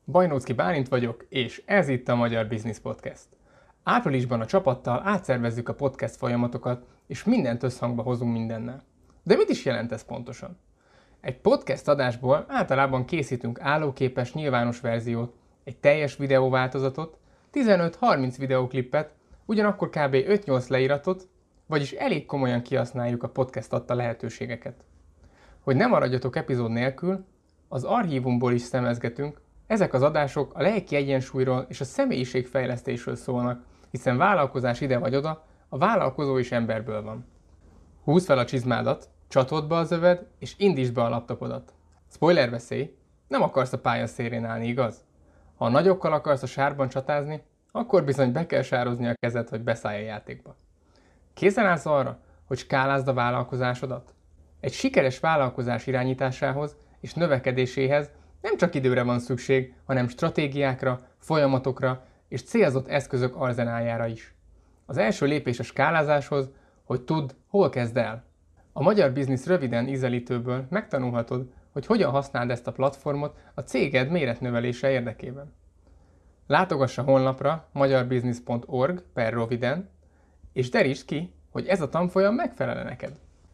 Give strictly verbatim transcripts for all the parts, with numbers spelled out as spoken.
Bajnóczky Bálint vagyok, és ez itt a Magyar Business Podcast. Áprilisban a csapattal átszervezzük a podcast folyamatokat, és mindent összhangba hozunk mindennel. De mit is jelent ez pontosan? Egy podcast adásból általában készítünk állóképes nyilvános verziót, egy teljes videóváltozatot, tizenöt-harminc videóklippet, ugyanakkor kb. öt-nyolc leíratot, vagyis elég komolyan kihasználjuk a podcast adta lehetőségeket. Hogy ne maradjatok epizód nélkül, az archívumból is szemezgetünk. Ezek az adások a lelki egyensúlyról és a személyiségfejlesztésről szólnak, hiszen vállalkozás ide vagy oda, a vállalkozó is emberből van. Húzd fel a csizmádat, csatold be az öved, és indítsd be a laptopodat. Spoiler veszély, nem akarsz a pálya szélén állni, igaz? Ha a nagyokkal akarsz a sárban csatázni, akkor bizony be kell sározni a kezed, hogy beszállj a játékba. Készen állsz arra, hogy skálázd a vállalkozásodat? Egy sikeres vállalkozás irányításához és növekedéséhez nem csak időre van szükség, hanem stratégiákra, folyamatokra és célzott eszközök arzenáljára is. Az első lépés a skálázáshoz, hogy tudd, hol kezd el. A Magyar Business röviden ízelítőből megtanulhatod, hogy hogyan használd ezt a platformot a céged méretnövelése érdekében. Látogass a honlapra magyarbusiness pont org per röviden, és derítsd ki, hogy ez a tanfolyam megfelel neked.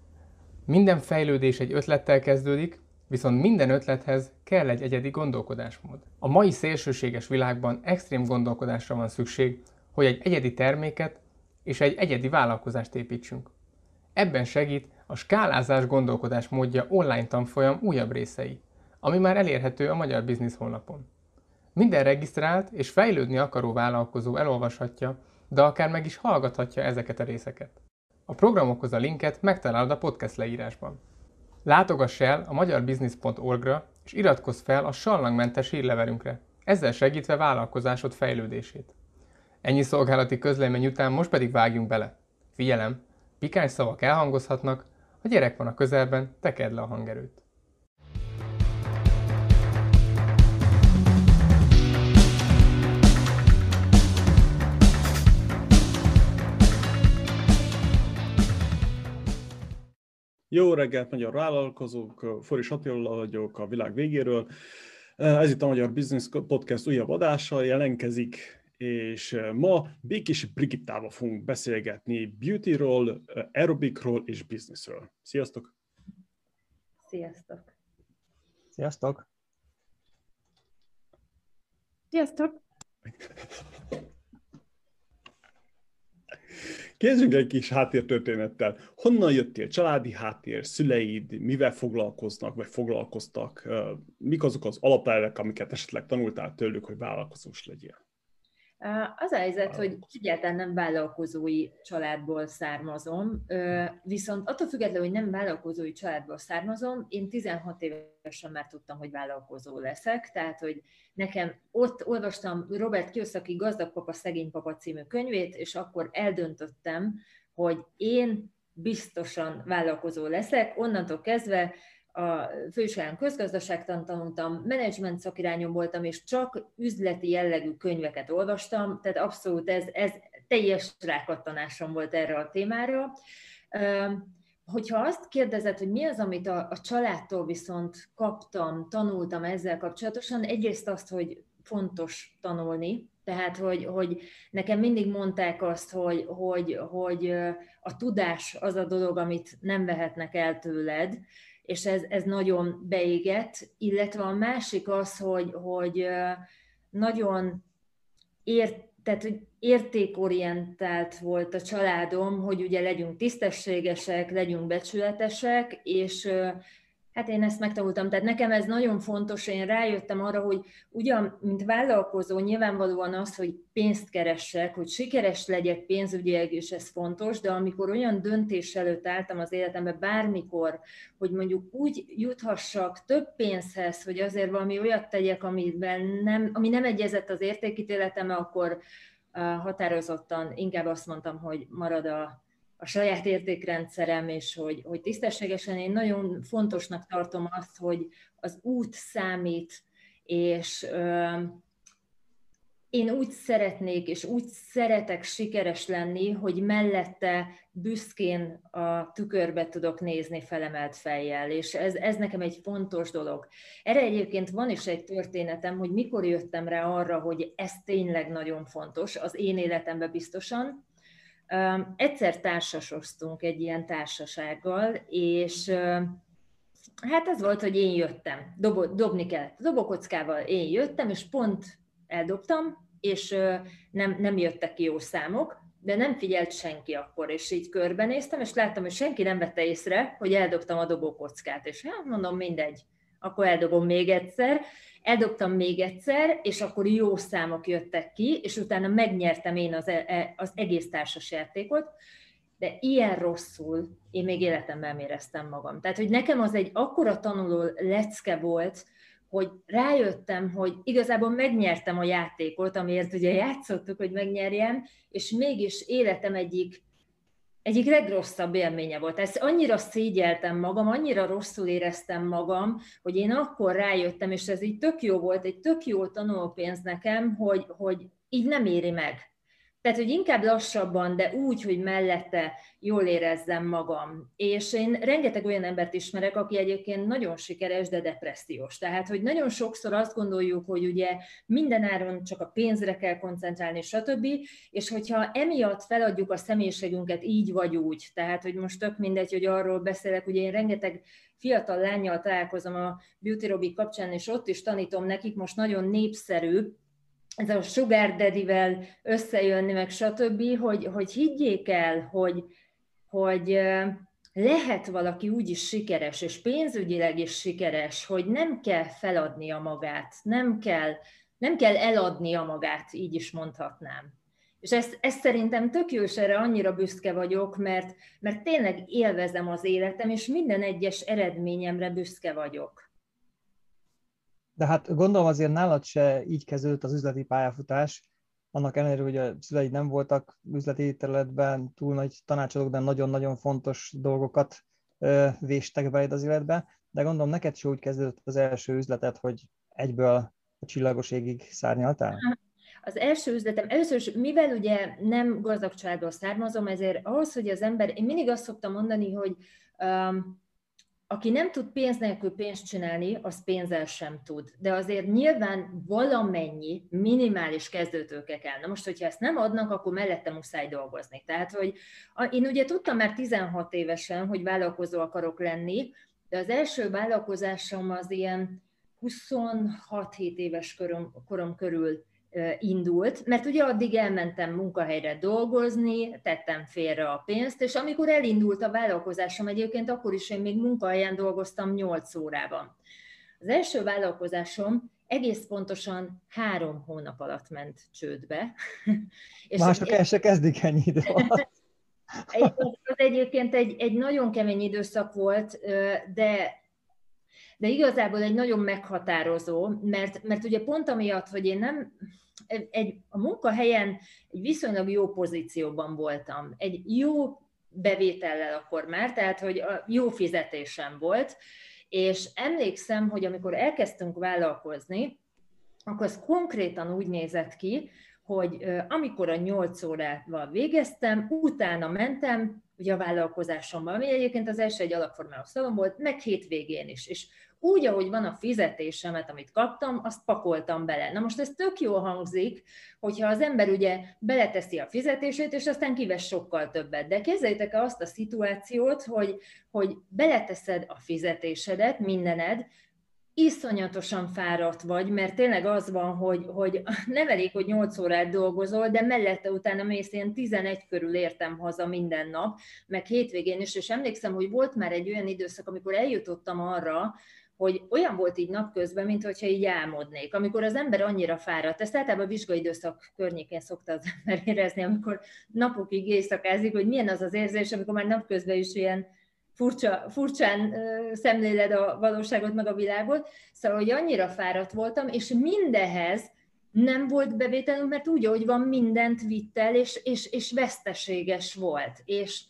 Minden fejlődés egy ötlettel kezdődik, viszont minden ötlethez kell egy egyedi gondolkodásmód. A mai szélsőséges világban extrém gondolkodásra van szükség, hogy egy egyedi terméket és egy egyedi vállalkozást építsünk. Ebben segít a skálázás gondolkodás módja online tanfolyam újabb részei, ami már elérhető a Magyar Business honlapon. Minden regisztrált és fejlődni akaró vállalkozó elolvashatja, de akár meg is hallgathatja ezeket a részeket. A programokhoz a linket megtalálod a podcast leírásban. Látogass el a magyarbusiness pont org-ra és iratkozz fel a sallangmentes hírlevelünkre, ezzel segítve vállalkozásod fejlődését. Ennyi szolgálati közlemény után most pedig vágjunk bele. Figyelem, pikáns szavak elhangozhatnak, a gyerek van a közelben, tekerd le a hangerőt. Jó reggelt, magyar vállalkozók! Foris Attila vagyok a világ végéről. Ez itt a Magyar Business Podcast újabb adással jelentkezik, és ma Békési Brigittával fogunk beszélgetni beautyról, aerobikról és businessről. Sziasztok! Sziasztok! Sziasztok! Sziasztok! Kezdjünk egy kis háttértörténettel. Honnan jöttél? Családi háttér, szüleid, mivel foglalkoznak, vagy foglalkoztak? Mik azok az alapelvek, amiket esetleg tanultál tőlük, hogy vállalkozós legyél? Az a helyzet, hogy egyáltalán nem vállalkozói családból származom, viszont attól függetlenül, hogy nem vállalkozói családból származom, én tizenhat évesen már tudtam, hogy vállalkozó leszek, tehát, hogy nekem ott olvastam Robert Kiyosaki Gazdag papa, szegény papa című könyvét, és akkor eldöntöttem, hogy én biztosan vállalkozó leszek, onnantól kezdve a főiskolán közgazdaságtant tanultam, menedzsment szakirányon voltam, és csak üzleti jellegű könyveket olvastam, tehát abszolút ez, ez teljes rákattanásom volt erre a témára. Hogyha azt kérdezed, hogy mi az, amit a, a családtól viszont kaptam, tanultam ezzel kapcsolatosan, egyrészt azt, hogy fontos tanulni, tehát, hogy, hogy nekem mindig mondták azt, hogy, hogy, hogy a tudás az a dolog, amit nem vehetnek el tőled, és ez, ez nagyon beégett, illetve a másik az, hogy, hogy nagyon ért, tehát, hogy értékorientált volt a családom, hogy ugye legyünk tisztességesek, legyünk becsületesek, és hát én ezt megtanultam. Tehát nekem ez nagyon fontos, én rájöttem arra, hogy ugyan, mint vállalkozó nyilvánvalóan az, hogy pénzt keressek, hogy sikeres legyek pénzügyileg, és ez fontos, de amikor olyan döntés előtt álltam az életemben bármikor, hogy mondjuk úgy juthassak több pénzhez, hogy azért valami olyat tegyek, amiben nem, ami nem egyezett az értékítéletemmel, akkor határozottan inkább azt mondtam, hogy marad a a saját értékrendszerem, és hogy, hogy tisztességesen én nagyon fontosnak tartom azt, hogy az út számít, és ö, én úgy szeretnék, és úgy szeretek sikeres lenni, hogy mellette büszkén a tükörbe tudok nézni felemelt fejjel, és ez, ez nekem egy fontos dolog. Erre egyébként van is egy történetem, hogy mikor jöttem rá arra, hogy ez tényleg nagyon fontos, az én életemben biztosan. Egyszer társasoztunk egy ilyen társasággal, és hát ez volt, hogy én jöttem, Dob- dobni kellett. A dobókockával én jöttem, és pont eldobtam, és nem, nem jöttek ki jó számok, de nem figyelt senki akkor, és így körbenéztem, és láttam, hogy senki nem vette észre, hogy eldobtam a dobókockát, és hát mondom, mindegy, akkor eldobom még egyszer. Eldobtam még egyszer, és akkor jó számok jöttek ki, és utána megnyertem én az, az egész társasjátékot, de ilyen rosszul én még életemben nem éreztem magam. Tehát, hogy nekem az egy akkora tanuló lecke volt, hogy rájöttem, hogy igazából megnyertem a játékot, amiért ugye játszottuk, hogy megnyerjem, és mégis életem egyik, egyik legrosszabb élménye volt. Ezt annyira szégyeltem magam, annyira rosszul éreztem magam, hogy én akkor rájöttem, és ez így tök jó volt, egy tök jó tanulópénz nekem, hogy, hogy így nem éri meg. Tehát, hogy inkább lassabban, de úgy, hogy mellette jól érezzem magam. És én rengeteg olyan embert ismerek, aki egyébként nagyon sikeres, de depressziós. Tehát, hogy nagyon sokszor azt gondoljuk, hogy ugye mindenáron csak a pénzre kell koncentrálni, stb. És hogyha emiatt feladjuk a személyiségünket így vagy úgy, tehát, hogy most tök mindegy, hogy arról beszélek, ugye én rengeteg fiatal lánnyal találkozom a Beauty Robi kapcsán, és ott is tanítom nekik, most nagyon népszerű, ez a sugar daddy-vel összejönni, meg stb., hogy, hogy higgyék el, hogy, hogy lehet valaki úgy is sikeres, és pénzügyileg is sikeres, hogy nem kell feladnia magát, nem kell, nem kell eladnia magát, így is mondhatnám. És ezt, ezt szerintem tök jó, és erre annyira büszke vagyok, mert, mert tényleg élvezem az életem, és minden egyes eredményemre büszke vagyok. De hát gondolom azért nálad se így kezdődött az üzleti pályafutás, annak ellenére, hogy a szüleid nem voltak üzleti területben túl nagy tanácsadók, de nagyon-nagyon fontos dolgokat ö, véstek beléd az életbe, de gondolom neked se úgy kezdődött az első üzletet, hogy egyből a csillagos égig szárnyaltál? Az első üzletem, először is, mivel ugye nem gazdag családból származom, ezért ahhoz, hogy az ember, én mindig azt szoktam mondani, hogy um, aki nem tud pénz nélkül pénzt csinálni, az pénzzel sem tud. De azért nyilván valamennyi minimális kezdőtőke kell. Na most, hogyha ezt nem adnak, akkor mellette muszáj dolgozni. Tehát, hogy én ugye tudtam már tizenhat évesen, hogy vállalkozó akarok lenni, de az első vállalkozásom az ilyen huszonhat-hét éves korom, korom körül indult, mert ugye addig elmentem munkahelyre dolgozni, tettem félre a pénzt, és amikor elindult a vállalkozásom egyébként, akkor is én még munkahelyen dolgoztam nyolc órában. Az első vállalkozásom egész pontosan három hónap alatt ment csődbe. És mások el se kezdik ennyi idő alatt. Az egyébként egy, egy nagyon kemény időszak volt, de de igazából egy nagyon meghatározó, mert, mert ugye pont amiatt, hogy én nem, egy, a munkahelyen egy viszonylag jó pozícióban voltam, egy jó bevétellel akkor már, tehát hogy a jó fizetésem volt, és emlékszem, hogy amikor elkezdtünk vállalkozni, akkor az konkrétan úgy nézett ki, hogy amikor a nyolc órával végeztem, utána mentem, ugye a vállalkozásomban, ami egyébként az első egy alapformáló szalon volt, meg hétvégén is. És úgy, ahogy van a fizetésemet, amit kaptam, azt pakoltam bele. Na most ez tök jól hangzik, hogyha az ember ugye beleteszi a fizetését, és aztán kivesz sokkal többet. De képzeljétek el azt a szituációt, hogy, hogy beleteszed a fizetésedet, mindened, iszonyatosan fáradt vagy, mert tényleg az van, hogy, hogy nem elég, hogy nyolc órát dolgozol, de mellette utána mész, én tizenegy körül értem haza minden nap, meg hétvégén is, és emlékszem, hogy volt már egy olyan időszak, amikor eljutottam arra, hogy olyan volt így napközben, mint hogyha így álmodnék, amikor az ember annyira fáradt. Ezt általában vizsgaidőszak környékén szokta az ember érezni, amikor napokig éjszakázik, hogy milyen az az érzés, amikor már napközben is ilyen Furcsa, furcsán uh, szemléled a valóságot, meg a világot. Szóval, hogy annyira fáradt voltam, és mindehez nem volt bevételünk, mert úgy, ahogy van, mindent vitt el, és, és, és veszteséges volt. És,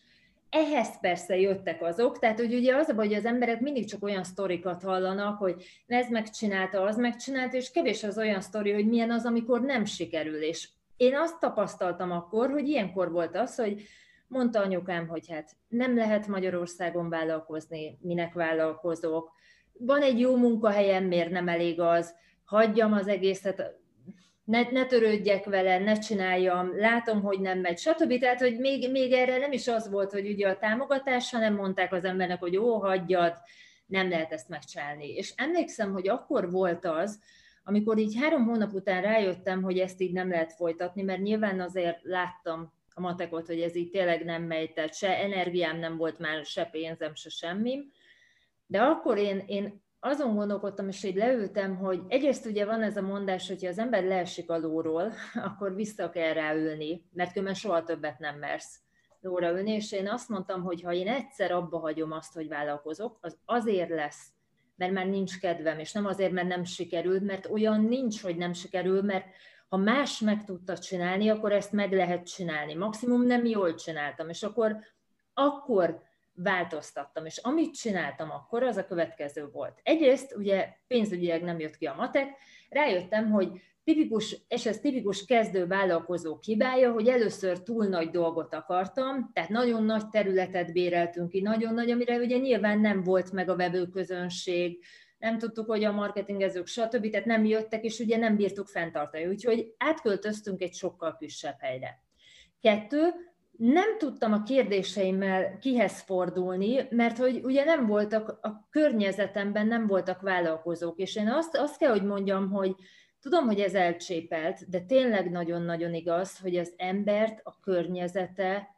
ehhez persze jöttek azok, tehát hogy ugye az a baj, hogy az emberek mindig csak olyan sztorikat hallanak, hogy ez megcsinálta, az megcsinálta, és kevés az olyan sztori, hogy milyen az, amikor nem sikerül. És én azt tapasztaltam akkor, hogy ilyenkor volt az, hogy mondta anyukám, hogy hát nem lehet Magyarországon vállalkozni, minek vállalkozok, van egy jó munkahelyem, miért nem elég az, hagyjam az egészet, ne, ne törődjek vele, ne csináljam, látom, hogy nem megy, stb. Tehát, hogy még, még erre nem is az volt, hogy ugye a támogatás, hanem mondták az embernek, hogy ó, hagyjad, nem lehet ezt megcsinálni. És emlékszem, hogy akkor volt az, amikor így három hónap után rájöttem, hogy ezt így nem lehet folytatni, mert nyilván azért láttam a matekot, hogy ez így tényleg nem megy, tehát se energiám nem volt már, se pénzem, se semmim. De akkor én, én azon gondolkodtam, és így leültem, hogy egyrészt ugye van ez a mondás, hogyha az ember leesik a lóról, akkor vissza kell ráülni, mert különben soha többet nem mersz lóra ülni, és én azt mondtam, hogy ha én egyszer abba hagyom azt, hogy vállalkozok, az azért lesz, mert már nincs kedvem, és nem azért, mert nem sikerült, mert olyan nincs, hogy nem sikerül, mert ha más meg tudta csinálni, akkor ezt meg lehet csinálni. Maximum nem jól csináltam, és akkor, akkor változtattam, és amit csináltam akkor, az a következő volt. Egyrészt ugye pénzügyileg nem jött ki a matek, rájöttem, hogy tipikus, és ez tipikus kezdő vállalkozó hibája, hogy először túl nagy dolgot akartam, tehát nagyon nagy területet béreltünk ki, nagyon nagy, amire ugye nyilván nem volt meg a vevőközönség, nem tudtuk, hogy a marketingezők, stb. Tehát nem jöttek, és ugye nem bírtuk fenntartani. Úgyhogy átköltöztünk egy sokkal kisebb helyre. Kettő, nem tudtam a kérdéseimmel kihez fordulni, mert hogy ugye nem voltak, a környezetemben nem voltak vállalkozók, és én azt, azt kell, hogy mondjam, hogy tudom, hogy ez elcsépelt, de tényleg nagyon-nagyon igaz, hogy az embert a környezete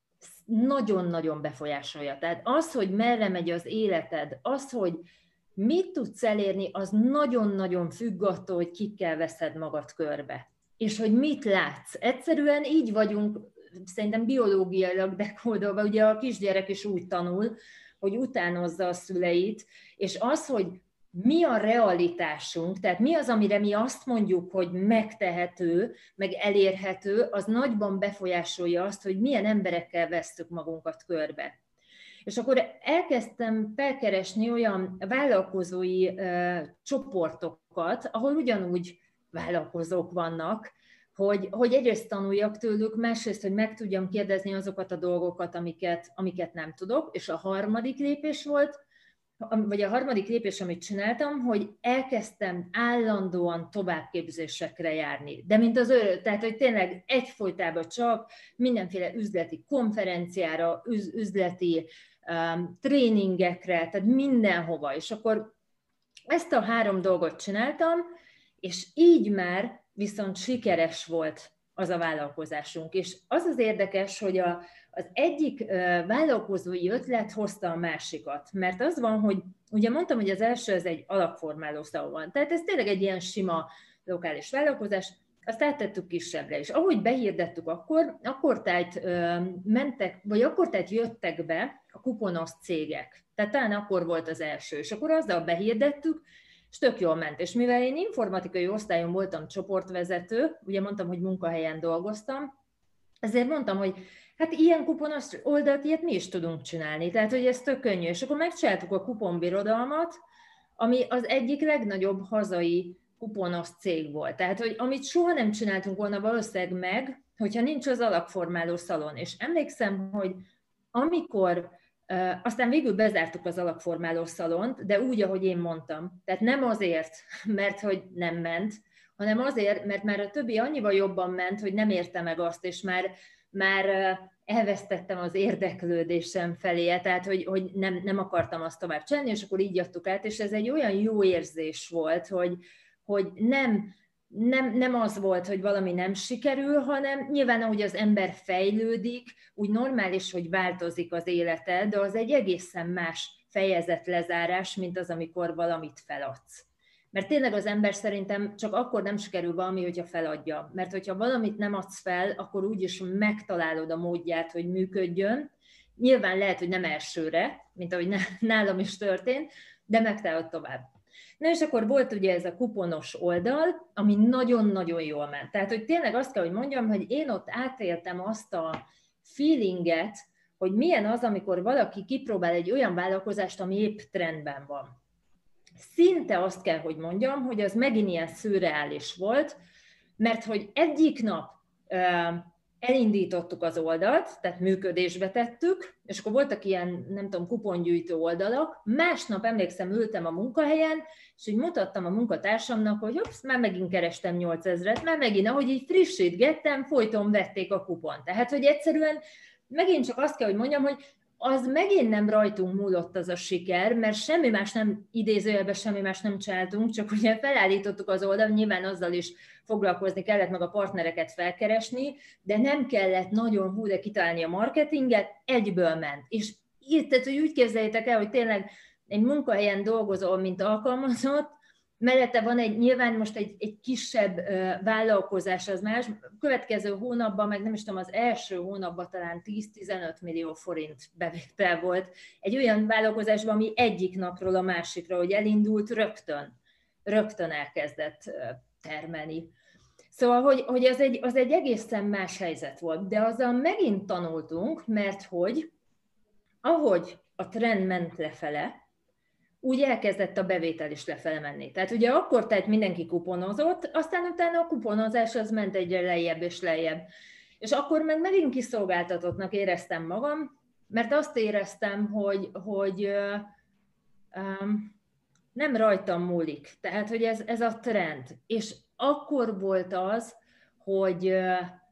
nagyon-nagyon befolyásolja. Tehát az, hogy merre megy az életed, az, hogy mit tudsz elérni, az nagyon-nagyon függ attól, hogy kikkel veszed magad körbe. És hogy mit látsz. Egyszerűen így vagyunk, szerintem biológiailag dekódolva, ugye a kisgyerek is úgy tanul, hogy utánozza a szüleit, és az, hogy mi a realitásunk, tehát mi az, amire mi azt mondjuk, hogy megtehető, meg elérhető, az nagyban befolyásolja azt, hogy milyen emberekkel vesszük magunkat körbe. És akkor elkezdtem felkeresni olyan vállalkozói uh, csoportokat, ahol ugyanúgy vállalkozók vannak, hogy, hogy egyrészt tanuljak tőlük, másrészt, hogy meg tudjam kérdezni azokat a dolgokat, amiket, amiket nem tudok. És a harmadik lépés volt, vagy a harmadik lépés, amit csináltam, hogy elkezdtem állandóan továbbképzésekre járni. De mint az ő, tehát hogy tényleg egyfolytában csak mindenféle üzleti konferenciára, üz, üzleti um, tréningekre, tehát mindenhova. És akkor ezt a három dolgot csináltam, és így már viszont sikeres volt az a vállalkozásunk. És az az érdekes, hogy a, az egyik vállalkozói ötlet hozta a másikat. Mert az van, hogy ugye mondtam, hogy az első ez egy alapformáló szó van. Tehát ez tényleg egy ilyen sima lokális vállalkozás, azt áttettük kisebbre. És ahogy behirdettük akkor, akkortájt mentek, vagy akkortájt jöttek be a kuponos cégek. Tehát talán akkor volt az első. És akkor azzal behirdettük, és tök jól ment. És mivel én informatikai osztályon voltam csoportvezető, ugye mondtam, hogy munkahelyen dolgoztam, ezért mondtam, hogy hát ilyen kuponos oldalt ilyet mi is tudunk csinálni, tehát hogy ez tök könnyű. És akkor megcsináltuk a kuponbirodalmat, ami az egyik legnagyobb hazai kuponos cég volt. Tehát, hogy amit soha nem csináltunk volna valószínűleg meg, hogyha nincs az alapformáló szalon. És emlékszem, hogy amikor Uh, aztán végül bezártuk az alapformáló szalont, de úgy, ahogy én mondtam. Tehát nem azért, mert hogy nem ment, hanem azért, mert már a többi annyival jobban ment, hogy nem érte meg azt, és már, már elvesztettem az érdeklődésem felé, tehát hogy, hogy nem, nem akartam azt tovább csinálni, és akkor így adtuk át, és ez egy olyan jó érzés volt, hogy, hogy nem... Nem, nem az volt, hogy valami nem sikerül, hanem nyilván, ahogy az ember fejlődik, úgy normális, hogy változik az élete, de az egy egészen más fejezet lezárás, mint az, amikor valamit feladsz. Mert tényleg az ember szerintem csak akkor nem sikerül valami, hogyha feladja. Mert hogyha valamit nem adsz fel, akkor úgyis megtalálod a módját, hogy működjön. Nyilván lehet, hogy nem elsőre, mint ahogy nálam is történt, de megtalálod tovább. Na és akkor volt ugye ez a kuponos oldal, ami nagyon-nagyon jól ment. Tehát, hogy tényleg azt kell, hogy mondjam, hogy én ott átéltem azt a feelinget, hogy milyen az, amikor valaki kipróbál egy olyan vállalkozást, ami épp trendben van. Szinte azt kell, hogy mondjam, hogy az megint ilyen szürreális volt, mert hogy egyik nap elindítottuk az oldalt, tehát működésbe tettük, és akkor voltak ilyen, nem tudom, kupongyűjtő oldalak, másnap emlékszem, ültem a munkahelyen, és így mutattam a munkatársamnak, hogy hopsz, már megint kerestem nyolcezret, már megint, ahogy így frissítgettem, folyton vették a kupont. Tehát, hogy egyszerűen megint csak azt kell, hogy mondjam, hogy az megint nem rajtunk múlott az a siker, mert semmi más nem, idézőjelben semmi más nem csináltunk, csak ugye felállítottuk az oldalt, nyilván azzal is foglalkozni kellett, meg a partnereket felkeresni, de nem kellett nagyon hú, de kitalálni a marketinget, egyből ment. És így, tehát, hogy úgy képzeljétek el, hogy tényleg egy munkahelyen dolgozol, mint alkalmazott, mellette van egy, nyilván most egy, egy kisebb vállalkozás, az más, következő hónapban, meg nem is tudom, az első hónapban talán tíz-tizenöt millió forint bevétel volt. Egy olyan vállalkozásban, ami egyik napról a másikra, hogy elindult, rögtön, rögtön elkezdett termelni. Szóval, hogy, hogy az, egy, az egy egészen más helyzet volt, de azzal megint tanultunk, mert hogy ahogy a trend ment lefele, úgy elkezdett a bevétel is lefele menni. Tehát ugye akkor tehát mindenki kuponozott, aztán utána a kuponozás az ment egyre lejjebb és lejjebb. És akkor meg megint kiszolgáltatottnak éreztem magam, mert azt éreztem, hogy, hogy um, nem rajtam múlik. Tehát, hogy ez, ez a trend. És akkor volt az, hogy uh,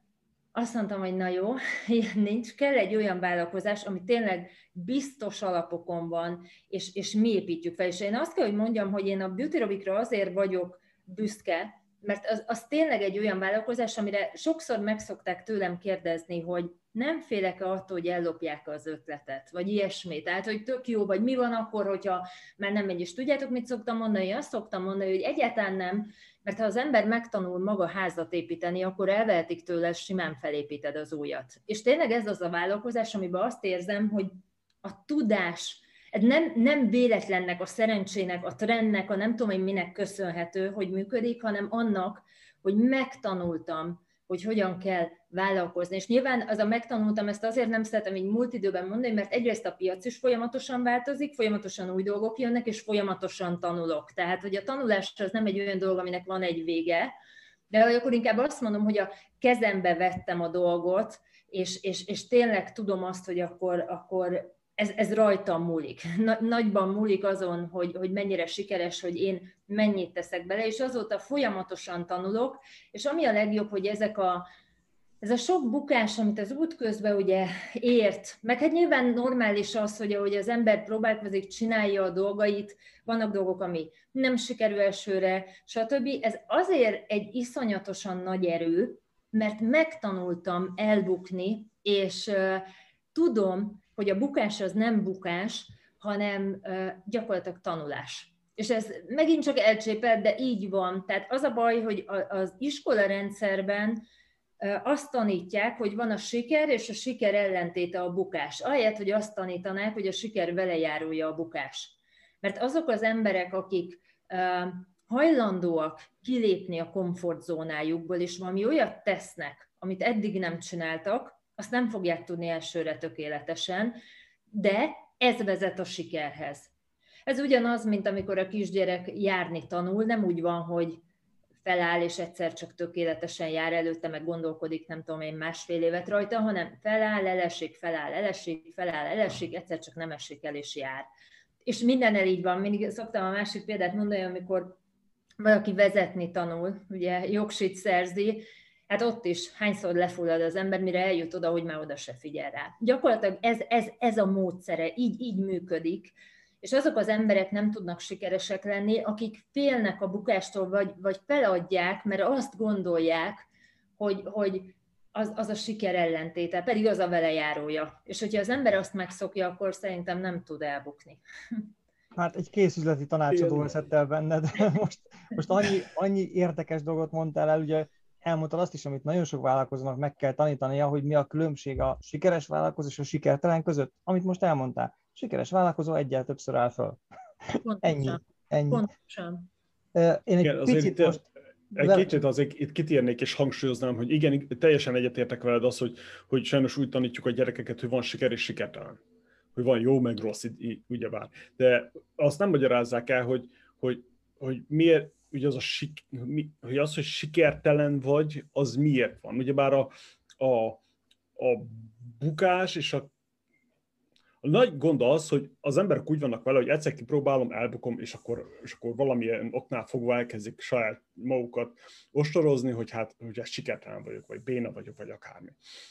azt mondtam, hogy na jó, ilyen nincs, kell egy olyan vállalkozás, ami tényleg biztos alapokon van, és, és mi építjük fel. És én azt kell, hogy mondjam, hogy én a Beauty Robikra azért vagyok büszke, mert az, az tényleg egy olyan vállalkozás, amire sokszor meg szokták tőlem kérdezni, hogy nem félek-e attól, hogy ellopják az ötletet, vagy ilyesmi. Tehát, hogy tök jó, vagy mi van akkor, hogyha már nem megy, és tudjátok, mit szoktam mondani? Azt szoktam mondani, hogy egyáltalán nem, mert ha az ember megtanul maga házat építeni, akkor elvehetik tőle, simán felépíted az újat. És tényleg ez az a vállalkozás, amiben azt érzem, hogy a tudás, nem, nem véletlennek, a szerencsének, a trendnek, a nem tudom, hogy minek köszönhető, hogy működik, hanem annak, hogy megtanultam, hogy hogyan kell vállalkozni. És nyilván az a megtanultam, ezt azért nem szeretem így múlt időben mondani, mert egyrészt a piac is folyamatosan változik, folyamatosan új dolgok jönnek, és folyamatosan tanulok. Tehát, hogy a tanulás az nem egy olyan dolog, aminek van egy vége, de akkor inkább azt mondom, hogy a kezembe vettem a dolgot, és, és, és tényleg tudom azt, hogy akkor, akkor ez, ez rajtam múlik. Nagyban múlik azon, hogy, hogy mennyire sikeres, hogy én mennyit teszek bele, és azóta folyamatosan tanulok, és ami a legjobb, hogy ezek a, ez a sok bukás, amit az útközben ugye ért, meg hát nyilván normális az, hogy ahogy az ember próbálkozik, csinálja a dolgait, vannak dolgok, ami nem sikerül elsőre, stb. Ez azért egy iszonyatosan nagy erő, mert megtanultam elbukni, és uh, tudom, hogy a bukás az nem bukás, hanem uh, gyakorlatilag tanulás. És ez megint csak elcsépelt, de így van. Tehát az a baj, hogy az iskola rendszerben uh, azt tanítják, hogy van a siker, és a siker ellentéte a bukás. Ahelyett, hogy azt tanítanák, hogy a siker velejárója a bukás. Mert azok az emberek, akik uh, hajlandóak kilépni a komfortzónájukból, és valami olyat tesznek, amit eddig nem csináltak, azt nem fogják tudni elsőre tökéletesen, de ez vezet a sikerhez. Ez ugyanaz, mint amikor a kisgyerek járni tanul, nem úgy van, hogy feláll, és egyszer csak tökéletesen jár, előtte meg gondolkodik, nem tudom én, másfél évet rajta, hanem feláll, elesik, feláll, elesik, feláll, elesik, egyszer csak nem esik el, és jár. És mindennel így van. Mindig szoktam a másik példát mondani, amikor valaki vezetni tanul, ugye jogsit szerzi, hát ott is hányszor lefullad az ember, mire eljut oda, hogy már oda se figyel rá. Gyakorlatilag ez, ez, ez a módszere, így, így működik, és azok az emberek nem tudnak sikeresek lenni, akik félnek a bukástól, vagy, vagy feladják, mert azt gondolják, hogy, hogy az, az a siker ellentéte, pedig az a velejárója. És hogyha az ember azt megszokja, akkor szerintem nem tud elbukni. Hát egy készüzleti tanácsadó veszett el benned. Most, most annyi, annyi érdekes dolgot mondtál el, ugye elmondtad azt is, amit nagyon sok vállalkozónak meg kell tanítania, hogy mi a különbség a sikeres vállalkozó és a sikertelen között, amit most elmondtál. Sikeres vállalkozó egyel többször áll föl. Ennyi. ennyi. Pontosan. Én egy Igen, picit azért, most... Egy kicsit azért itt kitérnék és hangsúlyoznám, hogy igen, teljesen egyetértek veled az, hogy, hogy sajnos úgy tanítjuk a gyerekeket, hogy van siker és sikertelen. Hogy van jó, meg rossz, ugyebár. De azt nem magyarázzák el, hogy, hogy, hogy miért, ugye az, a sik, mi, hogy az, hogy sikertelen vagy, az miért van. Ugyebár a, a, a bukás és a A nagy gond az, hogy az emberek úgy vannak vele, hogy egyszer kipróbálom, elbukom, és akkor, és akkor valamilyen oknál fogva elkezdik saját magukat ostorozni, hogy hát hogy hát sikertelen vagyok, vagy béna vagyok, vagy akármi.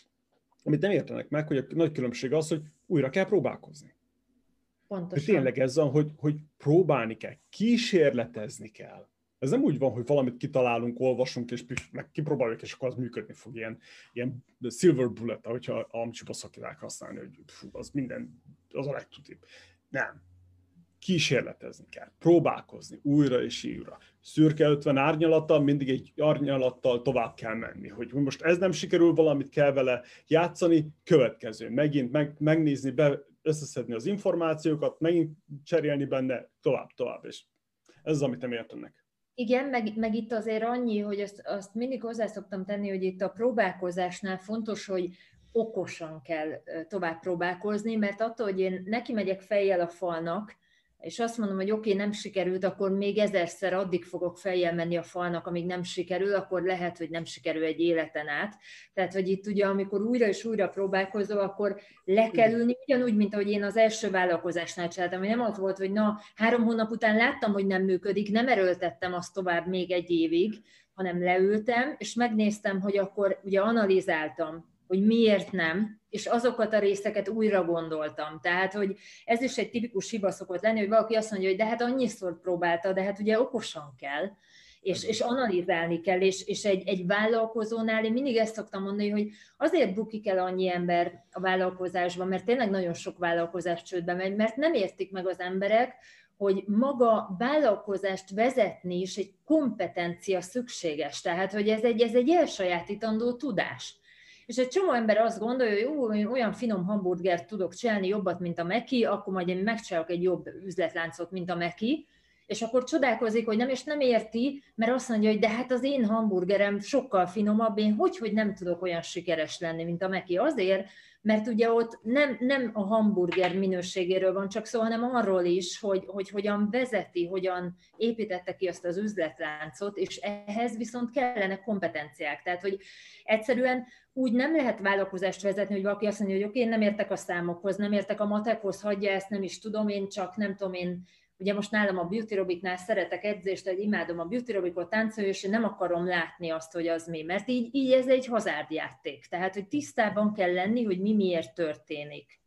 Amit nem értenek meg, hogy a nagy különbség az, hogy újra kell próbálkozni. Pontosan. Hogy tényleg ez van, hogy, hogy próbálni kell, kísérletezni kell. Ez nem úgy van, hogy valamit kitalálunk, olvasunk, és meg kipróbáljuk, és akkor az működni fog. Ilyen, ilyen silver bullet, ahogyha amcsiba szokták használni, hogy fú, az minden, az a legtutibb. Nem. Kísérletezni kell, próbálkozni, újra és újra. Szürke ötven árnyalattal, mindig egy árnyalattal tovább kell menni. Hogy most ez nem sikerül, valamit kell vele játszani, következő. Megint meg, megnézni, be, összeszedni az információkat, megint cserélni benne, tovább, tovább. És ez az, amit nem értenek. Igen, meg, meg itt azért annyi, hogy azt, azt mindig hozzá szoktam tenni, hogy itt a próbálkozásnál fontos, hogy okosan kell tovább próbálkozni, mert attól, hogy én neki megyek fejjel a falnak, és azt mondom, hogy oké, okay, nem sikerült, akkor még ezerszer addig fogok fejjel menni a falnak, amíg nem sikerül, akkor lehet, hogy nem sikerül egy életen át. Tehát, hogy itt ugye, amikor újra és újra próbálkozol, akkor le kell ülni, ugyanúgy, mint ahogy én az első vállalkozásnál csináltam, hogy nem az volt, hogy na, három hónap után láttam, hogy nem működik, nem erőltettem azt tovább még egy évig, hanem leültem, és megnéztem, hogy akkor ugye analizáltam, hogy miért nem, és azokat a részeket újra gondoltam. Tehát, hogy ez is egy tipikus hiba szokott lenni, hogy valaki azt mondja, hogy de hát annyiszor próbálta, de hát ugye okosan kell, és, és analizálni kell, és, és egy, egy vállalkozónál én mindig ezt szoktam mondani, hogy azért bukik el annyi ember a vállalkozásban, mert tényleg nagyon sok vállalkozás csődbe megy, mert nem értik meg az emberek, hogy maga vállalkozást vezetni is egy kompetencia szükséges, tehát, hogy ez egy, ez egy elsajátítandó tudás. És egy csomó ember azt gondolja, hogy jó, én olyan finom hamburgert tudok csinálni jobbat, mint a Meki, akkor majd én megcsinálok egy jobb üzletláncot, mint a Meki, és akkor csodálkozik, hogy nem, és nem érti, mert azt mondja, hogy de hát az én hamburgerem sokkal finomabb, én hogy, hogy nem tudok olyan sikeres lenni, mint a Meki. Azért, mert ugye ott nem, nem a hamburger minőségéről van csak szó, hanem arról is, hogy, hogy hogyan vezeti, hogyan építette ki azt az üzletláncot, és ehhez viszont kellene kompetenciák. Tehát, hogy egyszerűen úgy nem lehet vállalkozást vezetni, hogy valaki azt mondja, hogy oké, én nem értek a számokhoz, nem értek a matekhoz, hagyja ezt, nem is tudom, én csak nem tudom, én ugye most nálam a Beauty Aerobicnál szeretek edzést, hogy imádom a Beauty Aerobicot táncolni, és én nem akarom látni azt, hogy az mi, mert így, így ez egy hazárdjáték. Tehát, hogy tisztában kell lenni, hogy mi miért történik.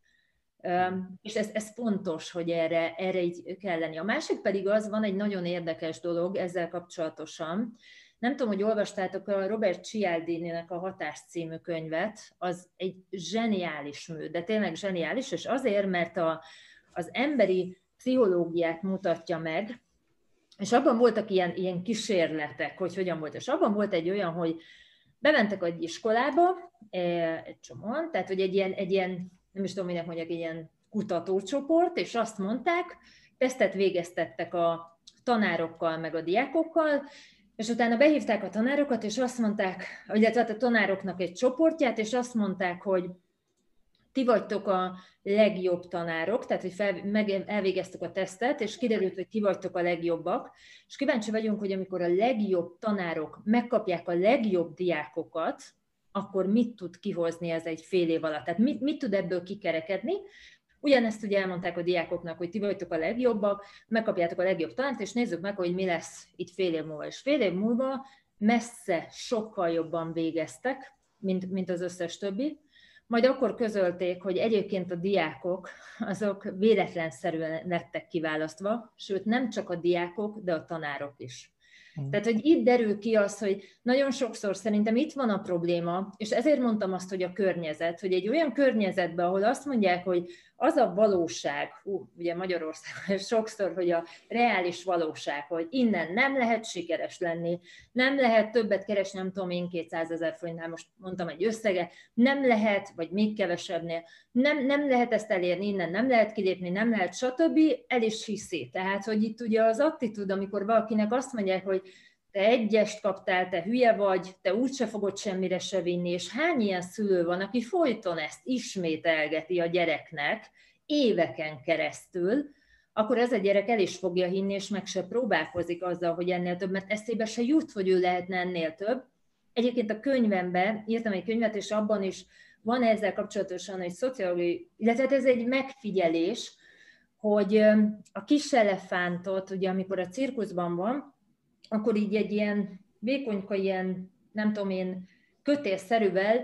Um, és ez, ez fontos, hogy erre, erre így kell lenni. A másik pedig az, van egy nagyon érdekes dolog ezzel kapcsolatosan. Nem tudom, hogy olvastátok a Robert Cialdininek a Hatás című könyvet, az egy zseniális mű, de tényleg zseniális, és azért, mert a, az emberi pszichológiát mutatja meg, és abban voltak ilyen, ilyen kísérletek, hogy hogyan volt, és abban volt egy olyan, hogy bementek egy iskolába, egy csomóan, tehát hogy egy ilyen, egy ilyen nem is tudom, minek mondjak, egy ilyen kutatócsoport, és azt mondták, tesztet végeztettek a tanárokkal, meg a diákokkal, és utána behívták a tanárokat, és azt mondták, illetve a tanároknak egy csoportját, és azt mondták, hogy ti vagytok a legjobb tanárok, tehát hogy fel, meg elvégeztük a tesztet, és kiderült, hogy ti vagytok a legjobbak, és kíváncsi vagyunk, hogy amikor a legjobb tanárok megkapják a legjobb diákokat, akkor mit tud kihozni ez egy fél év alatt? Tehát mit, mit tud ebből kikerekedni? Ugyanezt ugye elmondták a diákoknak, hogy ti vagytok a legjobbak, megkapjátok a legjobb tanárt, és nézzük meg, hogy mi lesz itt fél év múlva. És fél év múlva messze sokkal jobban végeztek, mint, mint az összes többi. Majd akkor közölték, hogy egyébként a diákok azok véletlenszerűen lettek kiválasztva, sőt nem csak a diákok, de a tanárok is. Tehát, hogy itt derül ki az, hogy nagyon sokszor szerintem itt van a probléma, és ezért mondtam azt, hogy a környezet, hogy egy olyan környezetben, ahol azt mondják, hogy az a valóság, hú, ugye Magyarországon sokszor, hogy a reális valóság, hogy innen nem lehet sikeres lenni, nem lehet többet keresni, nem tudom én, kétszázezer forintnál, most mondtam egy összege, nem lehet, vagy még kevesebbnél, nem, nem lehet ezt elérni, innen nem lehet kilépni, nem lehet, stb. El is hiszi. Tehát, hogy itt ugye az attitűd, amikor valakinek azt mondják, hogy te egyest kaptál, te hülye vagy, te úgyse fogod semmire se vinni, és hány ilyen szülő van, aki folyton ezt ismételgeti a gyereknek éveken keresztül, akkor ez a gyerek el is fogja hinni, és meg se próbálkozik azzal, hogy ennél több, mert eszébe se jut, hogy ő lehetne ennél több. Egyébként a könyvemben írtam egy könyvet, és abban is van ezzel kapcsolatosan egy szociológiai, illetve ez egy megfigyelés, hogy a kis elefántot, ugye amikor a cirkuszban van, akkor így egy ilyen vékonyka, ilyen, nem tudom én, kötélszerűvel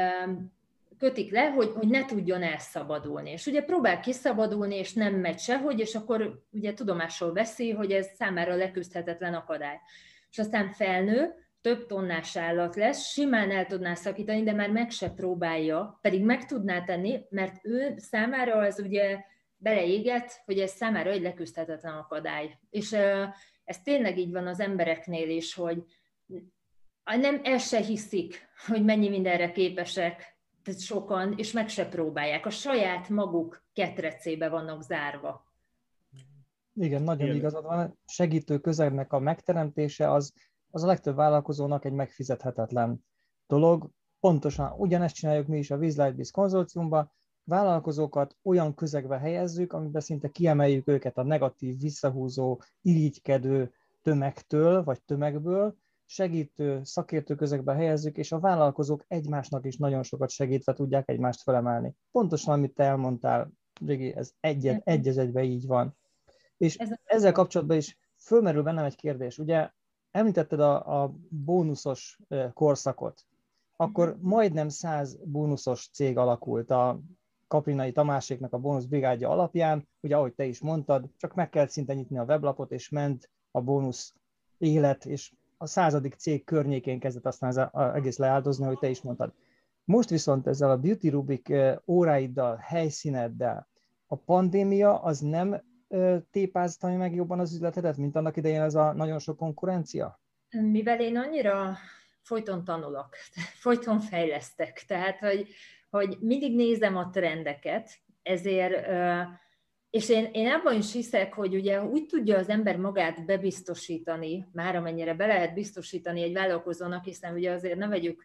kötik le, hogy, hogy ne tudjon elszabadulni. És ugye próbál kiszabadulni, és nem megy sehogy, és akkor ugye tudomásul veszi, hogy ez számára leküzdhetetlen akadály. És aztán felnő, több tonnás állat lesz, simán el tudná szakítani, de már meg se próbálja, pedig meg tudná tenni, mert ő számára az ugye beleégett, hogy ez számára egy leküzdhetetlen akadály. És ez tényleg így van az embereknél is, hogy nem el se hiszik, hogy mennyi mindenre képesek sokan, és meg se próbálják. A saját maguk ketrecébe vannak zárva. Igen, nagyon Igen. igazad van. Segítő közegnek a megteremtése az, az a legtöbb vállalkozónak egy megfizethetetlen dolog. Pontosan ugyanezt csináljuk mi is a Wiz Light Biz konzorciumban. Vállalkozókat olyan közegbe helyezzük, amiben szinte kiemeljük őket a negatív, visszahúzó, irigykedő tömegtől, vagy tömegből, segítő, szakértő közegbe helyezzük, és a vállalkozók egymásnak is nagyon sokat segítve tudják egymást felemelni. Pontosan, amit te elmondtál, Rigi, ez egy, egy az egyben így van. És ezzel kapcsolatban is fölmerül bennem egy kérdés. Ugye említetted a, a bónuszos korszakot, akkor majdnem száz bónuszos cég alakult a Kaprinai Tamáséknak a bónuszbrigádja alapján, ugye ahogy te is mondtad, csak meg kellett szinte nyitni a weblapot, és ment a bónusz élet, és a századik cég környékén kezdett aztán ez az egész leáldozni, ahogy te is mondtad. Most viszont ezzel a Beauty Rubik óráiddal, helyszíneddel, a pandémia az nem tépázta meg jobban az üzletedet, mint annak idején ez a nagyon sok konkurencia? Mivel én annyira folyton tanulok, folyton fejlesztek, tehát hogy, hogy mindig nézem a trendeket, ezért, és én, én abban is hiszek, hogy ugye úgy tudja az ember magát bebiztosítani, már amennyire be lehet biztosítani egy vállalkozónak, hiszen ugye azért ne vegyük,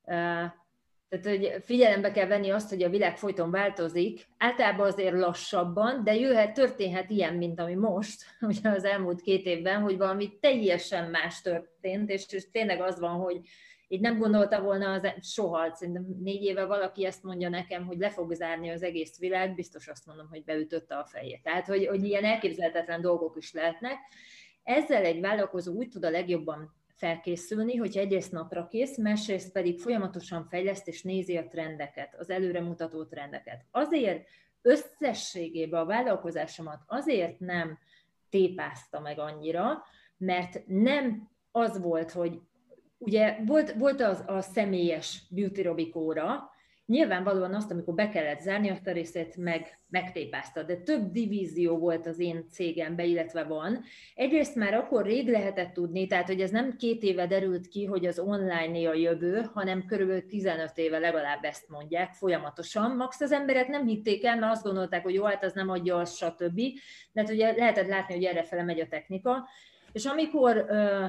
tehát hogy figyelembe kell venni azt, hogy a világ folyton változik, általában azért lassabban, de jöhet, történhet ilyen, mint ami most, ugye az elmúlt két évben, hogy valami teljesen más történt, és, és tényleg az van, hogy így nem gondolta volna az, soha, szerintem négy éve valaki ezt mondja nekem, hogy le fog zárni az egész világ, biztos azt mondom, hogy beütötte a fejét. Tehát, hogy, hogy ilyen elképzelhetetlen dolgok is lehetnek. Ezzel egy vállalkozó úgy tud a legjobban felkészülni, hogy egyrészt napra kész, másrészt pedig folyamatosan fejleszt és nézi a trendeket, az előremutató trendeket. Azért összességében a vállalkozásomat azért nem tépázta meg annyira, mert nem az volt, hogy ugye volt, volt az a személyes Beauty Rubik óra, nyilvánvalóan azt, amikor be kellett zárni, azt a részét meg, megtépázta, de több divízió volt az én cégemben, illetve van. Egyrészt már akkor rég lehetett tudni, tehát hogy ez nem két éve derült ki, hogy az online-é a jövő, hanem körülbelül tizenöt éve legalább ezt mondják folyamatosan. Max az emberek nem hitték el, mert azt gondolták, hogy jó, hát az nem adja, az stb. De hát ugye lehetett látni, hogy errefele megy a technika. És amikor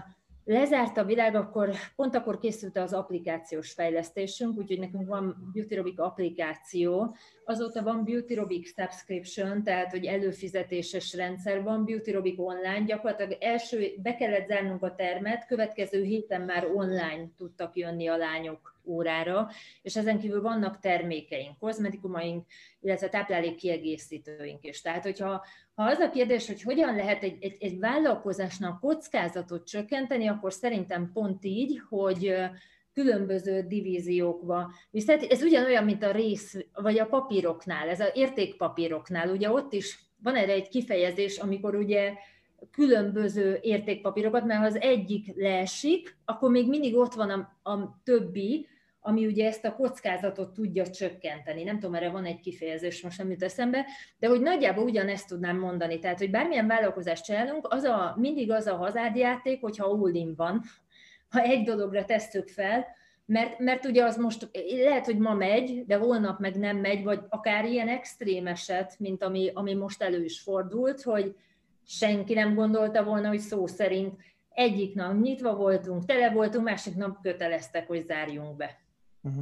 lezárt a világ, akkor pont akkor készült az applikációs fejlesztésünk, úgyhogy nekünk van Beauty Rubik applikáció, azóta van Beauty Rubik subscription, tehát hogy előfizetéses rendszer van, Beauty Rubik online, gyakorlatilag első, be kellett zárnunk a termet, következő héten már online tudtak jönni a lányok órára, és ezen kívül vannak termékeink, kozmetikumaink, illetve táplálék kiegészítőink is. Tehát, hogyha ha az a kérdés, hogy hogyan lehet egy, egy, egy vállalkozásnak kockázatot csökkenteni, akkor szerintem pont így, hogy különböző divíziókba viszont ez ugyanolyan, mint a rész, vagy a papíroknál, ez az értékpapíroknál, ugye ott is van erre egy kifejezés, amikor ugye különböző értékpapírokat, mert ha az egyik leesik, akkor még mindig ott van a, a többi, ami ugye ezt a kockázatot tudja csökkenteni. Nem tudom, erre van egy kifejezés, most nem jut eszembe, de hogy nagyjából ugyanezt tudnám mondani. Tehát, hogy bármilyen vállalkozást csinálunk, az a, mindig az a hazárdjáték, hogyha all-in van, ha egy dologra tesszük fel, mert, mert ugye az most lehet, hogy ma megy, de holnap meg nem megy, vagy akár ilyen extrém eset, mint ami, ami most elő is fordult, hogy senki nem gondolta volna, hogy szó szerint egyik nap nyitva voltunk, tele voltunk, másik nap köteleztek, hogy zárjunk be. Uh-huh.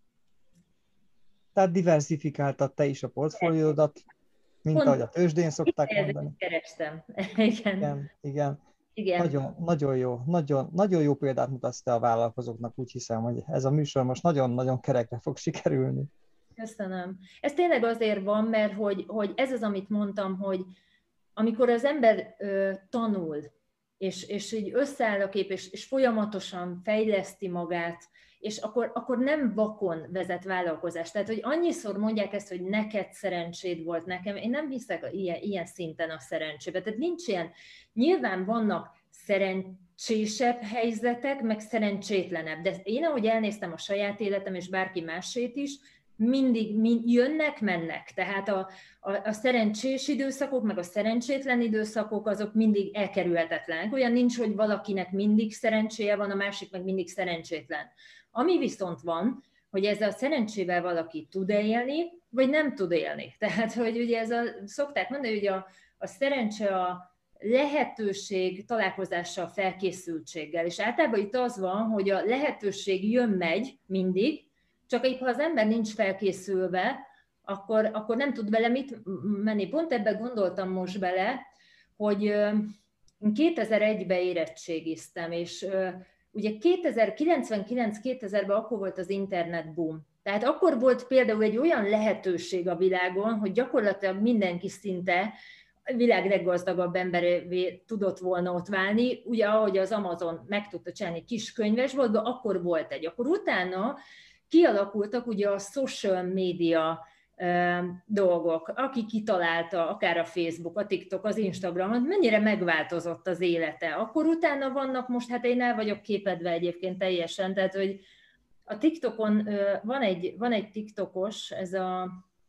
Tehát diversifikáltad te is a portfóliódat, mint Pont, ahogy a tőzsdén szokták mondani. Kerestem. Igen. Igen, igen. Igen. Nagyon, nagyon jó, nagyon, nagyon jó példát mutatsz te a vállalkozóknak, úgy hiszem, hogy ez a műsor most nagyon-nagyon kerekre fog sikerülni. Köszönöm. Ez tényleg azért van, mert hogy, hogy ez az, amit mondtam, hogy amikor az ember ö, tanul, és, és így összeáll a kép, és, és folyamatosan fejleszti magát, és akkor, akkor nem vakon vezet vállalkozást. Tehát, hogy annyiszor mondják ezt, hogy neked szerencséd volt, nekem, én nem hiszek ilyen, ilyen szinten a szerencsébe. Tehát nincs ilyen, nyilván vannak szerencsésebb helyzetek, meg szerencsétlenebb, de én, ahogy elnéztem a saját életem, és bárki másét is, mindig mind, jönnek, mennek. Tehát a, a, a szerencsés időszakok, meg a szerencsétlen időszakok, azok mindig elkerülhetetlenek. Olyan nincs, hogy valakinek mindig szerencséje van, a másik meg mindig szerencsétlen. Ami viszont van, hogy ezzel a szerencsével valaki tud élni, vagy nem tud élni. Tehát, hogy ugye ez a, szokták mondani, hogy a, a szerencse a lehetőség találkozással, felkészültséggel. És általában itt az van, hogy a lehetőség jön-megy mindig, csak épp ha az ember nincs felkészülve, akkor, akkor nem tud vele mit menni. Pont ebben gondoltam most bele, hogy kétezer-egyben érettségiztem, és ugye kétezer-kilencvenkilenc-kétezerben akkor volt az internet boom. Tehát akkor volt például egy olyan lehetőség a világon, hogy gyakorlatilag mindenki szinte a világ leggazdagabb emberévé tudott volna ott válni, ugye ahogy az Amazon meg tudta csinálni kis könyvesboltba, akkor volt egy. Akkor utána kialakultak ugye a social media dolgok, aki kitalálta, akár a Facebook, a TikTok, az Instagram, mennyire megváltozott az élete. Akkor utána vannak most, hát én el vagyok képedve egyébként teljesen, tehát hogy a TikTokon van egy, van egy TikTokos, ez a,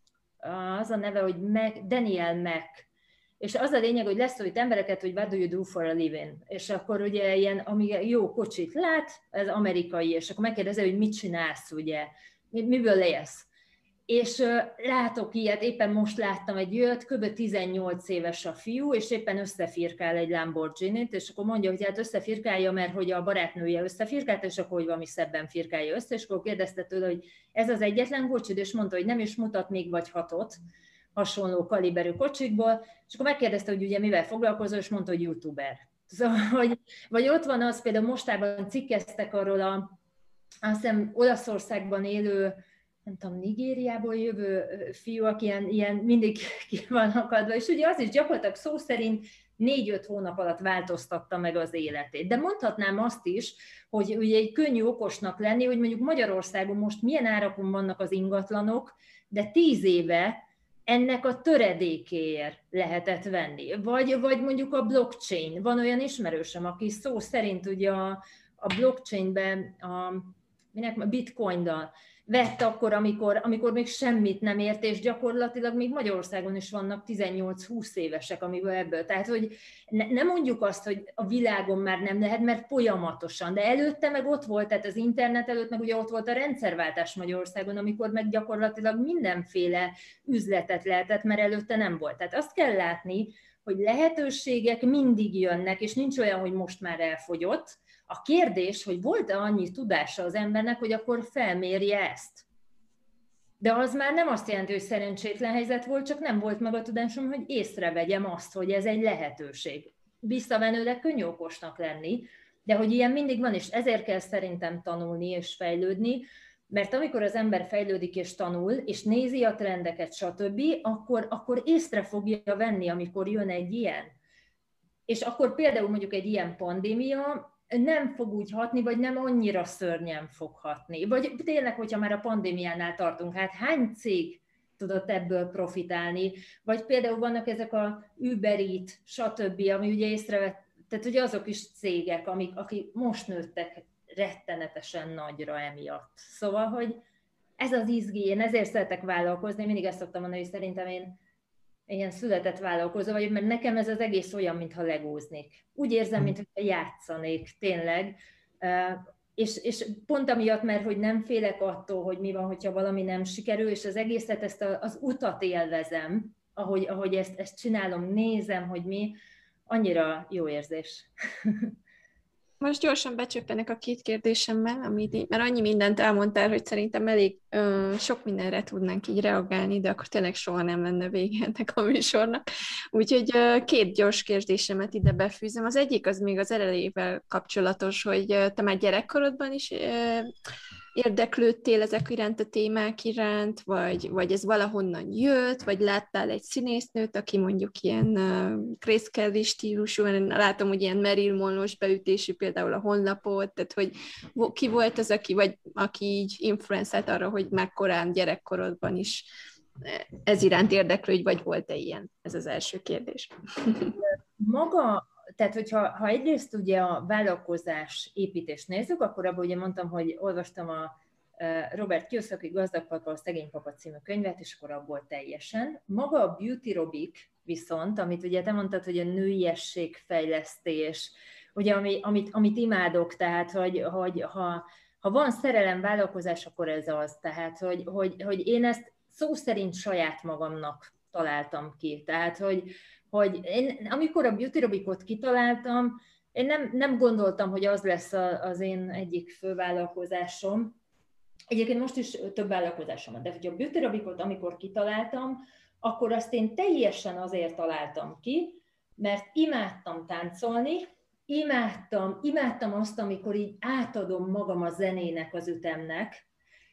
az a neve, hogy Mac, Daniel Mac, és az a lényeg, hogy leszólít embereket, hogy what do you do for a living? És akkor ugye ilyen, ami jó kocsit lát, ez amerikai, és akkor megkérdezi, hogy mit csinálsz, ugye, miből élsz? És uh, látok ilyet, éppen most láttam egy ilyet, kb. tizennyolc éves a fiú, és éppen összefirkál egy Lamborghini-t, és akkor mondja, hogy hát összefirkálja, mert hogy a barátnője összefirkált, és akkor hogy valami szebben firkálja össze, és akkor kérdezte tőle, hogy ez az egyetlen kocsid, és mondta, hogy nem is mutat még vagy hatot hasonló kaliberű kocsikból, és akkor megkérdezte, hogy ugye mivel foglalkozol, és mondta, hogy youtuber. Szóval, hogy, vagy ott van az, például mostában cikkeztek arról a, azt hiszem, Olaszországban élő, nem tudom, Nigériából jövő fiú, aki ilyen, ilyen mindig ki van akadva, és ugye az is gyakorlatilag szó szerint négy-öt hónap alatt változtatta meg az életét. De mondhatnám azt is, hogy ugye egy könnyű okosnak lenni, hogy mondjuk Magyarországon most milyen árakon vannak az ingatlanok, de tíz éve ennek a töredékéért lehetett venni. Vagy, vagy mondjuk a blockchain. Van olyan ismerősöm, aki szó szerint ugye a, a blockchainben, a, minek, a bitcoin-dal vett akkor, amikor, amikor még semmit nem ért, és gyakorlatilag még Magyarországon is vannak tizennyolc-húsz évesek, amiből ebből. Tehát, hogy ne, nem mondjuk azt, hogy a világon már nem lehet, mert folyamatosan, de előtte meg ott volt, tehát az internet előtt meg ugye ott volt a rendszerváltás Magyarországon, amikor meg gyakorlatilag mindenféle üzletet lehetett, mert előtte nem volt. Tehát azt kell látni, hogy lehetőségek mindig jönnek, és nincs olyan, hogy most már elfogyott. A kérdés, hogy volt-e annyi tudása az embernek, hogy akkor felmérje ezt. De az már nem azt jelenti, hogy szerencsétlen helyzet volt, csak nem volt meg a tudásom, hogy észrevegyem azt, hogy ez egy lehetőség. Visszavenőleg könnyű okosnak lenni, de hogy ilyen mindig van, és ezért kell szerintem tanulni és fejlődni, mert amikor az ember fejlődik és tanul, és nézi a trendeket, stb., akkor, akkor észre fogja venni, amikor jön egy ilyen. És akkor például mondjuk egy ilyen pandémia nem fog úgy hatni, vagy nem annyira szörnyen fog hatni. Vagy tényleg, hogyha már a pandémiánál tartunk, hát hány cég tudott ebből profitálni? Vagy például vannak ezek a Uber Eats, stb., ami ugye észrevett, tehát ugye azok is cégek, amik, akik most nőttek rettenetesen nagyra emiatt. Szóval, hogy ez az izgi, én ezért szeretek vállalkozni, mindig ezt szoktam mondani, hogy szerintem én ilyen született vállalkozó vagyok, mert nekem ez az egész olyan, mintha legóznék. Úgy érzem, mintha játszanék, tényleg. És, és pont amiatt, mert hogy nem félek attól, hogy mi van, hogyha valami nem sikerül, és az egészet, ezt az utat élvezem, ahogy, ahogy ezt, ezt csinálom, nézem, hogy mi, annyira jó érzés. Most gyorsan becsöppenek a két kérdésemmel, amit így, mert annyi mindent elmondtál, hogy szerintem elég ö, sok mindenre tudnánk így reagálni, de akkor tényleg soha nem lenne vége ennek a műsornak. Úgyhogy ö, két gyors kérdésemet ide befűzöm. Az egyik az még az elejével kapcsolatos, hogy ö, te már gyerekkorodban is ö, érdeklődtél ezek iránt a témák iránt, vagy, vagy ez valahonnan jött, vagy láttál egy színésznőt, aki mondjuk ilyen uh, Grace Kelly stílusú, látom, hogy ilyen Meryl Monroe-s beütésű például a honlapot, tehát hogy ki volt az, aki, vagy aki így influenzált arra, hogy már korán gyerekkorodban is ez iránt érdeklődj, vagy volt-e ilyen? Ez az első kérdés. Maga, tehát hogyha ha egyrészt ugye a vállalkozás építést nézzük, akkor abban ugye mondtam, hogy olvastam a Robert Kiyosaki Gazdag papa, a Szegény papa című könyvet, és akkor abból teljesen. Maga a Beauty Robic viszont, amit ugye te mondtad, hogy a nőiességfejlesztés, ugye ami, amit, amit imádok, tehát hogy, hogy ha, ha van szerelem vállalkozás, akkor ez az. Tehát, hogy, hogy, hogy én ezt szó szerint saját magamnak találtam ki. Tehát, hogy, hogy én, amikor a Beauty Robicot kitaláltam, én nem, nem gondoltam, hogy az lesz az én egyik fővállalkozásom. Egyébként most is több vállalkozásom van, de hogy a Beauty Robicot, amikor kitaláltam, akkor azt én teljesen azért találtam ki, mert imádtam táncolni, imádtam, imádtam azt, amikor így átadom magam a zenének, az ütemnek,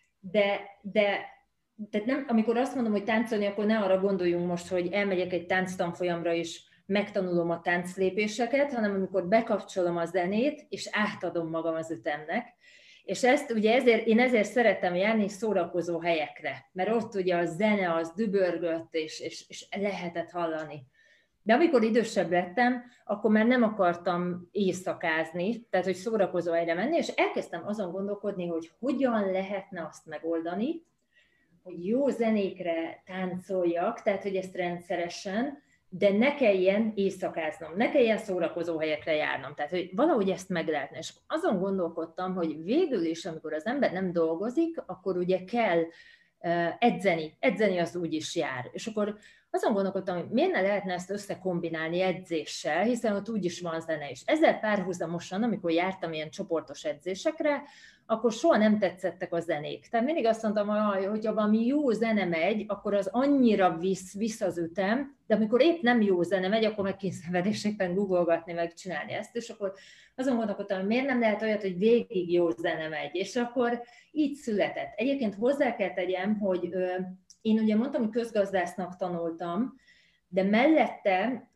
de, de tehát nem, amikor azt mondom, hogy táncolni, akkor ne arra gondoljunk most, hogy elmegyek egy tánctanfolyamra és megtanulom a tánclépéseket, hanem amikor bekapcsolom a zenét, és átadom magam az ütemnek. És ezt ugye ezért, én ezért szeretem járni szórakozó helyekre, mert ott ugye a zene az dübörgött, és, és, és lehetett hallani. De amikor idősebb lettem, akkor már nem akartam éjszakázni, tehát hogy szórakozó helyre menni, és elkezdtem azon gondolkodni, hogy hogyan lehetne azt megoldani, hogy jó zenékre táncoljak, tehát hogy ezt rendszeresen, de ne kelljen éjszakáznom, ne kelljen szórakozó helyekre járnom. Tehát, hogy valahogy ezt meg lehetne. És azon gondolkodtam, hogy végül is, amikor az ember nem dolgozik, akkor ugye kell uh, edzeni. Edzeni az úgy is jár. És akkor azon gondolkodtam, hogy miért ne lehetne ezt összekombinálni edzéssel, hiszen ott úgyis van zene is. Ezzel párhuzamosan, amikor jártam ilyen csoportos edzésekre, akkor soha nem tetszettek a zenék. Tehát mindig azt mondtam, hogy ha valami jó zene megy, akkor az annyira visz, visz az ütem, de amikor épp nem jó zene megy, akkor meg kényszenvedésekben googolgatni, meg csinálni ezt, és akkor azon gondolkodtam, hogy miért nem lehet olyat, hogy végig jó zene megy, és akkor így született. Egyébként hozzá kell tegyem, hogy ö, én ugye mondtam, hogy közgazdásznak tanultam, de mellette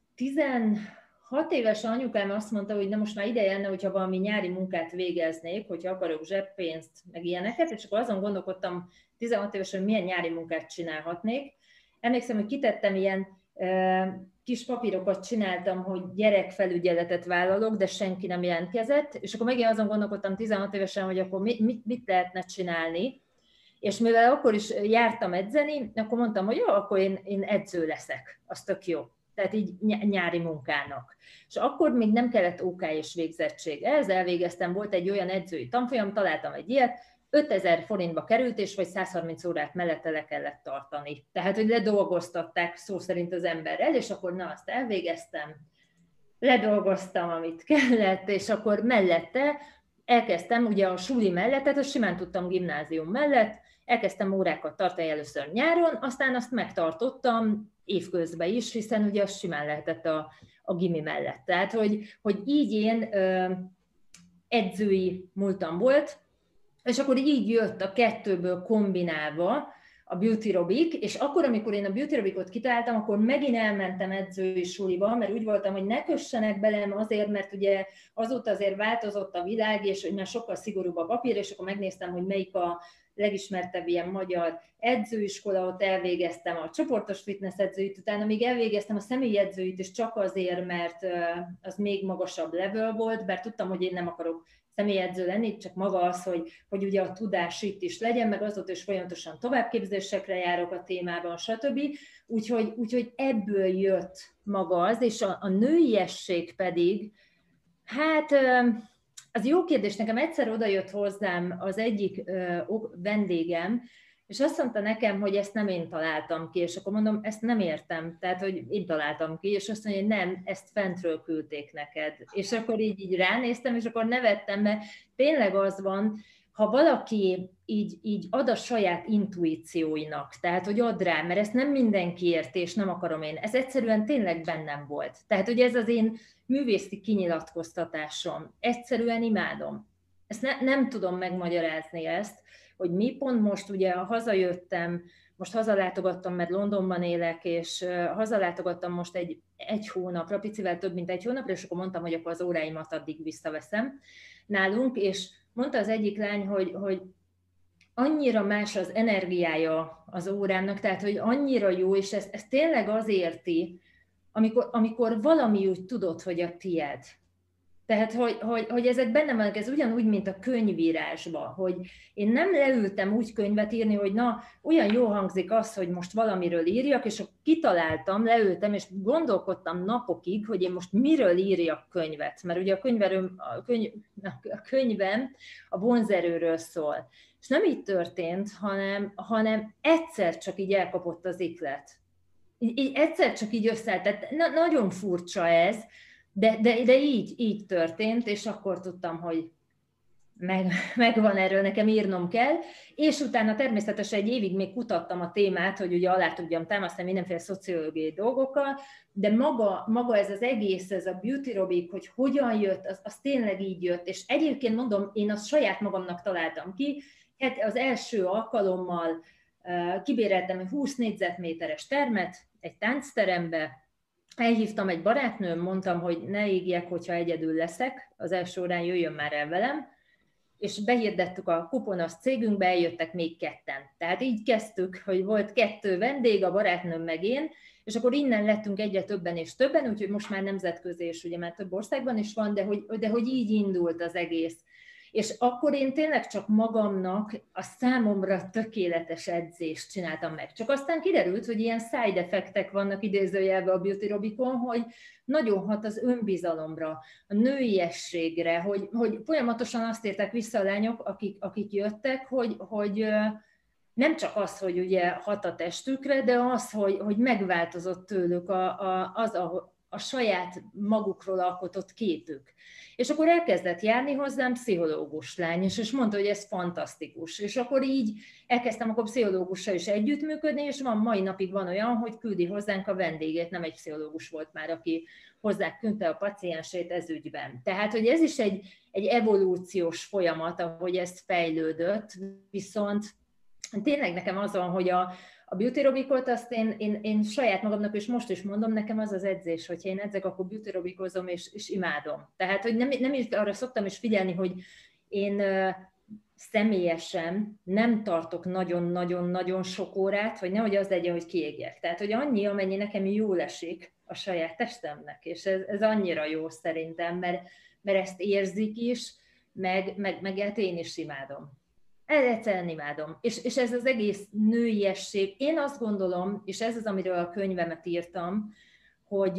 tizenhat éves anyukám azt mondta, hogy na most már ideje lenne, hogyha valami nyári munkát végeznék, hogyha akarok zseppénzt, meg ilyeneket, és akkor azon gondolkodtam tizenhat évesen, hogy milyen nyári munkát csinálhatnék. Emlékszem, hogy kitettem ilyen e, kis papírokat csináltam, hogy gyerekfelügyeletet vállalok, de senki nem jelentkezett, és akkor megint azon gondolkodtam tizenhat évesen, hogy akkor mit, mit lehetne csinálni, és mivel akkor is jártam edzeni, akkor mondtam, hogy jó, akkor én, én edző leszek, az tök jó. Tehát így nyári munkának. És akkor még nem kellett ó ká és végzettség. Ehhez elvégeztem, volt egy olyan edzői tanfolyam, találtam egy ilyet, ötezer forintba került, és vagy száz harminc órát mellette le kellett tartani. Tehát, hogy ledolgoztatták szó szerint az emberrel, és akkor na, azt elvégeztem, ledolgoztam, amit kellett, és akkor mellette elkezdtem, ugye a suli mellett, tehát simán tudtam gimnázium mellett, elkezdtem órákat tartani először nyáron, aztán azt megtartottam évközben is, hiszen ugye az simán lehetett a, a gimi mellett. Tehát, hogy, hogy így én ö, edzői múltam volt, és akkor így jött a kettőből kombinálva a Beauty Robic, és akkor, amikor én a Beauty Robicot kitaláltam, akkor megint elmentem edzői suliba, mert úgy voltam, hogy ne kössenek belem azért, mert ugye azóta azért változott a világ, és hogy már sokkal szigorúbb a papír, és akkor megnéztem, hogy melyik a legismertebb ilyen magyar edzőiskola, ott elvégeztem a csoportos fitness edzőit, utána még elvégeztem a személyi edzőit is csak azért, mert az még magasabb level volt, bár tudtam, hogy én nem akarok személyedző lenni, csak maga az, hogy, hogy ugye a tudás itt is legyen, meg azóta is folyamatosan továbbképzésekre járok a témában, stb. Úgyhogy, úgyhogy ebből jött maga az, és a, a nőiesség pedig, hát az jó kérdés, nekem egyszer odajött hozzám az egyik vendégem, És azt mondta nekem, hogy ezt nem én találtam ki, és akkor mondom, ezt nem értem, tehát, hogy én találtam ki, és azt mondja, hogy nem, ezt fentről küldték neked. És akkor így, így ránéztem, és akkor nevettem, mert tényleg az van, ha valaki így, így ad a saját intuícióinak, tehát, hogy ad rá, mert ezt nem mindenki érti, és nem akarom én, ez egyszerűen tényleg bennem volt. Tehát, hogy ez az én művészi kinyilatkoztatásom. Egyszerűen imádom. Ezt ne, nem tudom megmagyarázni ezt, hogy mi pont most ugye hazajöttem, most hazalátogattam, mert Londonban élek, és hazalátogattam most egy, egy hónapra, picivel több, mint egy hónapra, és akkor mondtam, hogy akkor az óráimat addig visszaveszem nálunk, és mondta az egyik lány, hogy, hogy annyira más az energiája az órámnak, tehát hogy annyira jó, és ez, ez tényleg az érti, amikor, amikor valami úgy tudod, hogy a tied. Tehát, hogy, hogy, hogy ezek benne vannak, ez ugyanúgy, mint a könyvírásban, hogy én nem leültem úgy könyvet írni, hogy na, olyan jó hangzik az, hogy most valamiről írjak, és akkor kitaláltam, leültem, és gondolkodtam napokig, hogy én most miről írjak könyvet, mert ugye a, könyverőm, a, könyv, a könyvem a vonzerőről szól. És nem így történt, hanem, hanem egyszer csak így elkapott az iklet. Így, így egyszer csak így összeállt. Tehát na, nagyon furcsa ez, De, de, de így, így történt, és akkor tudtam, hogy meg, megvan erről, nekem írnom kell, és utána természetesen egy évig még kutattam a témát, hogy ugye alá tudjam támasztani mindenféle szociológiai dolgokkal, de maga, maga ez az egész, ez a beauty aerobic, hogy hogyan jött, az, az tényleg így jött, és egyébként mondom, én azt saját magamnak találtam ki, hát az első alkalommal uh, kibéreltem egy húsz négyzetméteres termet egy táncterembe, elhívtam egy barátnőm, mondtam, hogy ne égjek, hogyha egyedül leszek, az első órán jöjjön már el velem, és behirdettük a kuponos cégünkbe, eljöttek még ketten. Tehát így kezdtük, hogy volt kettő vendég, a barátnőm meg én, és akkor innen lettünk egyre többen és többen, úgyhogy most már nemzetközi, és ugye már több országban is van, de hogy, de hogy így indult az egész. És akkor én tényleg csak magamnak a számomra tökéletes edzést csináltam meg. Csak aztán kiderült, hogy ilyen side effektek vannak idézőjelben a beauty aerobicon, hogy nagyon hat az önbizalomra, a nőiességre, hogy, hogy folyamatosan azt értek vissza a lányok, akik, akik jöttek, hogy, hogy nem csak az, hogy ugye hat a testükre, de az, hogy, hogy megváltozott tőlük a, a, az, a, a saját magukról alkotott képük. És akkor elkezdett járni hozzám pszichológus lány, és mondta, hogy ez fantasztikus. És akkor így elkezdtem akkor pszichológussal is együttműködni, és van, mai napig van olyan, hogy küldi hozzánk a vendégét, nem egy pszichológus volt már, aki hozzá küldte a paciensét ez ügyben. Tehát, hogy ez is egy, egy evolúciós folyamat, ahogy ez fejlődött, viszont tényleg nekem az van, hogy a A beauty aerobicot azt én, én, én saját magamnak, és most is mondom, nekem az az edzés, hogyha én edzek, akkor beauty aerobikozom, és, és imádom. Tehát, hogy nem, nem is arra szoktam is figyelni, hogy én uh, személyesen nem tartok nagyon-nagyon-nagyon sok órát, hogy nehogy az legyen, hogy kiégjek. Tehát, hogy annyi, amennyi nekem jól esik a saját testemnek, és ez, ez annyira jó szerintem, mert, mert ezt érzik is, meg, meg, meg én is imádom. Egyszerűen imádom. És, és ez az egész nőiesség. Én azt gondolom, és ez az, amiről a könyvemet írtam, hogy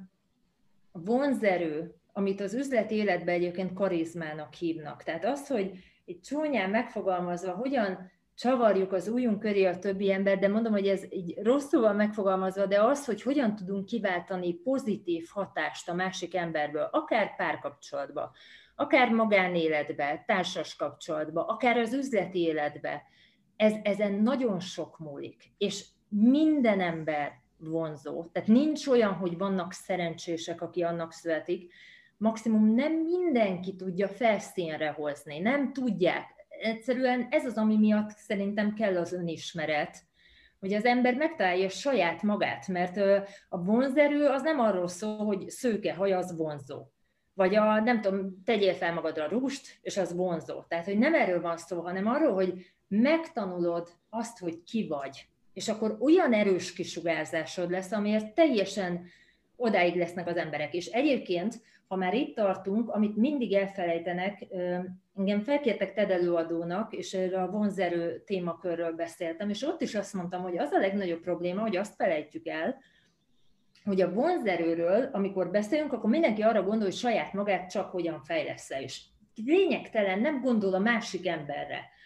a vonzerő, amit az üzleti életben egyébként karizmának hívnak. Tehát az, hogy egy csúnyán megfogalmazva, hogyan csavarjuk az ujjunk köré a többi ember, de mondom, hogy ez így rosszul van megfogalmazva, de az, hogy hogyan tudunk kiváltani pozitív hatást a másik emberből, akár párkapcsolatban, akár magánéletbe, társas kapcsolatba, akár az üzleti életbe, ez, ezen nagyon sok múlik. És minden ember vonzó. Tehát nincs olyan, hogy vannak szerencsések, aki annak születik. Maximum nem mindenki tudja felszínre hozni. Nem tudják. Egyszerűen ez az, ami miatt szerintem kell az önismeret, hogy az ember megtalálja saját magát, mert a vonzerő az nem arról szól, hogy szőke haj az vonzó. Vagy a, nem tudom, tegyél fel magadra rúst, és az vonzó. Tehát, hogy nem erről van szó, hanem arról, hogy megtanulod azt, hogy ki vagy. És akkor olyan erős kisugárzásod lesz, amiért teljesen odáig lesznek az emberek. És egyébként, ha már itt tartunk, amit mindig elfelejtenek, engem felkértek TED előadónak, és erre a vonzerő témakörről beszéltem, és ott is azt mondtam, hogy az a legnagyobb probléma, hogy azt felejtjük el, hogy a vonzerőről, amikor beszélünk, akkor mindenki arra gondol, hogy saját magát csak hogyan fejlesz-e, és lényegtelen, nem gondol a másik emberre.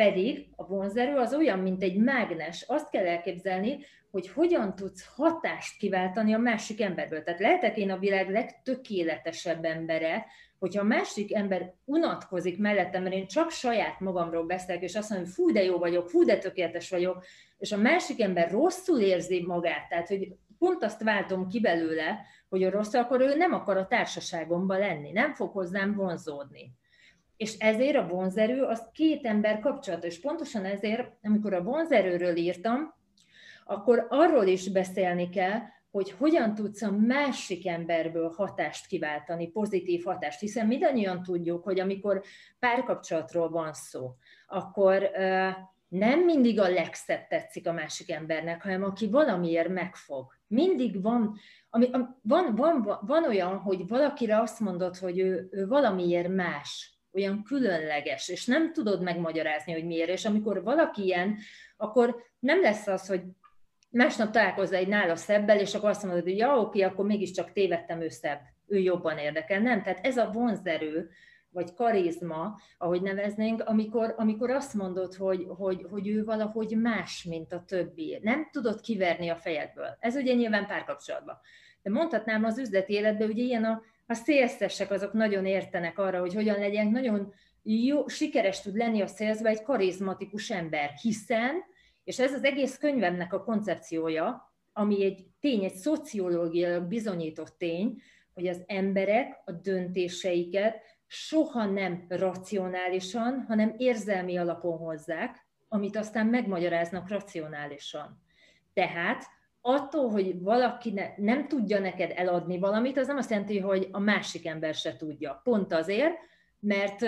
Pedig a vonzerő az olyan, mint egy mágnes. Azt kell elképzelni, hogy hogyan tudsz hatást kiváltani a másik emberből. Tehát lehetek én a világ legtökéletesebb embere, hogyha a másik ember unatkozik mellettem, mert én csak saját magamról beszélek, és azt mondom, hogy fú, de jó vagyok, fú, de tökéletes vagyok, és a másik ember rosszul érzi magát, tehát hogy pont azt váltom ki belőle, hogy a rossz, akkor ő nem akar a társaságomban lenni, nem fog hozzám vonzódni. És ezért a vonzerő az két ember kapcsolata, és pontosan ezért, amikor a vonzerőről írtam, akkor arról is beszélni kell, hogy hogyan tudsz a másik emberből hatást kiváltani, pozitív hatást, hiszen mindannyian tudjuk, hogy amikor párkapcsolatról van szó, akkor uh, nem mindig a legszebb tetszik a másik embernek, hanem aki valamiért megfog. Mindig van, ami, van, van, van olyan, hogy valakire azt mondod, hogy ő, ő valamiért más, olyan különleges, és nem tudod megmagyarázni, hogy miért, és amikor valaki ilyen, akkor nem lesz az, hogy másnap találkozz egy nála szebbel, és akkor azt mondod, hogy ja, oké, akkor mégiscsak tévedtem, ő szebb, ő jobban érdekel. Nem, tehát ez a vonzerő, vagy karizma, ahogy neveznénk, amikor, amikor azt mondod, hogy, hogy, hogy ő valahogy más, mint a többi. Nem tudod kiverni a fejedből. Ez ugye nyilván párkapcsolatban. De mondhatnám az üzleti életben, ugye ilyen a, a szélszesek, azok nagyon értenek arra, hogy hogyan legyen nagyon jó, sikeres tud lenni a szélszben egy karizmatikus ember, hiszen, és ez az egész könyvemnek a koncepciója, ami egy tény, egy szociológiailag bizonyított tény, hogy az emberek a döntéseiket soha nem racionálisan, hanem érzelmi alapon hozzák, amit aztán megmagyaráznak racionálisan. Tehát attól, hogy valaki ne, nem tudja neked eladni valamit, az nem azt jelenti, hogy a másik ember se tudja. Pont azért, mert,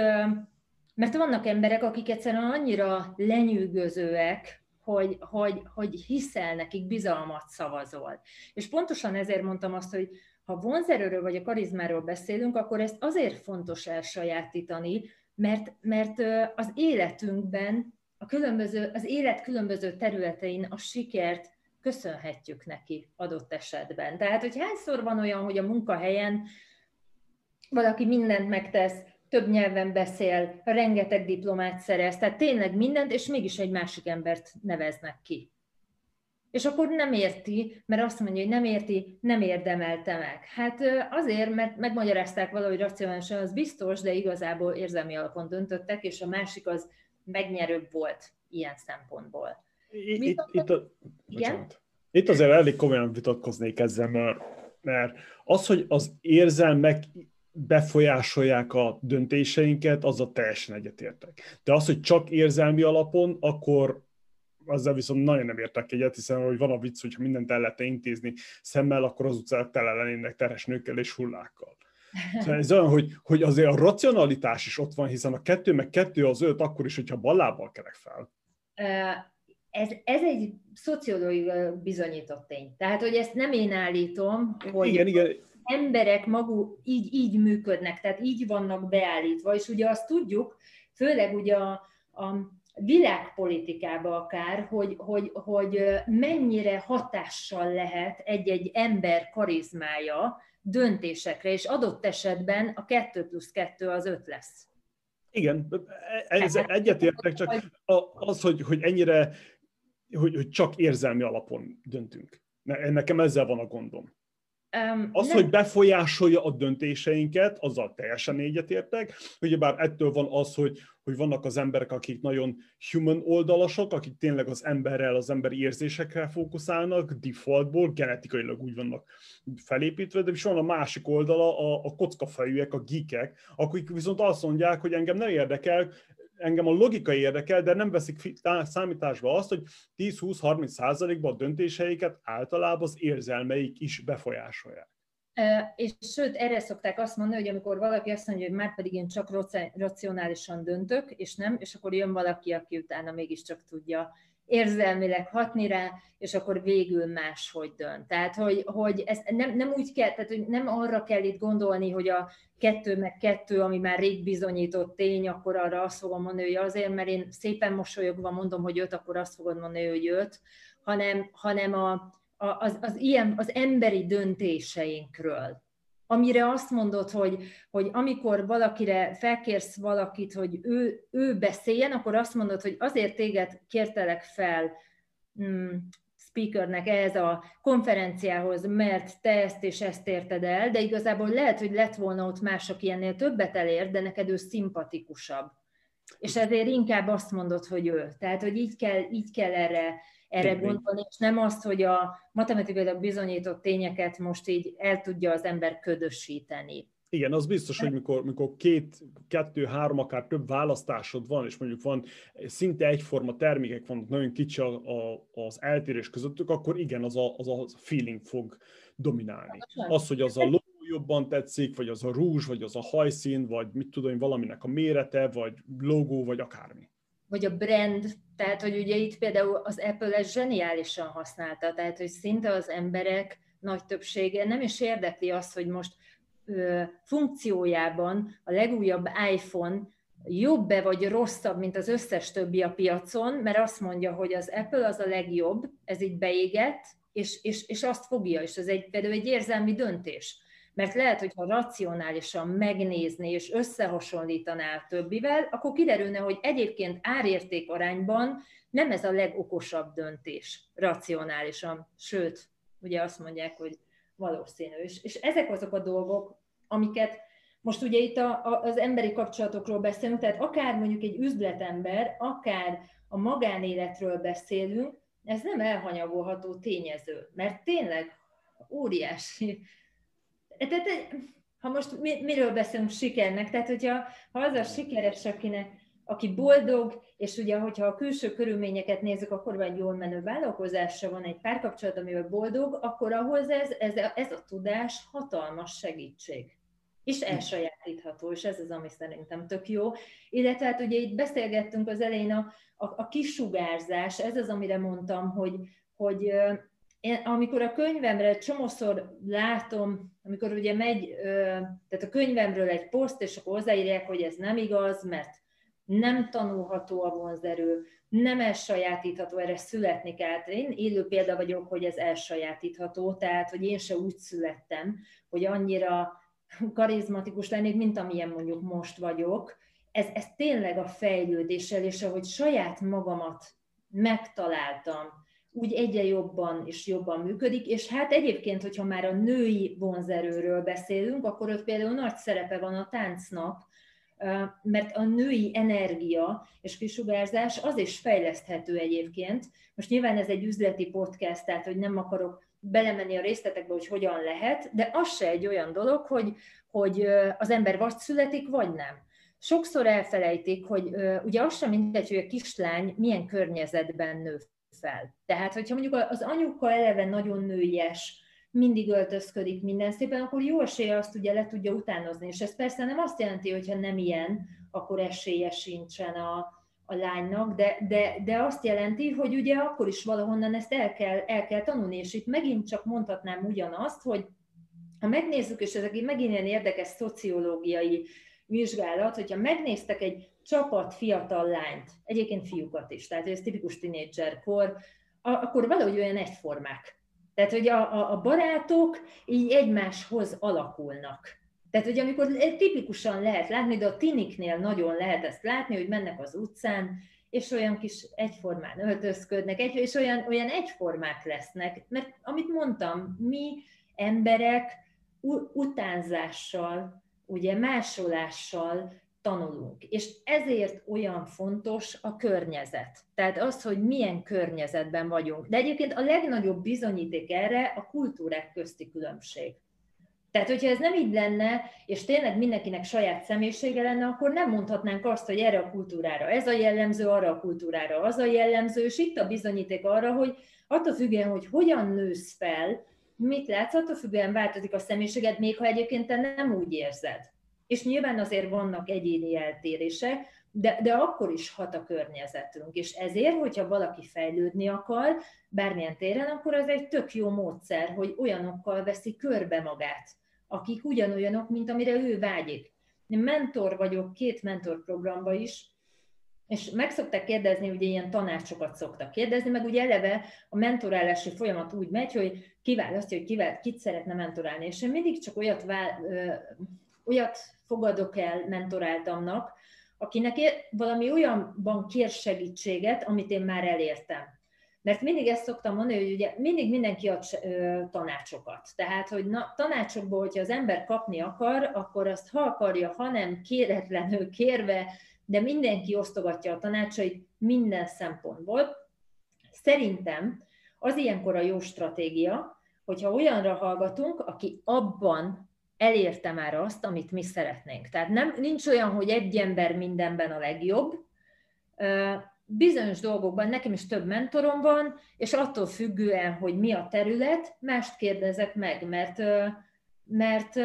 mert vannak emberek, akik egyszerűen annyira lenyűgözőek, hogy, hogy, hogy hiszel nekik, bizalmat szavazol. És pontosan ezért mondtam azt, hogy ha vonzerőről vagy a karizmáról beszélünk, akkor ezt azért fontos elsajátítani, mert, mert az életünkben, a különböző, az élet különböző területein a sikert köszönhetjük neki adott esetben. Tehát, hogy hányszor van olyan, hogy a munkahelyen valaki mindent megtesz, több nyelven beszél, rengeteg diplomát szerez, tehát tényleg mindent, és mégis egy másik embert neveznek ki. És akkor nem érti, mert azt mondja, hogy nem érti, nem érdemelte meg. Hát azért, mert megmagyarázták valahogy racionálisan, az biztos, de igazából érzelmi alapon döntöttek, és a másik az megnyerőbb volt ilyen szempontból. Itt, itt, itt, a, igen? Itt azért elég komolyan vitatkoznék ezzel, mert, mert az, hogy az érzelmek befolyásolják a döntéseinket, azzal teljesen egyetértek. De az, hogy csak érzelmi alapon, akkor azzal viszont nagyon nem értek egyet, hiszen hogy van a vicc, hogyha mindent el lehet intézni szemmel, akkor az utcák tele lennének terhes nőkkel és hullákkal. Szóval ez olyan, hogy, hogy azért a racionalitás is ott van, hiszen a kettő meg kettő az öt, akkor is, hogyha ballábbal kerek fel. Ez, ez egy szociológiai bizonyított tény. Tehát, hogy ezt nem én állítom, hogy igen, igen. emberek maguk így, így működnek, tehát így vannak beállítva, és ugye azt tudjuk, főleg ugye a, a világpolitikában akár, hogy, hogy, hogy mennyire hatással lehet egy-egy ember karizmája döntésekre, és adott esetben a kettő plusz kettő az öt lesz. Igen, ez egyetértek, csak az, hogy, hogy ennyire, hogy, hogy csak érzelmi alapon döntünk. Nekem ezzel van a gondom. Um, az, nem. hogy befolyásolja a döntéseinket, azzal teljesen egyetértek. Ugyebár ettől van az, hogy, hogy vannak az emberek, akik nagyon human oldalasok, akik tényleg az emberrel, az emberi érzésekre fókuszálnak, defaultból, genetikailag úgy vannak felépítve, de is van a másik oldala, a, a kockafejűek, a geekek, akik viszont azt mondják, hogy engem nem érdekel, engem a logika érdekel, de nem veszik számításba azt, hogy tíz-húsz-harminc százalékban a döntéseiket általában az érzelmeik is befolyásolják. És sőt, erre szokták azt mondani, hogy amikor valaki azt mondja, hogy már pedig én csak racionálisan döntök, és nem, és akkor jön valaki, aki utána mégiscsak tudja érzelmileg hatni rá, és akkor végül máshogy dönt. Tehát, hogy, hogy ez nem, nem úgy kell, tehát hogy nem arra kell itt gondolni, hogy a kettő meg kettő, ami már rég bizonyított tény, akkor arra azt fogom mondani, hogy azért, mert én szépen mosolyogva mondom, hogy öt, akkor azt fogod mondani, hogy öt, hanem, hanem a, a, az, az, ilyen, az emberi döntéseinkről. amire azt mondod, hogy, hogy amikor valakire felkérsz valakit, hogy ő, ő beszéljen, akkor azt mondod, hogy azért téged kértelek fel mm, speakernek ehhez a konferenciához, mert te ezt és ezt érted el, de igazából lehet, hogy lett volna ott más, aki ennél többet elért, de neked ő szimpatikusabb. És ezért inkább azt mondod, hogy ő. Tehát, hogy így kell, így kell erre, erre gondolni, és nem azt, hogy a matematikailag bizonyított tényeket most így el tudja az ember ködösíteni. Igen, az biztos, hogy mikor, mikor két, kettő, három, akár több választásod van, és mondjuk van szinte egyforma termékek vannak, nagyon kicsi a, a, az eltérés közöttük, akkor igen, az a, az a feeling fog dominálni. Az, hogy az a logó jobban tetszik, vagy az a rúzs, vagy az a hajszín, vagy mit tudom, valaminek a mérete, vagy logó, vagy akármi. Vagy a brand, tehát hogy ugye itt például az Apple ezt zseniálisan használta, tehát hogy szinte az emberek nagy többsége nem is érdekli azt, hogy most ö, funkciójában a legújabb iPhone jobb-e vagy rosszabb, mint az összes többi a piacon, mert azt mondja, hogy az Apple az a legjobb, ez így beégett, és, és, és azt fogja, és ez egy, például egy érzelmi döntés. Mert lehet, hogyha racionálisan megnézni és összehasonlítaná a többivel, akkor kiderülne, hogy egyébként árérték arányban nem ez a legokosabb döntés racionálisan. Sőt, ugye azt mondják, hogy valószínű is. És ezek azok a dolgok, amiket most ugye itt a, a, az emberi kapcsolatokról beszélünk, tehát akár mondjuk egy üzletember, akár a magánéletről beszélünk, ez nem elhanyagolható tényező, mert tényleg óriási. Tehát, ha most mi, miről beszélünk sikernek, tehát hogyha ha az a sikeres, akinek, aki boldog, és ugye, hogyha a külső körülményeket nézzük, akkor van egy jól menő vállalkozásra, van egy párkapcsolat, amivel boldog, akkor ahhoz ez, ez, ez a tudás hatalmas segítség. És elsajátítható, és ez az, ami szerintem tök jó. Illetve hát ugye itt beszélgettünk az elején a, a, a kisugárzás, ez az, amire mondtam, hogy, hogy én, amikor a könyvemre csomószor látom, amikor ugye megy, tehát a könyvemről egy poszt, és akkor hozzáírják, hogy ez nem igaz, mert nem tanulható a vonzerő, nem elsajátítható, erre születni kell. Én élő példa vagyok, hogy ez elsajátítható, tehát hogy én se úgy születtem, hogy annyira karizmatikus lennék, mint amilyen mondjuk most vagyok. Ez, ez tényleg a fejlődéssel, és ahogy saját magamat megtaláltam, úgy egyre jobban és jobban működik, és hát egyébként, hogyha már a női vonzerőről beszélünk, akkor ott például nagy szerepe van a táncnak, mert a női energia és kisugárzás az is fejleszthető egyébként. Most nyilván ez egy üzleti podcast, tehát hogy nem akarok belemenni a részletekbe, hogy hogyan lehet, de az se egy olyan dolog, hogy, hogy az ember vagy születik, vagy nem. Sokszor elfelejtik, hogy ugye az sem mindegy, hogy a kislány milyen környezetben nő fel. Tehát, hogyha mondjuk az anyuka eleve nagyon nőies, mindig öltözködik minden szépen, akkor jó esélye azt ugye le tudja utánozni. És ez persze nem azt jelenti, hogyha nem ilyen, akkor esélye sincsen a, a lánynak, de, de, de azt jelenti, hogy ugye akkor is valahonnan ezt el kell, el kell tanulni. És itt megint csak mondhatnám ugyanazt, hogy ha megnézzük, és ezek megint ilyen érdekes szociológiai vizsgálat, hogyha megnéztek egy csapat fiatal lányt, egyébként fiúkat is, tehát ez tipikus tínédzserkor, akkor valahogy olyan egyformák. Tehát, hogy a, a, a barátok így egymáshoz alakulnak. Tehát, hogy amikor tipikusan lehet látni, de a tiniknél nagyon lehet ezt látni, hogy mennek az utcán, és olyan kis egyformán öltözködnek, egy, és olyan, olyan egyformák lesznek. Mert amit mondtam, mi emberek utánzással, ugye másolással tanulunk. És ezért olyan fontos a környezet. Tehát az, hogy milyen környezetben vagyunk. De egyébként a legnagyobb bizonyíték erre a kultúrák közti különbség. Tehát, hogyha ez nem így lenne, és tényleg mindenkinek saját személyisége lenne, akkor nem mondhatnánk azt, hogy erre a kultúrára ez a jellemző, arra a kultúrára az a jellemző, és itt a bizonyíték arra, hogy attól függően, hogy hogyan nősz fel, mit látsz, attól függően változik a személyiséged, még ha egyébként te nem úgy érzed. És nyilván azért vannak egyéni eltérések, de, de akkor is hat a környezetünk. És ezért, hogyha valaki fejlődni akar, bármilyen téren, akkor az egy tök jó módszer, hogy olyanokkal veszi körbe magát, akik ugyanolyanok, mint amire ő vágyik. Én mentor vagyok két mentorprogramban is, És meg szokták kérdezni, ugye ilyen tanácsokat szoktak kérdezni, meg ugye eleve a mentorálási folyamat úgy megy, hogy kiválasztja, hogy kivel, kit szeretne mentorálni. És én mindig csak olyat, vál, ö, olyat fogadok el mentoráltamnak, akinek valami olyanban kér segítséget, amit én már elértem. Mert mindig ezt szoktam mondani, hogy ugye mindig mindenki ad tanácsokat. Tehát, hogy na, tanácsokból, hogyha az ember kapni akar, akkor azt ha akarja, ha nem, kéretlenül kérve, de mindenki osztogatja a tanácsait minden szempontból. Szerintem az ilyenkor a jó stratégia, hogyha olyanra hallgatunk, aki abban elérte már azt, amit mi szeretnénk. Tehát nem, nincs olyan, hogy egy ember mindenben a legjobb. Bizonyos dolgokban nekem is több mentorom van, és attól függően, hogy mi a terület, mást kérdezek meg, mert, mert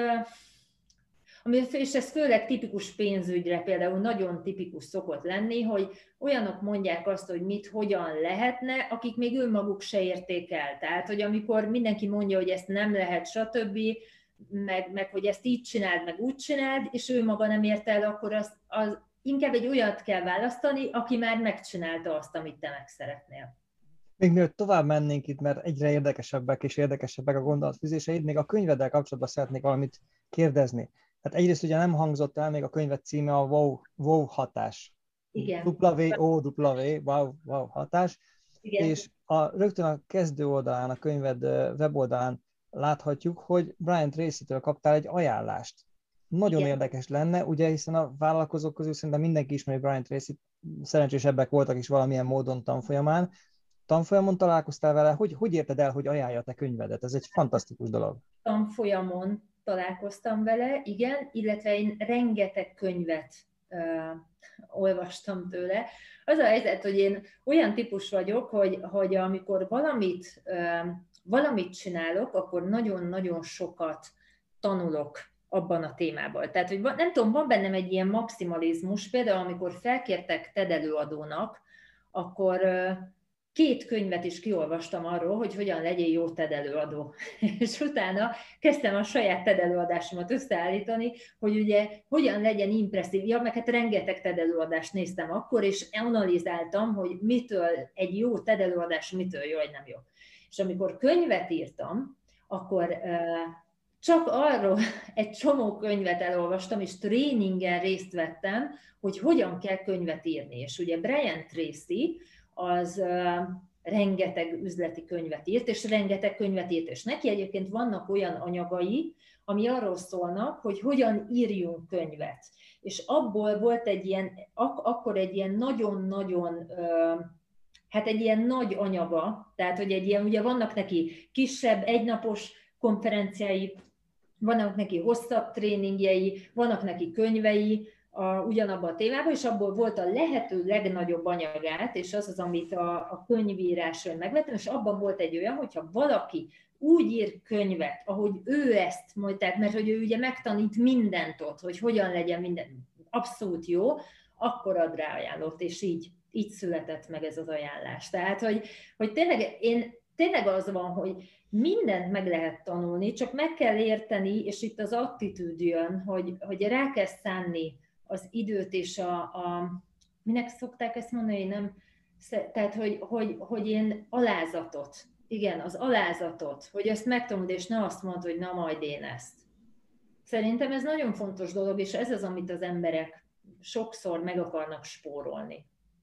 és ez főleg tipikus pénzügyre például nagyon tipikus szokott lenni, hogy olyanok mondják azt, hogy mit, hogyan lehetne, akik még önmaguk se érték el. Tehát, hogy amikor mindenki mondja, hogy ezt nem lehet, stb., meg, meg hogy ezt így csináld, meg úgy csináld, és ő maga nem ért el, akkor az, az inkább egy olyat kell választani, aki már megcsinálta azt, amit te meg szeretnél. Még mielőtt tovább mennénk itt, mert egyre érdekesebbek és érdekesebbek a gondolatfűzéseid, még a könyveddel kapcsolatban szeretnék valamit kérdezni. Hát egyrészt ugye nem hangzott el még a könyved címe a wow, wow hatás. Igen. W O W, wow, wow hatás. Igen. És a, rögtön a kezdő oldalán, a könyved weboldalán láthatjuk, hogy Brian Tracy-től kaptál egy ajánlást. Nagyon Igen. érdekes lenne, ugye, hiszen a vállalkozók közül szerintem mindenki ismeri Brian Tracy-t, szerencsésebbek voltak is valamilyen módon tanfolyamán. Tanfolyamon találkoztál vele, hogy, hogy érted el, hogy ajánlja te könyvedet? Ez egy fantasztikus dolog. Tanfolyamon találkoztam vele, igen, illetve én rengeteg könyvet uh, olvastam tőle. Az a helyzet, hogy én olyan típus vagyok, hogy, hogy amikor valamit, uh, valamit csinálok, akkor nagyon-nagyon sokat tanulok abban a témában. Tehát, hogy nem tudom, van bennem egy ilyen maximalizmus, például amikor felkértek TED előadónak, akkor uh, két könyvet is kiolvastam arról, hogy hogyan legyél jó TED előadó. És utána kezdtem a saját TED előadásomat összeállítani, hogy ugye hogyan legyen impresszív. Ja, meg hát rengeteg TED előadást néztem akkor, és analizáltam, hogy mitől egy jó TED előadás, mitől jó, vagy nem jó. És amikor könyvet írtam, akkor csak arról egy csomó könyvet elolvastam, és tréningen részt vettem, hogy hogyan kell könyvet írni. És ugye Brian Tracy, az uh, rengeteg üzleti könyvet írt, és rengeteg könyvet írt, és neki egyébként vannak olyan anyagai, ami arról szólnak, hogy hogyan írjunk könyvet. És abból volt egy ilyen, ak- akkor egy ilyen nagyon-nagyon, uh, hát egy ilyen nagy anyaga, tehát hogy egy ilyen, ugye vannak neki kisebb, egynapos konferenciái, vannak neki hosszabb tréningjei, vannak neki könyvei, A, ugyanabban a témában, és abból volt a lehető legnagyobb anyagát, és az az, amit a, a könyvírásról megvettem, és abban volt egy olyan, hogyha valaki úgy ír könyvet, ahogy ő ezt mondták, mert hogy ő ugye megtanít mindent ott, hogy hogyan legyen minden abszolút jó, akkor ad rá ajánlott, és így, így született meg ez az ajánlás. Tehát, hogy, hogy tényleg, én, tényleg az van, hogy mindent meg lehet tanulni, csak meg kell érteni, és itt az attitűd jön, hogy, hogy rá kell szánni az időt és a, a... Minek szokták ezt mondani, nem... Tehát, hogy, hogy, hogy én alázatot, igen, az alázatot, hogy ezt megtanuld, és ne azt mondod, hogy na majd én ezt. Szerintem ez nagyon fontos dolog, és ez az, amit az emberek sokszor meg akarnak spórolni.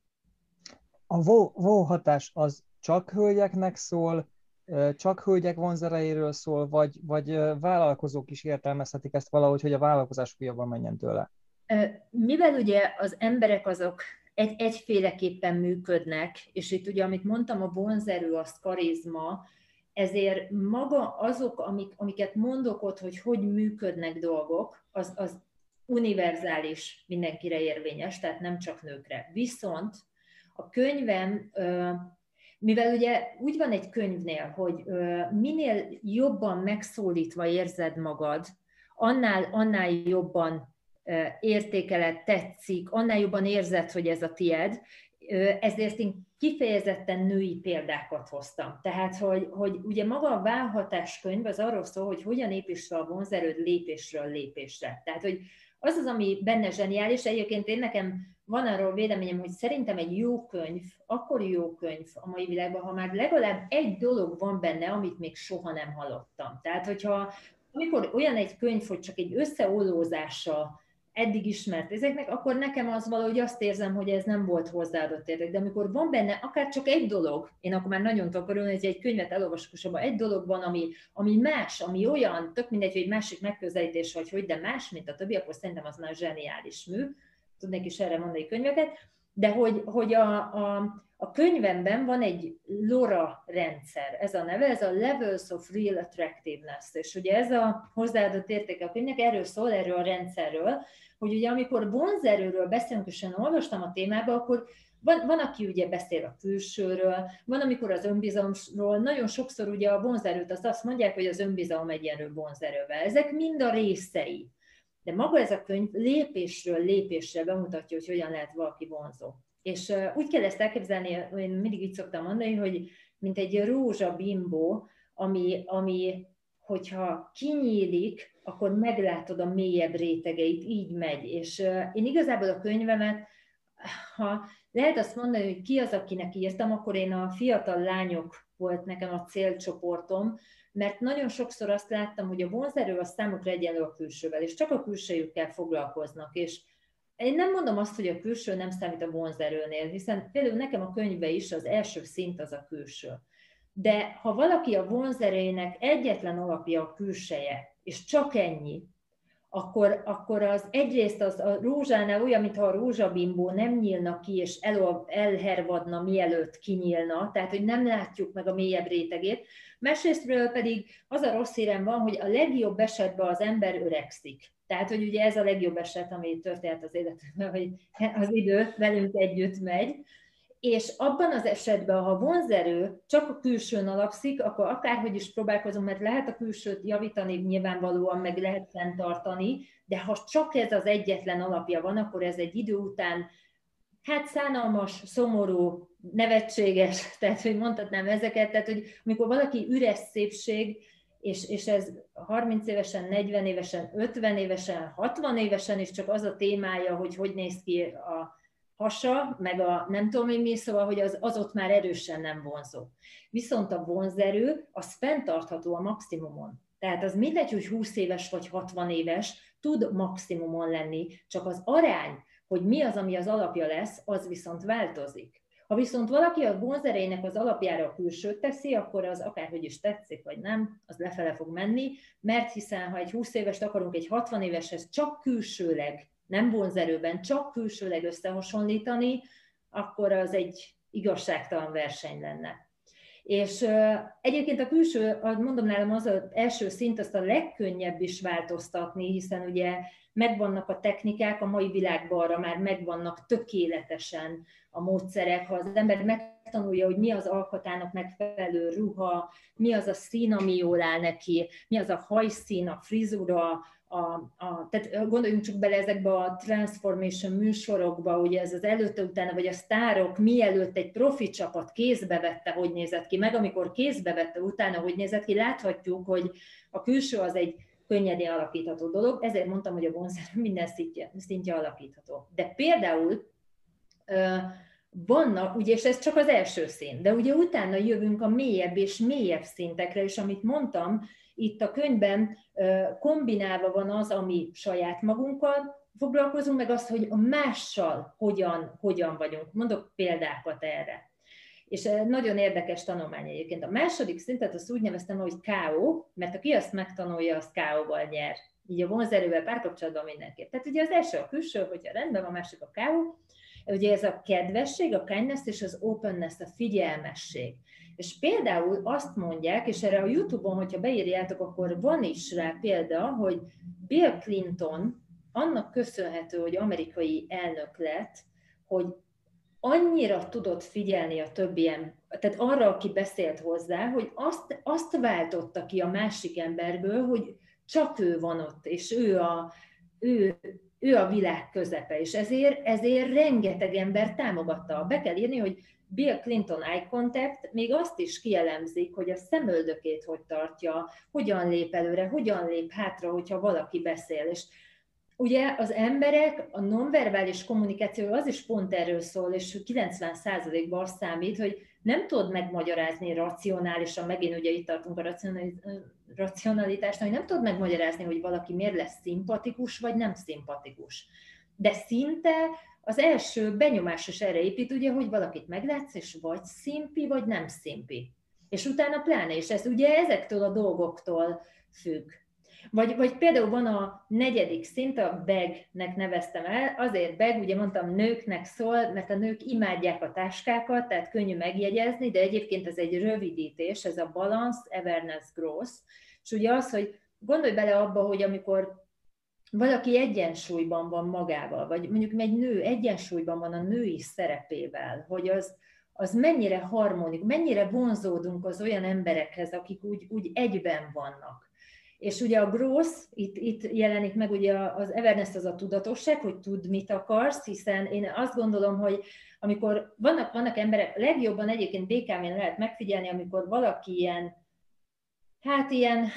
A wow, wow hatás az csak hölgyeknek szól, csak hölgyek vonzerejéről szól, vagy, vagy vállalkozók is értelmezhetik ezt valahogy, hogy a vállalkozás jobban menjen tőle? Mivel ugye az emberek azok egy, egyféleképpen működnek, és itt ugye, amit mondtam, a vonzerő, az karizma, ezért maga azok, amik, amiket mondok ott, hogy hogy működnek dolgok, az, az univerzális, mindenkire érvényes, tehát nem csak nőkre. Viszont a könyvem, mivel ugye úgy van egy könyvnél, hogy minél jobban megszólítva érzed magad, annál, annál jobban értékeled, tetszik, annál jobban érzed, hogy ez a tied, ezért én kifejezetten női példákat hoztam. Tehát, hogy, hogy ugye maga a válhatás könyv az arról szól, hogy hogyan építsd fel a vonzerőd lépésről lépésre. Tehát, hogy az az, ami benne zseniális, egyébként én nekem van arról véleményem, hogy szerintem egy jó könyv, akkor jó könyv a mai világban, ha már legalább egy dolog van benne, amit még soha nem hallottam. Tehát, hogyha amikor olyan egy könyv, hogy csak egy összeollózása eddig ismert ezeknek, akkor nekem az valahogy azt érzem, hogy ez nem volt hozzáadott érték. De amikor van benne akár csak egy dolog, én akkor már nagyon tudok örülni, hogy egy könyvet elolvasok, és abban egy dolog van, ami, ami más, ami olyan, tök mindegy, hogy egy másik megközelítés vagy hogy, de más, mint a többi, akkor szerintem az már zseniális mű. Tudnék is erre mondani könyveket, de hogy, hogy a, a, a könyvemben van egy LoRa rendszer, ez a neve, ez a Levels of Real Attractiveness, és ugye ez a hozzáadott értéke a könyvnek, erről szól, erről a rendszerről, hogy ugye amikor vonzerőről beszélünk, és én olvastam a témába, akkor van, van, aki ugye beszél a külsőről, van, amikor az önbizalomról, nagyon sokszor ugye a vonzerőt azt, azt mondják, hogy az önbizalom egyenlő vonzerővel. Ezek mind a részei. De maga ez a könyv lépésről lépésre bemutatja, hogy hogyan lehet valaki vonzó. És uh, úgy kell ezt elképzelni, én mindig így szoktam mondani, hogy mint egy rózsabimbó, ami, ami hogyha kinyílik, akkor meglátod a mélyebb rétegeit, így megy. És uh, én igazából a könyvemet, ha lehet azt mondani, hogy ki az, akinek írtam, akkor én a fiatal lányok volt nekem a célcsoportom, mert nagyon sokszor azt láttam, hogy a vonzerő az számukra egyenlő a külsővel, és csak a külsőjükkel foglalkoznak. És én nem mondom azt, hogy a külső nem számít a vonzerőnél, hiszen például nekem a könyvben is az első szint az a külső. De ha valaki a vonzerőjének egyetlen alapja a külseje, és csak ennyi, akkor, akkor az egyrészt az a rózsánál olyan, mintha a rózsabimbó nem nyílna ki, és el, elhervadna, mielőtt kinyílna, tehát hogy nem látjuk meg a mélyebb rétegét. Másrésztről pedig az a rossz hírem van, hogy a legjobb esetben az ember öregszik. Tehát, hogy ugye ez a legjobb eset, ami történt az életünkben, hogy az idő velünk együtt megy. És abban az esetben, ha a vonzerő csak a külsőn alapszik, akkor akárhogy is próbálkozunk, mert lehet a külsőt javítani nyilvánvalóan, meg lehet fenntartani, de ha csak ez az egyetlen alapja van, akkor ez egy idő után hát szánalmas, szomorú, nevetséges, tehát hogy mondhatnám ezeket, tehát hogy amikor valaki üres szépség, és, és ez harminc évesen, negyven évesen, ötven évesen, hatvan évesen is csak az a témája, hogy hogy néz ki a hasa, meg a nem tudom én mi, szóval, hogy az, az ott már erősen nem vonzó. Viszont a vonzerő, az fenntartható a maximumon. Tehát az mindegy, hogy húsz éves vagy hatvan éves, tud maximumon lenni, csak az arány, hogy mi az, ami az alapja lesz, az viszont változik. Ha viszont valaki a vonzerejének az alapjára a külsőt teszi, akkor az akárhogy is tetszik, vagy nem, az lefele fog menni, mert hiszen ha egy húsz évest akarunk egy hatvan éveshez csak külsőleg, nem vonzerőben, csak külsőleg összehasonlítani, akkor az egy igazságtalan verseny lenne. És uh, egyébként a külső, mondom nálam, az az első szint, azt a legkönnyebb is változtatni, hiszen ugye megvannak a technikák, a mai világban arra már megvannak tökéletesen a módszerek, ha az ember megtanulja, hogy mi az alkatának megfelelő ruha, mi az a szín, ami jól áll neki, mi az a hajszín, a frizura, A, a, tehát gondoljunk csak bele ezekbe a transformation műsorokba, ugye ez az előtte, utána, vagy a sztárok mielőtt egy profi csapat kézbe vette, hogy nézett ki, meg amikor kézbe vette utána, hogy nézett ki, láthatjuk, hogy a külső az egy könnyedén alakítható dolog, ezért mondtam, hogy a vonzerő minden szintje, szintje alakítható. De például vannak, ugye, és ez csak az első szint, de ugye utána jövünk a mélyebb és mélyebb szintekre, és amit mondtam, itt a könyvben kombinálva van az, ami saját magunkkal foglalkozunk, meg azt, hogy a mással hogyan, hogyan vagyunk. Mondok példákat erre. És nagyon érdekes tanulmány egyébként. A második szintet azt úgy neveztem, hogy ká ó, mert aki azt megtanulja, az ká ó-val nyer. Így a vonzerővel párkapcsolatban mindenképp. Tehát ugye az első a külső, hogyha rendben van, a másik a ká ó. Ugye ez a kedvesség, a kindness és az openness, a figyelmesség. És például azt mondják, és erre a YouTube-on, hogyha beírjátok, akkor van is rá példa, hogy Bill Clinton annak köszönhető, hogy amerikai elnök lett, hogy annyira tudott figyelni a többien, tehát arra, aki beszélt hozzá, hogy azt, azt váltotta ki a másik emberből, hogy csak ő van ott, és ő a, ő, ő a világ közepe, és ezért, ezért rengeteg ember támogatta. Be kell írni, hogy Bill Clinton eye contact, még azt is kielemzik, hogy a szemöldökét hogy tartja, hogyan lép előre, hogyan lép hátra, hogyha valaki beszél. És ugye az emberek, a nonverbális kommunikáció az is pont erről szól, és kilencven százalékban azt számít, hogy nem tudod megmagyarázni racionálisan, megint ugye itt tartunk a racionalitásnál, hogy nem tudod megmagyarázni, hogy valaki miért lesz szimpatikus, vagy nem szimpatikus. De szinte az első benyomás is erre épít, ugye, hogy valakit meglátsz, és vagy szimpi, vagy nem szimpi. És utána pláne is ez ugye ezektől a dolgoktól függ. Vagy, vagy például van a negyedik szint, a bagnek neveztem el, azért bag, ugye mondtam, nőknek szól, mert a nők imádják a táskákat, tehát könnyű megjegyezni, de egyébként ez egy rövidítés, ez a balance, awareness, growth. És ugye az, hogy gondolj bele abba, hogy amikor valaki egyensúlyban van magával, vagy mondjuk egy nő egyensúlyban van a női szerepével, hogy az, az mennyire harmonik, mennyire vonzódunk az olyan emberekhez, akik úgy, úgy egyben vannak. És ugye a growth, itt, itt jelenik meg ugye az awareness, az a tudatosság, hogy tudd, mit akarsz, hiszen én azt gondolom, hogy amikor vannak, vannak emberek, legjobban egyébként bé ká vén lehet megfigyelni, amikor valaki ilyen, hát ilyen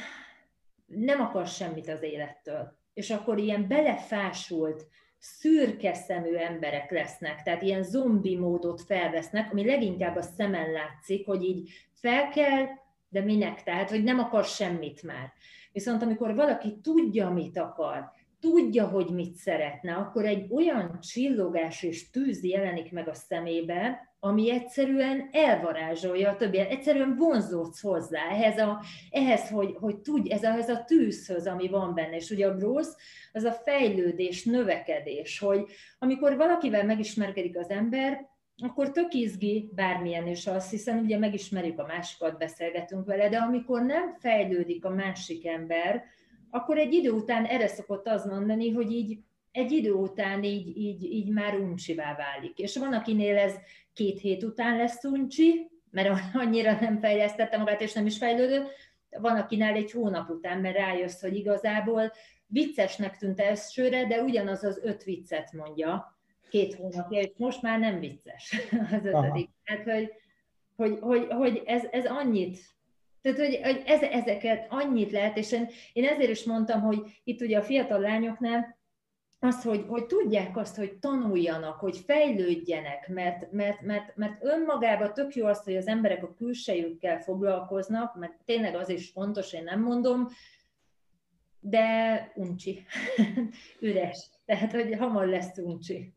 nem akar semmit az élettől, és akkor ilyen belefásult, szürke szemű emberek lesznek, tehát ilyen zombi módot felvesznek, ami leginkább a szemen látszik, hogy így fel kell, de minek? Tehát, hogy nem akar semmit már. Viszont amikor valaki tudja, mit akar, tudja, hogy mit szeretne, akkor egy olyan csillogás és tűz jelenik meg a szemébe, ami egyszerűen elvarázsolja a többiet, egyszerűen vonzódsz hozzá ehhez, a, ehhez hogy, hogy tudj, ez a, ez a tűzhöz, ami van benne. És ugye a growth, az a fejlődés, növekedés, hogy amikor valakivel megismerkedik az ember, akkor tök izgi bármilyen is az, hiszen ugye megismerjük a másikat, beszélgetünk vele, de amikor nem fejlődik a másik ember, akkor egy idő után erre szokott az mondani, hogy így egy idő után így, így, így már uncsivá válik. És van, akinél ez két hét után lesz uncsi, mert annyira nem fejlesztette magát, és nem is fejlődött, van, akinál egy hónap után, mert rájössz, hogy igazából viccesnek tűnt elsőre, de ugyanaz az öt viccet mondja, két hónapja, és most már nem vicces az ötödik. Tehát, hogy, hogy, hogy, hogy ez, ez annyit, tehát, hogy, hogy ez, ezeket annyit lehet, és én, én ezért is mondtam, hogy itt ugye a fiatal lányoknál az, hogy, hogy tudják azt, hogy tanuljanak, hogy fejlődjenek, mert, mert, mert, mert önmagában tök jó az, hogy az emberek a külsejükkel foglalkoznak, mert tényleg az is fontos, én nem mondom, de uncsi, üres. Tehát, hogy hamar lesz uncsi.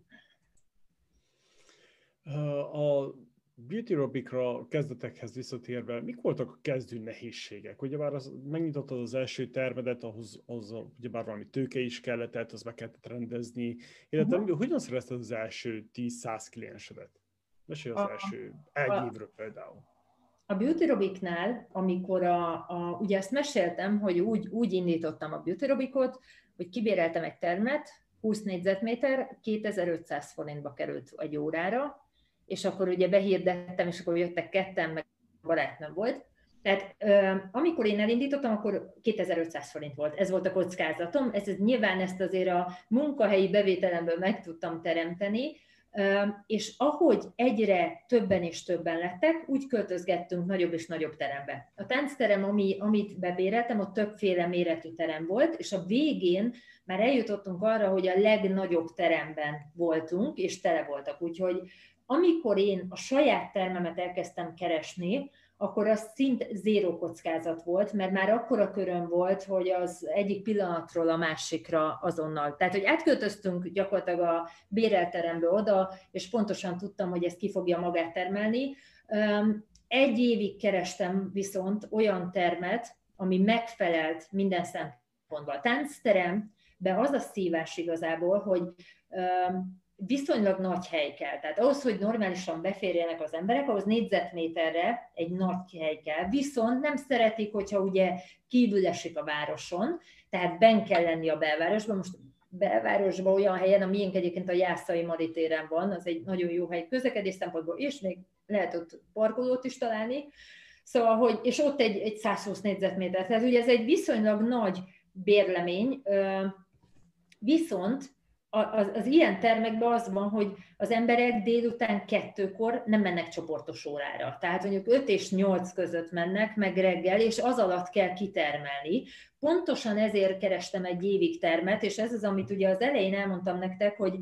A Beauty Aerobic-ra kezdetekhez visszatérve, mik voltak a kezdő nehézségek? Ugyebár az, megnyitottad az első tervedet, ahhoz, ahhoz ugyebár valami tőke is kellett, tehát azt be kellett rendezni, illetve uh-huh. hogyan szerezted az első tíz-száz kliensedet? Mesélj az a, első egy a, évről például. A Beauty Aerobic-nál, amikor a, a, ugye ezt meséltem, hogy úgy, úgy indítottam a Beauty Aerobicot, hogy kibéreltem egy termet, húsz négyzetméter, kétezer-ötszáz forintba került egy órára, és akkor ugye behirdettem, és akkor jöttek ketten, meg barátnőm volt. Tehát amikor én elindítottam, akkor kétezer-ötszáz forint volt. Ez volt a kockázatom. Ez, ez nyilván ezt azért a munkahelyi bevételemből meg tudtam teremteni, és ahogy egyre többen és többen lettek, úgy költözgettünk nagyobb és nagyobb terembe. A táncterem, ami, amit bebéreltem, ott többféle méretű terem volt, és a végén már eljutottunk arra, hogy a legnagyobb teremben voltunk, és tele voltak. Úgyhogy amikor én a saját termemet elkezdtem keresni, akkor az szint zéró kockázat volt, mert már akkora köröm volt, hogy az egyik pillanatról a másikra azonnal. Tehát, hogy átköltöztünk gyakorlatilag a bérelterembe oda, és pontosan tudtam, hogy ez ki fogja magát termelni. Egy évig kerestem viszont olyan termet, ami megfelelt minden szempontból. Táncterem, de az a szívás igazából, hogy viszonylag nagy hely kell. Tehát ahhoz, hogy normálisan beférjenek az emberek, ahhoz négyzetméterre egy nagy hely kell. Viszont nem szeretik, hogyha ugye kívül esik a városon, tehát benn kell lenni a belvárosban. Most belvárosban olyan helyen, a miénk egyébként a Jászai Mari téren van, az egy nagyon jó hely közlekedés szempontból, és még lehet ott parkolót is találni. Szóval, hogy, és ott egy, egy száz húsz négyzetméter. Tehát ugye ez egy viszonylag nagy bérlemény, viszont az, az ilyen termekben az van, hogy az emberek délután kettőkor nem mennek csoportos órára. Tehát mondjuk öt és nyolc között mennek, meg reggel, és az alatt kell kitermelni. Pontosan ezért kerestem egy évig termet, és ez az, amit ugye az elején elmondtam nektek, hogy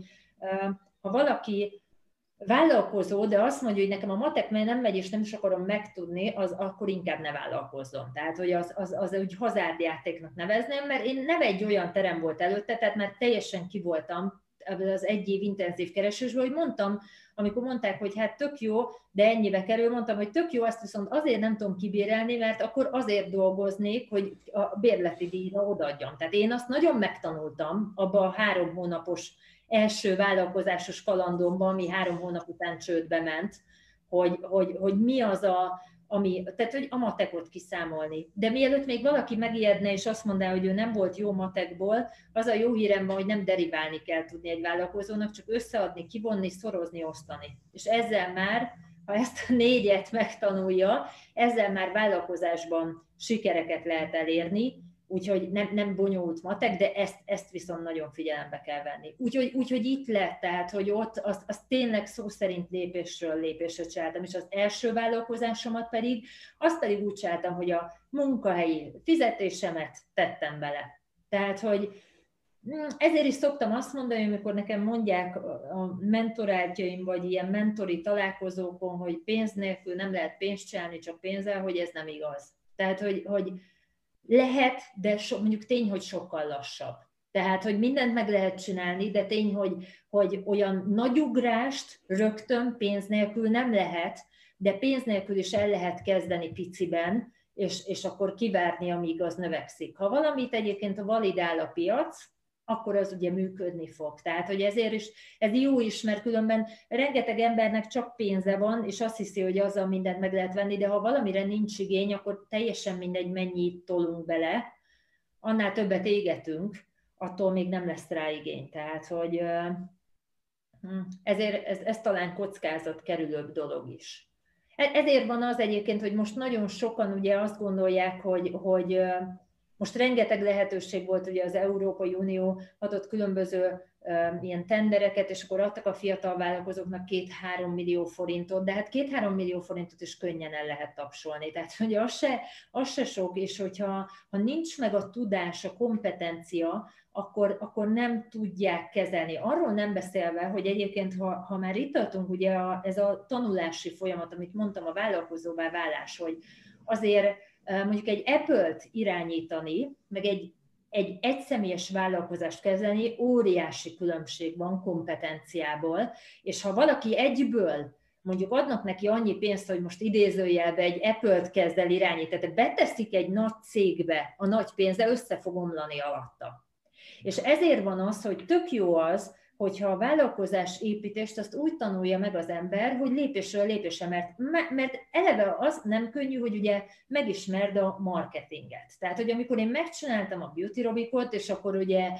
ha valaki vállalkozó, de azt mondja, hogy nekem a matek nem megy, és nem is akarom megtudni, az akkor inkább ne vállalkozzon. Tehát, hogy az, az, az úgy hazárdjátéknak nevezném, mert én nem egy olyan terem volt előtte, tehát már teljesen ki voltam az egy év intenzív keresésből, hogy mondtam, amikor mondták, hogy hát tök jó, de ennyibe kerül, mondtam, hogy tök jó, azt viszont azért nem tudom kibérelni, mert akkor azért dolgoznék, hogy a bérleti díjra odaadjam. Tehát én azt nagyon megtanultam abban a három hónapos első vállalkozásos kalandomban, ami három hónap után csődbe ment, hogy, hogy, hogy mi az a, ami, tehát hogy a matekot kiszámolni. De mielőtt még valaki megijedne, és azt mondaná, hogy ő nem volt jó matekból, az a jó hírem van, hogy nem deriválni kell tudni egy vállalkozónak, csak összeadni, kivonni, szorozni, osztani. És ezzel már, ha ezt a négyet megtanulja, ezzel már vállalkozásban sikereket lehet elérni, úgyhogy nem, nem bonyolult matek, de ezt, ezt viszont nagyon figyelembe kell venni. Úgyhogy, úgyhogy itt lett, tehát, hogy ott azt az tényleg szó szerint lépésről lépésre csináltam, és az első vállalkozásomat pedig, azt pedig úgy csináltam, hogy a munkahelyi fizetésemet tettem bele. Tehát, hogy ezért is szoktam azt mondani, amikor nekem mondják a mentorátjaim, vagy ilyen mentori találkozókon, hogy pénz nélkül nem lehet pénzt csinálni, csak pénzzel, hogy ez nem igaz. Tehát, hogy, hogy lehet, de so, mondjuk tény, hogy sokkal lassabb. Tehát, hogy mindent meg lehet csinálni, de tény, hogy, hogy olyan nagy ugrást rögtön pénz nélkül nem lehet, de pénz nélkül is el lehet kezdeni piciben, és, és akkor kivárni, amíg az növekszik. Ha valamit egyébként validál a piac, akkor az ugye működni fog. Tehát, hogy ezért is, ez jó is, mert különben rengeteg embernek csak pénze van, és azt hiszi, hogy azzal mindent meg lehet venni, de ha valamire nincs igény, akkor teljesen mindegy, mennyit tolunk bele, annál többet égetünk, attól még nem lesz rá igény. Tehát, hogy ezért ez, ez talán kockázat kerülőbb dolog is. Ezért van az egyébként, hogy most nagyon sokan ugye azt gondolják, hogy, hogy most rengeteg lehetőség volt, ugye az Európai Unió adott különböző uh, ilyen tendereket, és akkor adtak a fiatal vállalkozóknak két-három millió forintot, de hát két-három millió forintot is könnyen el lehet tapsolni. Tehát, hogy az se, az se sok, és hogyha ha nincs meg a tudás, a kompetencia, akkor, akkor nem tudják kezelni. Arról nem beszélve, hogy egyébként, ha, ha már itt tartunk, ugye a, ez a tanulási folyamat, amit mondtam, a vállalkozóvá válás, hogy azért mondjuk egy Apple-t irányítani, meg egy, egy egyszemélyes vállalkozást kezelni, óriási különbség van kompetenciából, és ha valaki egyből mondjuk adnak neki annyi pénzt, hogy most idézőjelbe egy Apple-t kezd el irányítani, tehát beteszik egy nagy cégbe a nagy pénzt, de össze fog omlani alatta. És ezért van az, hogy tök jó az, hogyha a vállalkozás építést azt úgy tanulja meg az ember, hogy lépésről lépésre, mert, mert eleve az nem könnyű, hogy ugye megismerd a marketinget. Tehát, hogy amikor én megcsináltam a Beauty Robikot, és akkor ugye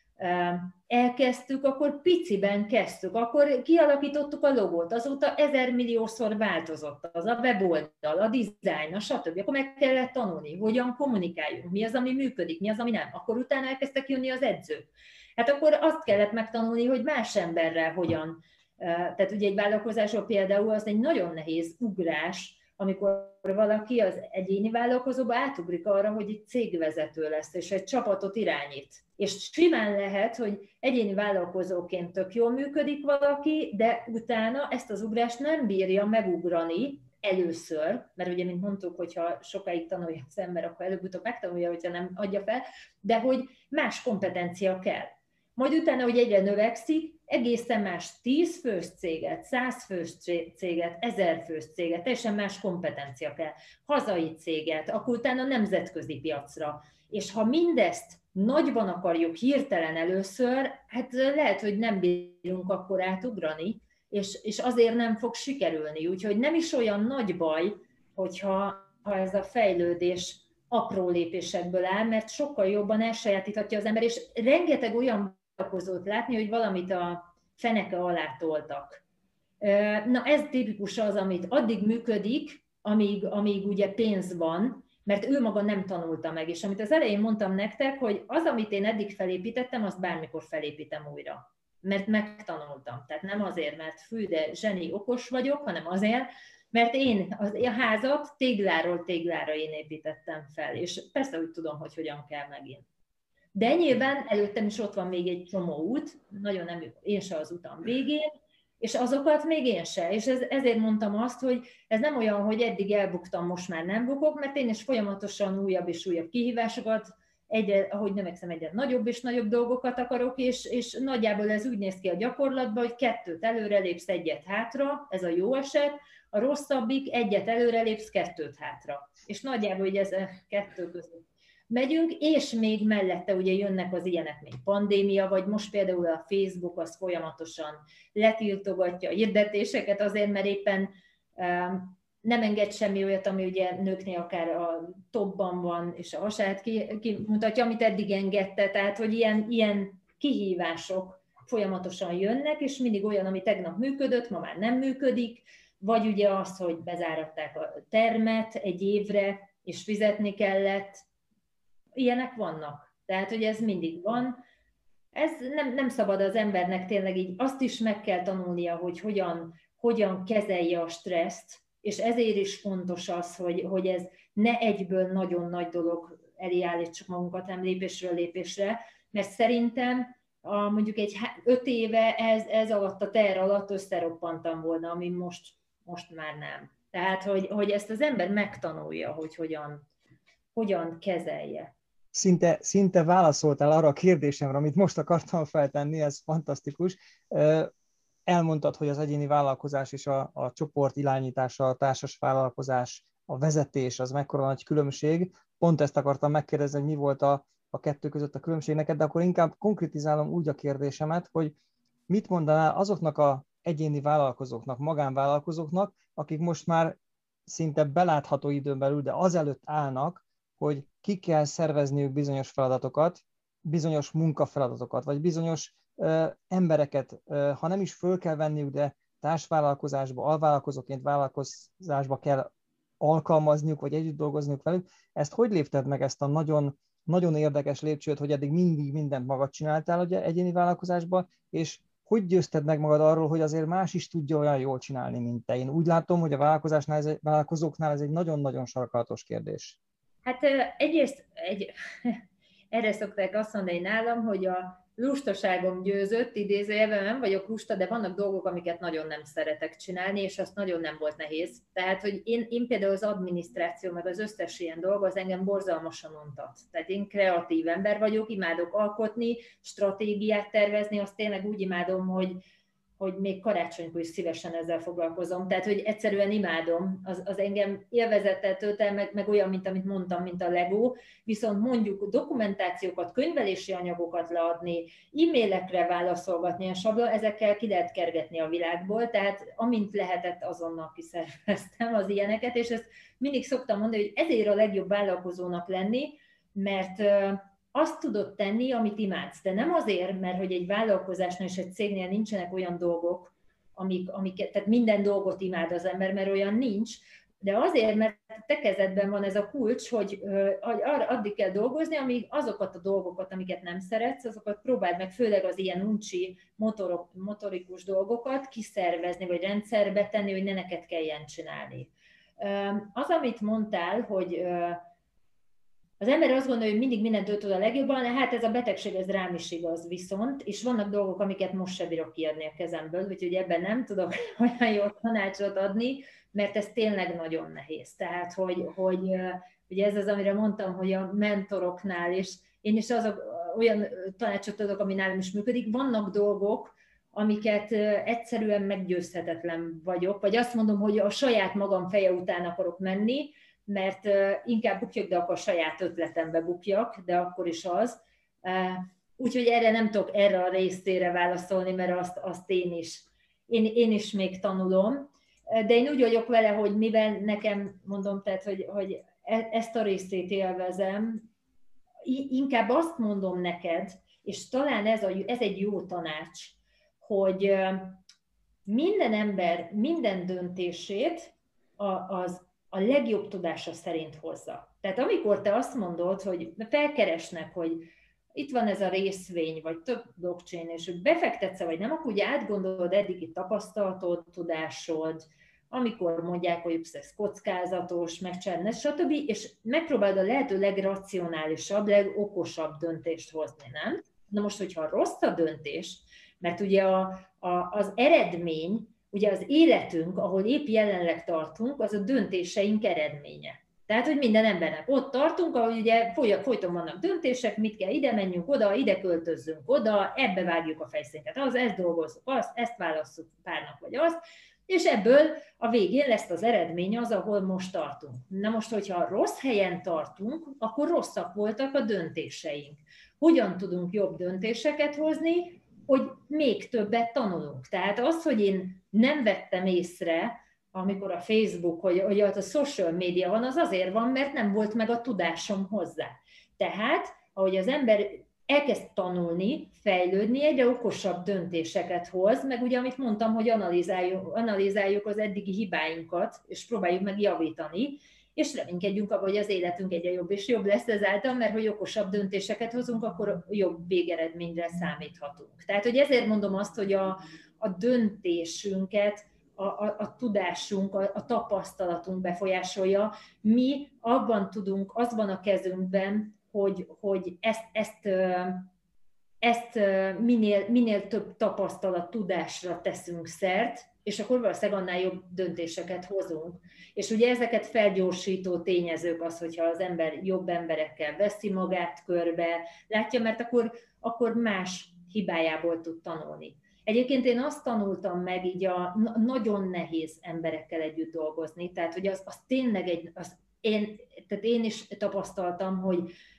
elkezdtük, akkor piciben kezdtük, akkor kialakítottuk a logót, azóta ezermilliószor változott az a weboldal, a dizájn, a stb. Akkor meg kellett tanulni, hogyan kommunikáljunk, mi az, ami működik, mi az, ami nem. Akkor utána elkezdtek jönni az edzők. Hát akkor azt kellett megtanulni, hogy más emberrel hogyan. Tehát ugye egy vállalkozásról például az egy nagyon nehéz ugrás, amikor valaki az egyéni vállalkozóba átugrik arra, hogy egy cégvezető lesz, és egy csapatot irányít. És simán lehet, hogy egyéni vállalkozóként tök jól működik valaki, de utána ezt az ugrást nem bírja megugrani először, mert ugye, mint mondtuk, hogyha sokáig tanulja az ember, akkor előbb-utóbb megtanulja, hogyha nem adja fel, de hogy más kompetencia kell. Majd utána, hogy egyre növekszik, egészen más tíz fős céget, száz fős céget, ezer fős céget, teljesen más kompetencia kell, hazai céget, akkor utána nemzetközi piacra. És ha mindezt nagyban akarjuk hirtelen először, hát lehet, hogy nem bírunk akkor átugrani, és, és azért nem fog sikerülni. Úgyhogy nem is olyan nagy baj, hogyha ha ez a fejlődés apró lépésekből áll, mert sokkal jobban elsajátíthatja az ember, és rengeteg olyan vállalkozót látni, hogy valamit a feneke alá toltak. Na ez tipikus az, amit addig működik, amíg, amíg ugye pénz van, mert ő maga nem tanulta meg, és amit az elején mondtam nektek, hogy az, amit én eddig felépítettem, azt bármikor felépítem újra. mert megtanultam. Tehát nem azért, mert fű, de zseni okos vagyok, hanem azért, mert én az, a házat tégláról téglára én építettem fel, és persze úgy tudom, hogy hogyan kell megint. De nyilván előttem is ott van még egy csomó út, nagyon nem, én se az utam végén, és azokat még én se. És ez, ezért mondtam azt, hogy ez nem olyan, hogy eddig elbuktam, most már nem bukok, mert én is folyamatosan újabb és újabb kihívásokat, egyre, ahogy növekszem, egyre nagyobb és nagyobb dolgokat akarok, és, és nagyjából ez úgy néz ki a gyakorlatban, hogy kettőt előrelépsz, egyet hátra, ez a jó eset, a rosszabbik, egyet előrelépsz, kettőt hátra. És nagyjából hogy ez a kettő között megyünk, és még mellette ugye jönnek az ilyenek, mint pandémia, vagy most például a Facebook az folyamatosan letiltogatja a hirdetéseket azért, mert éppen um, nem enged semmi olyat, ami ugye nőknél akár a topban van, és a hasát kimutatja, amit eddig engedte, tehát hogy ilyen, ilyen kihívások folyamatosan jönnek, és mindig olyan, ami tegnap működött, ma már nem működik, vagy ugye az, hogy bezáratták a termet egy évre, és fizetni kellett, ilyenek vannak. Tehát, hogy ez mindig van. Ez nem, nem szabad az embernek tényleg így, azt is meg kell tanulnia, hogy hogyan, hogyan kezelje a stresszt, és ezért is fontos az, hogy, hogy ez ne egyből nagyon nagy dolog elé állítsuk magunkat, nem lépésről lépésre, mert szerintem a, mondjuk egy öt éve ez, ez alatt a teher alatt összeroppantam volna, ami most, most már nem. Tehát, hogy, hogy ezt az ember megtanulja, hogy hogyan, hogyan kezelje. Szinte, szinte válaszoltál arra a kérdésemre, amit most akartam feltenni, ez fantasztikus. Elmondtad, hogy az egyéni vállalkozás és a, a csoport irányítása, a társas vállalkozás, a vezetés, az mekkora nagy különbség. Pont ezt akartam megkérdezni, hogy mi volt a, a kettő között a különbség neked, de akkor inkább konkrétizálom úgy a kérdésemet, hogy mit mondanál azoknak az egyéni vállalkozóknak, magánvállalkozóknak, akik most már szinte belátható időn belül, de azelőtt állnak, hogy ki kell szervezniük bizonyos feladatokat, bizonyos munkafeladatokat, vagy bizonyos ö, embereket, ö, ha nem is föl kell venniük, de társvállalkozásba, alvállalkozóként vállalkozásba kell alkalmazniuk, vagy együtt dolgozniuk velük. Ezt hogy lépted meg, ezt a nagyon, nagyon érdekes lépcsőt, hogy eddig mindig mindent magad csináltál ugye, egyéni vállalkozásban, és hogy győzted meg magad arról, hogy azért más is tudja olyan jól csinálni, mint te? Én úgy látom, hogy a vállalkozásnál ez egy, vállalkozóknál ez egy nagyon-nagyon sarkalatos kérdés. Hát egyrészt egy, erre szokták azt mondani nálam, hogy a lustaságom győzött, idézőjelben nem vagyok lusta, de vannak dolgok, amiket nagyon nem szeretek csinálni, és azt nagyon nem volt nehéz. Tehát, hogy én, én például az adminisztráció, meg az összes ilyen dolog, az engem borzalmasan untat. Tehát én kreatív ember vagyok, imádok alkotni, stratégiát tervezni, azt tényleg úgy imádom, hogy hogy még karácsonykor is szívesen ezzel foglalkozom. Tehát, hogy egyszerűen imádom, az, az engem élvezettel tölt el, meg, meg olyan, mint amit mondtam, mint a Lego, viszont mondjuk dokumentációkat, könyvelési anyagokat leadni, e-mailekre válaszolgatni, a sablon, ezekkel ki lehet kergetni a világból, tehát amint lehetett, azonnal kiszerveztem az ilyeneket, és ezt mindig szoktam mondani, hogy ezért a legjobb vállalkozónak lenni, mert azt tudod tenni, amit imádsz, de nem azért, mert hogy egy vállalkozásnál és egy cégnél nincsenek olyan dolgok, amik, amik, tehát minden dolgot imád az ember, mert olyan nincs, de azért, mert te kezedben van ez a kulcs, hogy, hogy addig kell dolgozni, amíg azokat a dolgokat, amiket nem szeretsz, azokat próbáld meg, főleg az ilyen uncsi, motorok, motorikus dolgokat kiszervezni, vagy rendszerbe tenni, hogy ne neked kelljen csinálni. Az, amit mondtál, hogy az ember azt gondolja, hogy mindig mindent ő tud a legjobban, hát ez a betegség, ez rám is igaz viszont, és vannak dolgok, amiket most se bírok kiadni a kezemből, úgyhogy ebben nem tudok olyan jó tanácsot adni, mert ez tényleg nagyon nehéz. Tehát, hogy, hogy ugye ez az, amire mondtam, hogy a mentoroknál, és én is azok, olyan tanácsot adok, ami nálam is működik, vannak dolgok, amiket egyszerűen meggyőzhetetlen vagyok, vagy azt mondom, hogy a saját magam feje után akarok menni, mert inkább bukjak, de akkor saját ötletembe bukjak, de akkor is az. Úgyhogy erre nem tudok erre a részére válaszolni, mert azt, azt én, is, én, én is még tanulom. De én úgy vagyok vele, hogy mivel nekem, mondom, tehát, hogy, hogy ezt a részét élvezem, inkább azt mondom neked, és talán ez, a, ez egy jó tanács, hogy minden ember minden döntését az a legjobb tudása szerint hozza. Tehát amikor te azt mondod, hogy felkeresnek, hogy itt van ez a részvény, vagy több blockchain, és hogy befektetsz vagy nem, akkor ugye átgondolod eddigi tapasztalatod, tudásod, amikor mondják, hogy ez kockázatos, megcsinálni, stb. És megpróbálod a lehető legracionálisabb, legokosabb döntést hozni, nem? Na most, hogyha rossz a döntés, mert ugye a, a, az eredmény, ugye az életünk, ahol épp jelenleg tartunk, az a döntéseink eredménye. Tehát, hogy minden embernek ott tartunk, ahol ugye folyton vannak döntések, mit kell, ide menjünk oda, ide költözzünk oda, ebbe vágjuk a fejszénket, az, ezt dolgozzuk, azt, ezt válasszuk párnak vagy azt, és ebből a végén lesz az eredmény az, ahol most tartunk. Na most, hogyha rossz helyen tartunk, akkor rosszak voltak a döntéseink. Hogyan tudunk jobb döntéseket hozni, hogy még többet tanulunk. Tehát az, hogy én nem vettem észre, amikor a Facebook, hogy, hogy a social media van, az azért van, mert nem volt meg a tudásom hozzá. Tehát, ahogy az ember elkezd tanulni, fejlődni, egyre okosabb döntéseket hoz, meg ugye, amit mondtam, hogy analizáljuk, analizáljuk az eddigi hibáinkat, és próbáljuk meg javítani, és reménykedjünk abban, hogy az életünk egyre jobb és jobb lesz ezáltal, mert hogy okosabb döntéseket hozunk, akkor jobb végeredményre számíthatunk. Tehát, hogy ezért mondom azt, hogy a, a döntésünket, A, a, a tudásunk, a, a tapasztalatunk befolyásolja. Mi abban tudunk, az van a kezünkben, hogy, hogy ezt, ezt, ezt minél, minél több tapasztalat, tudásra teszünk szert, és akkor valószínűleg annál jobb döntéseket hozunk. És ugye ezeket felgyorsító tényezők az, hogyha az ember jobb emberekkel veszi magát körbe, látja, mert akkor, akkor más hibájából tud tanulni. Egyébként én azt tanultam meg így a nagyon nehéz emberekkel együtt dolgozni, tehát hogy az, az tényleg egy, az én, tehát én is tapasztaltam, hogy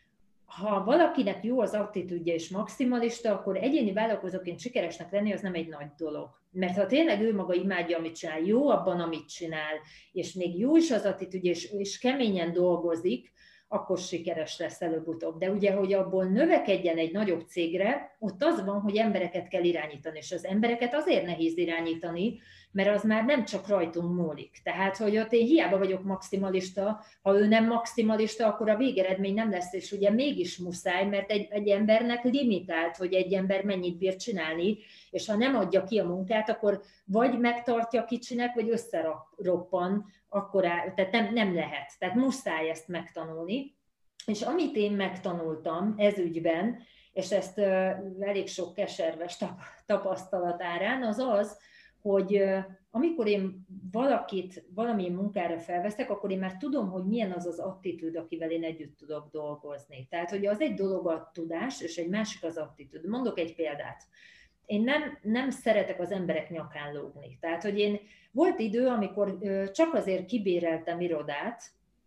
ha valakinek jó az attitűdje és maximalista, akkor egyéni vállalkozóként sikeresnek lenni az nem egy nagy dolog. Mert ha tényleg ő maga imádja, amit csinál, jó abban, amit csinál, és még jó is az attitűdje, és, és keményen dolgozik, akkor sikeres lesz előbb-utóbb. De ugye, hogy abból növekedjen egy nagyobb cégre, ott az van, hogy embereket kell irányítani, és az embereket azért nehéz irányítani, mert az már nem csak rajtunk múlik. Tehát, hogy ott én hiába vagyok maximalista, ha ő nem maximalista, akkor a végeredmény nem lesz, és ugye mégis muszáj, mert egy, egy embernek limitált, hogy egy ember mennyit bír csinálni, és ha nem adja ki a munkát, akkor vagy megtartja kicsinek, vagy összeroppan, akkor áll, tehát nem, nem lehet. Tehát muszáj ezt megtanulni. És amit én megtanultam ez ügyben, és ezt uh, elég sok keserves tap, tapasztalat árán, az az, hogy uh, amikor én valakit valamilyen munkára felveszek, akkor én már tudom, hogy milyen az az attitűd, akivel én együtt tudok dolgozni. Tehát, hogy az egy dolog a tudás, és egy másik az attitűd. Mondok egy példát. Én nem, nem szeretek az emberek nyakán lógni. Tehát, hogy én volt idő, amikor csak azért kibéreltem irodát,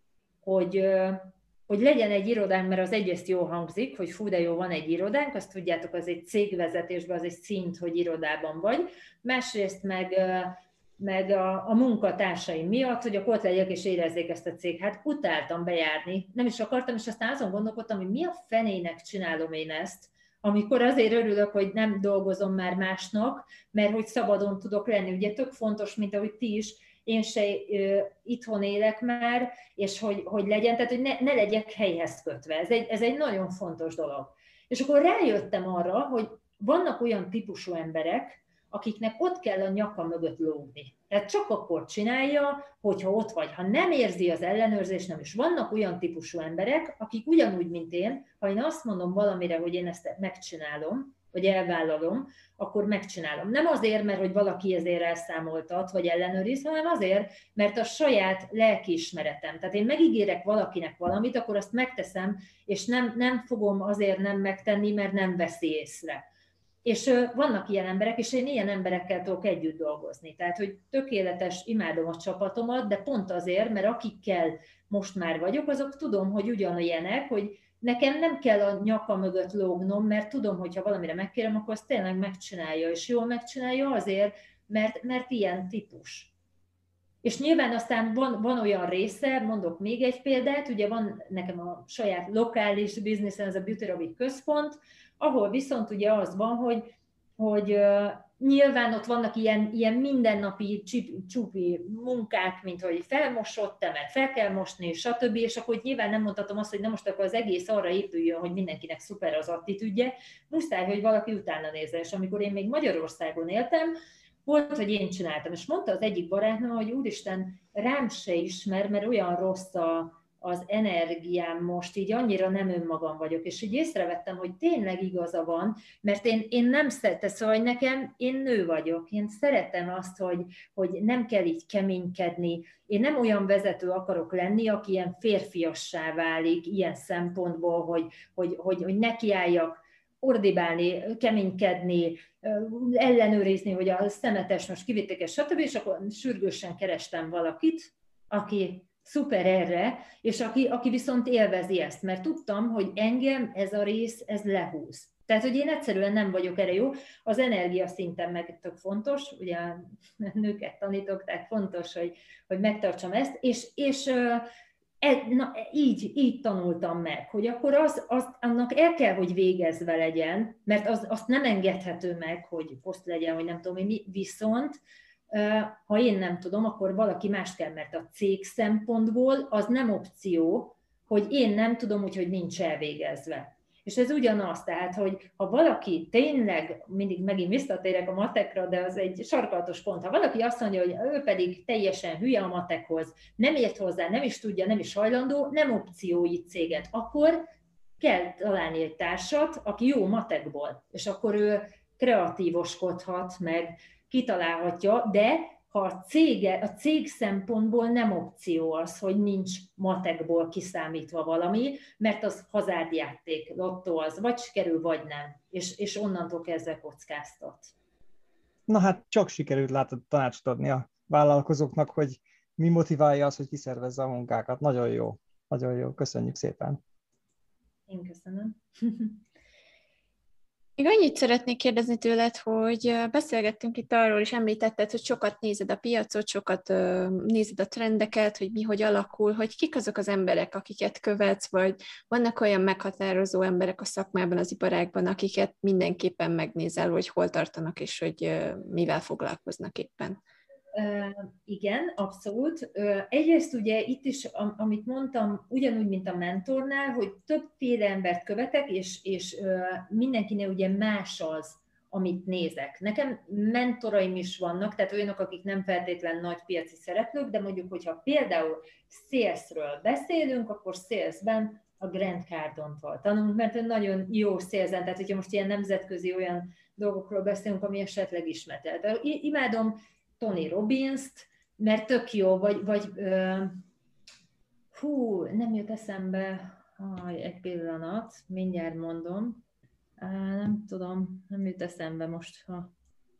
hogy, hogy legyen egy irodánk, mert az egyrészt jól hangzik, hogy fú, de jó, van egy irodánk, azt tudjátok, az egy cégvezetésben, az egy szint, hogy irodában vagy. Másrészt meg, meg a, a munkatársaim miatt, hogy akkor ott legyek és érezzék ezt a cég. Hát utáltam bejárni, nem is akartam, és aztán azon gondolkodtam, hogy mi a fenének csinálom én ezt, amikor azért örülök, hogy nem dolgozom már másnak, mert hogy szabadon tudok lenni. Ugye tök fontos, mint ahogy ti is, én se ö, itthon élek már, és hogy, hogy legyen, tehát hogy ne, ne legyek helyhez kötve. Ez egy, ez egy nagyon fontos dolog. És akkor rájöttem arra, hogy vannak olyan típusú emberek, akiknek ott kell a nyaka mögött lógni. Tehát csak akkor csinálja, hogyha ott vagy. Ha nem érzi az ellenőrzést, nem is. Vannak olyan típusú emberek, akik ugyanúgy, mint én, ha én azt mondom valamire, hogy én ezt megcsinálom, vagy elvállalom, akkor megcsinálom. Nem azért, mert hogy valaki ezért elszámoltat, vagy ellenőriz, hanem azért, mert a saját lelkiismeretem. Tehát én megígérek valakinek valamit, akkor azt megteszem, és nem, nem fogom azért nem megtenni, mert nem veszi észre. És vannak ilyen emberek, és én ilyen emberekkel tudok együtt dolgozni. Tehát, hogy tökéletes, imádom a csapatomat, de pont azért, mert akikkel most már vagyok, azok tudom, hogy ugyanolyanek, hogy nekem nem kell a nyaka mögött lógnom, mert tudom, hogy ha valamire megkérem, akkor azt tényleg megcsinálja, és jól megcsinálja azért, mert, mert ilyen típus. És nyilván aztán van, van olyan része, mondok még egy példát, ugye van nekem a saját lokális bizniszen, ez a Beauty Aerobic központ, ahol viszont ugye az van, hogy hogy uh, nyilván ott vannak ilyen, ilyen mindennapi csupi munkák, mint hogy felmosott-e, mert fel kell mosni, stb. És akkor nyilván nem mondhatom azt, hogy nem most akkor az egész arra épüljön, hogy mindenkinek szuper az attitűdje, muszáj, hogy valaki utána nézze. És amikor én még Magyarországon éltem, volt, hogy én csináltam, és mondta az egyik barátnőm, hogy úristen, rám se ismer, mert olyan rossz a, az energiám most, így annyira nem önmagam vagyok, és így észrevettem, hogy tényleg igaza van, mert én, én nem szeretem, szóval nekem, én nő vagyok, én szeretem azt, hogy, hogy nem kell így keménykedni, én nem olyan vezető akarok lenni, aki ilyen férfiassá válik, ilyen szempontból, hogy, hogy, hogy, hogy nekiálljak ordibálni, keménykedni, ellenőrizni, hogy a szemetes most kivitték, stb. És akkor sürgősen kerestem valakit, aki szuper erre, és aki, aki viszont élvezi ezt, mert tudtam, hogy engem ez a rész, ez lehúz. Tehát, hogy én egyszerűen nem vagyok erre jó. Az energia szinten meg tök fontos, ugye nőket tanítok, tehát fontos, hogy, hogy megtartsam ezt, és, és e, na, így, így tanultam meg, hogy akkor az, az, annak el kell, hogy végezve legyen, mert az, azt nem engedhető meg, hogy poszt legyen, hogy nem tudom mi, viszont ha én nem tudom, akkor valaki más kell, mert a cég szempontból az nem opció, hogy én nem tudom, úgyhogy nincs elvégezve. És ez ugyanaz, tehát, hogy ha valaki tényleg, mindig megint visszatérek a matekra, de az egy sarkalatos pont, ha valaki azt mondja, hogy ő pedig teljesen hülye a matekhoz, nem ért hozzá, nem is tudja, nem is hajlandó, nem opció így céget, akkor kell találni egy társat, aki jó matekból, és akkor ő kreatívoskodhat, meg kitalálhatja, de ha a, cége, a cég szempontból nem opció az, hogy nincs matekból kiszámítva valami, mert az hazárdjáték, lottó az, vagy sikerül, vagy nem, és, és onnantól kezdve kockáztat. Na hát csak sikerült látod tanácsot adni a vállalkozóknak, hogy mi motiválja az, hogy kiszervezze a munkákat. Nagyon jó, nagyon jó, köszönjük szépen. Én köszönöm. Még annyit szeretnék kérdezni tőled, hogy beszélgettünk itt arról, és említetted, hogy sokat nézed a piacot, sokat nézed a trendeket, hogy mi hogy alakul, hogy kik azok az emberek, akiket követsz, vagy vannak olyan meghatározó emberek a szakmában, az iparágban, akiket mindenképpen megnézel, hogy hol tartanak, és hogy mivel foglalkoznak éppen. Uh, igen, abszolút. Uh, egyrészt ugye itt is, am, amit mondtam, ugyanúgy, mint a mentornál, hogy többféle embert követek, és, és uh, mindenkinél ugye más az, amit nézek. Nekem mentoraim is vannak, tehát olyanok, akik nem feltétlen nagy piaci szereplők, de mondjuk, hogyha például salesről beszélünk, akkor salesben a Grant Cardontól tanulunk, mert ő nagyon jó salesen, tehát hogyha most ilyen nemzetközi olyan dolgokról beszélünk, ami esetleg ismert. Imádom Tony Robbins-t, mert tök jó, vagy, vagy uh, hú, nem jut eszembe, aj, egy pillanat, mindjárt mondom, uh, nem tudom, nem jut eszembe most, ha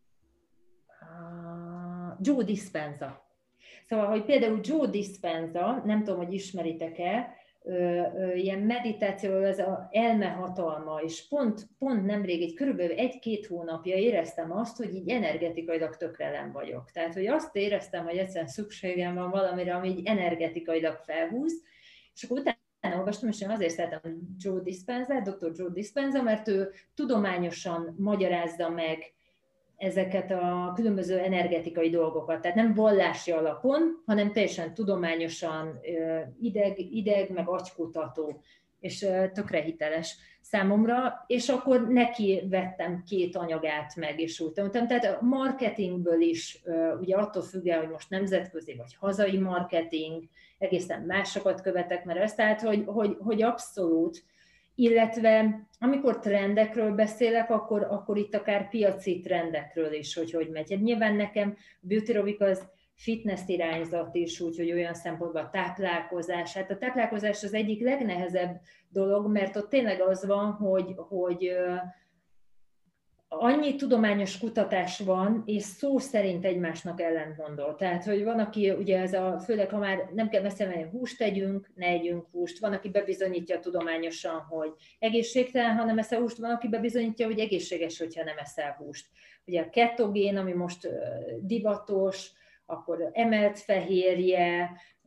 uh, Joe Dispenza. Szóval, hogy például Joe Dispenza, nem tudom, hogy ismeritek-e, Ö, ö, ilyen meditáció, ez az elmehatalma, és pont, pont nemrég, egy körülbelül egy-két hónapja éreztem azt, hogy így energetikailag tökrelen vagyok. Tehát, hogy azt éreztem, hogy egyszerűen szükségem van valamire, ami így energetikailag felhúz, és akkor utána olvastam, és én azért szeretem Joe Dispenza, doktor Joe Dispenza, mert ő tudományosan magyarázza meg ezeket a különböző energetikai dolgokat. Tehát nem vallási alapon, hanem teljesen tudományosan ideg, ideg meg agykutató, és tökre hiteles számomra, és akkor neki vettem két anyagát meg, és úgy tanultam. Tehát a marketingből is, ugye attól függően, hogy most nemzetközi vagy hazai marketing, egészen másokat követek, mert ezt, tehát, hogy, hogy, hogy abszolút, illetve amikor trendekről beszélek, akkor, akkor itt akár piaci trendekről is, hogy hogy megy. Hát nyilván nekem a Beauty Robic az fitness irányzat is, úgyhogy olyan szempontból a táplálkozás. Hát a táplálkozás az egyik legnehezebb dolog, mert ott tényleg az van, hogy, hogy annyi tudományos kutatás van, és szó szerint egymásnak ellentmondó. Tehát, hogy van, aki ugye ez a, főleg ha már nem kell messze menni, húst tegyünk, ne együnk húst, van, aki bebizonyítja tudományosan, hogy egészségtelen, ha nem eszel húst, van, aki bebizonyítja, hogy egészséges, hogyha nem eszel húst. Ugye a ketogén, ami most divatos, akkor emelt fehérje,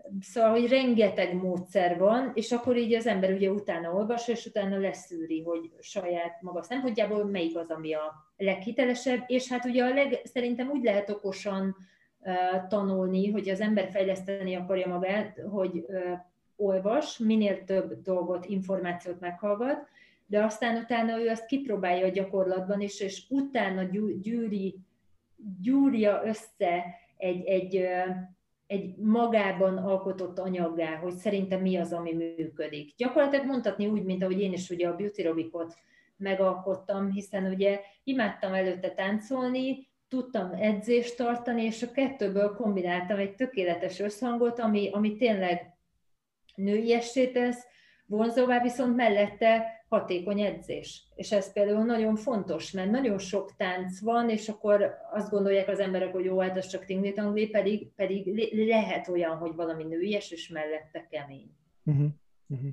Szóval, hogy rengeteg módszer van, és akkor így az ember ugye utána olvas, és utána leszűri, hogy saját maga szempontjából melyik az, ami a leghitelesebb, és hát ugye a leg, szerintem úgy lehet okosan uh, tanulni, hogy az ember fejleszteni akarja magát, hogy uh, olvas, minél több dolgot, információt meghallgat, de aztán utána ő azt kipróbálja a gyakorlatban is, és utána gyűri, gyúrja össze egy, egy, egy magában alkotott anyaggá, hogy szerintem mi az, ami működik. Gyakorlatilag mondhatni úgy, mint ahogy én is ugye a Beauty Robicot megalkottam, hiszen ugye imádtam előtte táncolni, tudtam edzést tartani, és a kettőből kombináltam egy tökéletes összhangot, ami, ami tényleg nőiessé tesz, vonzóvá, viszont mellette hatékony edzés. És ez például nagyon fontos, mert nagyon sok tánc van, és akkor azt gondolják az emberek, hogy jó, hát az csak tingli-tangli, pedig, pedig lehet olyan, hogy valami nőies, és mellette kemény. Uh-huh. Uh-huh.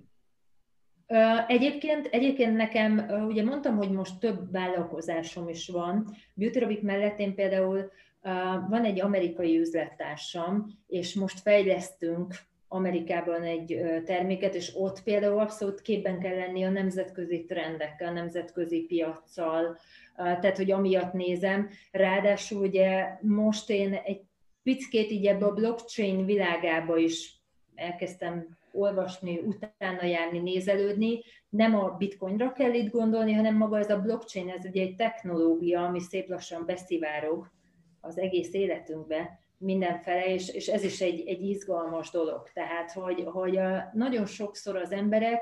Egyébként, egyébként nekem, ugye mondtam, hogy most több vállalkozásom is van. Beauty Robic mellett én például van egy amerikai üzlettársam, és most fejlesztünk Amerikában egy terméket, és ott például abszolút képben kell lenni a nemzetközi trendekkel, a nemzetközi piaccal, tehát hogy amiatt nézem. Ráadásul ugye most én egy pickét így ebbe a blockchain világába is elkezdtem olvasni, utána járni, nézelődni. Nem a bitcoinra kell itt gondolni, hanem maga ez a blockchain, ez ugye egy technológia, ami szép lassan beszivárog az egész életünkbe, mindenfele, és, és ez is egy, egy izgalmas dolog. Tehát, hogy, hogy a, nagyon sokszor az emberek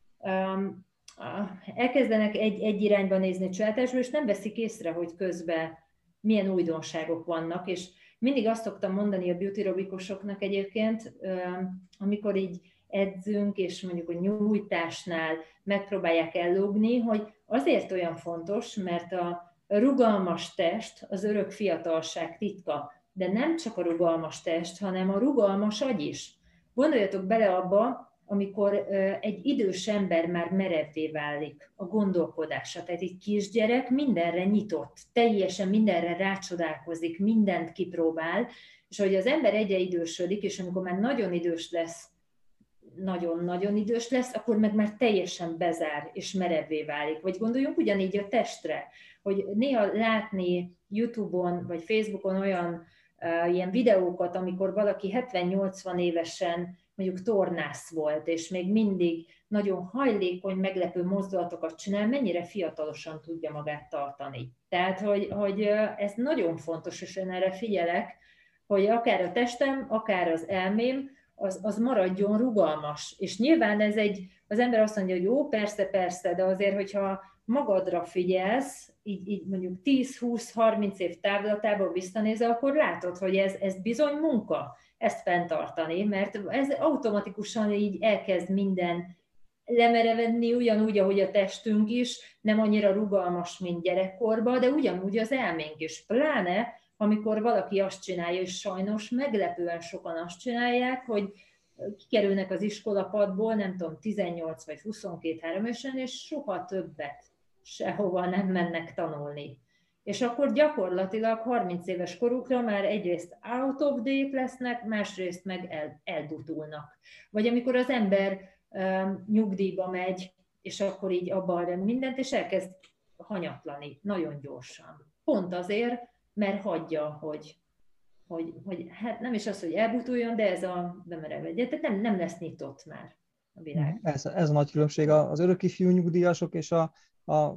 um, elkezdenek egy, egy irányba nézni családásból, és nem veszik észre, hogy közben milyen újdonságok vannak, és mindig azt szoktam mondani a beauty robikosoknak egyébként, um, amikor így edzünk, és mondjuk a nyújtásnál megpróbálják ellógni, hogy azért olyan fontos, mert a rugalmas test az örök fiatalság titka, de nem csak a rugalmas test, hanem a rugalmas agy is. Gondoljatok bele abba, amikor egy idős ember már merevvé válik a gondolkodása. Tehát egy kisgyerek mindenre nyitott, teljesen mindenre rácsodálkozik, mindent kipróbál, és ahogy az ember egyre idősödik, és amikor már nagyon idős lesz, nagyon-nagyon idős lesz, akkor meg már teljesen bezár és merevvé válik. Vagy gondoljunk ugyanígy a testre, hogy néha látni YouTube-on vagy Facebookon olyan uh, ilyen videókat, amikor valaki hetven-nyolcvan évesen mondjuk tornász volt, és még mindig nagyon hajlékony, meglepő mozdulatokat csinál, mennyire fiatalosan tudja magát tartani. Tehát, hogy, hogy ez nagyon fontos, és én erre figyelek, hogy akár a testem, akár az elmém, az, az maradjon rugalmas. És nyilván ez egy, az ember azt mondja, hogy jó, persze, persze, de azért, hogyha magadra figyelsz, így, így mondjuk tíz-húsz-harminc év távlatában visszanézel, akkor látod, hogy ez, ez bizony munka, ezt fenntartani, mert ez automatikusan így elkezd minden lemerevedni, ugyanúgy, ahogy a testünk is, nem annyira rugalmas, mint gyerekkorban, de ugyanúgy az elménk is. Pláne, amikor valaki azt csinálja, és sajnos meglepően sokan azt csinálják, hogy kikerülnek az iskolapadból, nem tudom, tizennyolc vagy huszonkettő-három évesen, és soha többet sehova nem mennek tanulni. És akkor gyakorlatilag harminc éves korukra már egyrészt out of date lesznek, másrészt meg el, elbutulnak. Vagy amikor az ember um, nyugdíjba megy, és akkor így abban mindent, és elkezd hanyatlani nagyon gyorsan. Pont azért, mert hagyja, hogy, hogy, hogy hát nem is az, hogy elbutuljon, de ez a bemerevedje. Tehát nem, nem lesz nyitott már a világ. Ez, ez a nagy különbség az örökifjú nyugdíjasok és a, a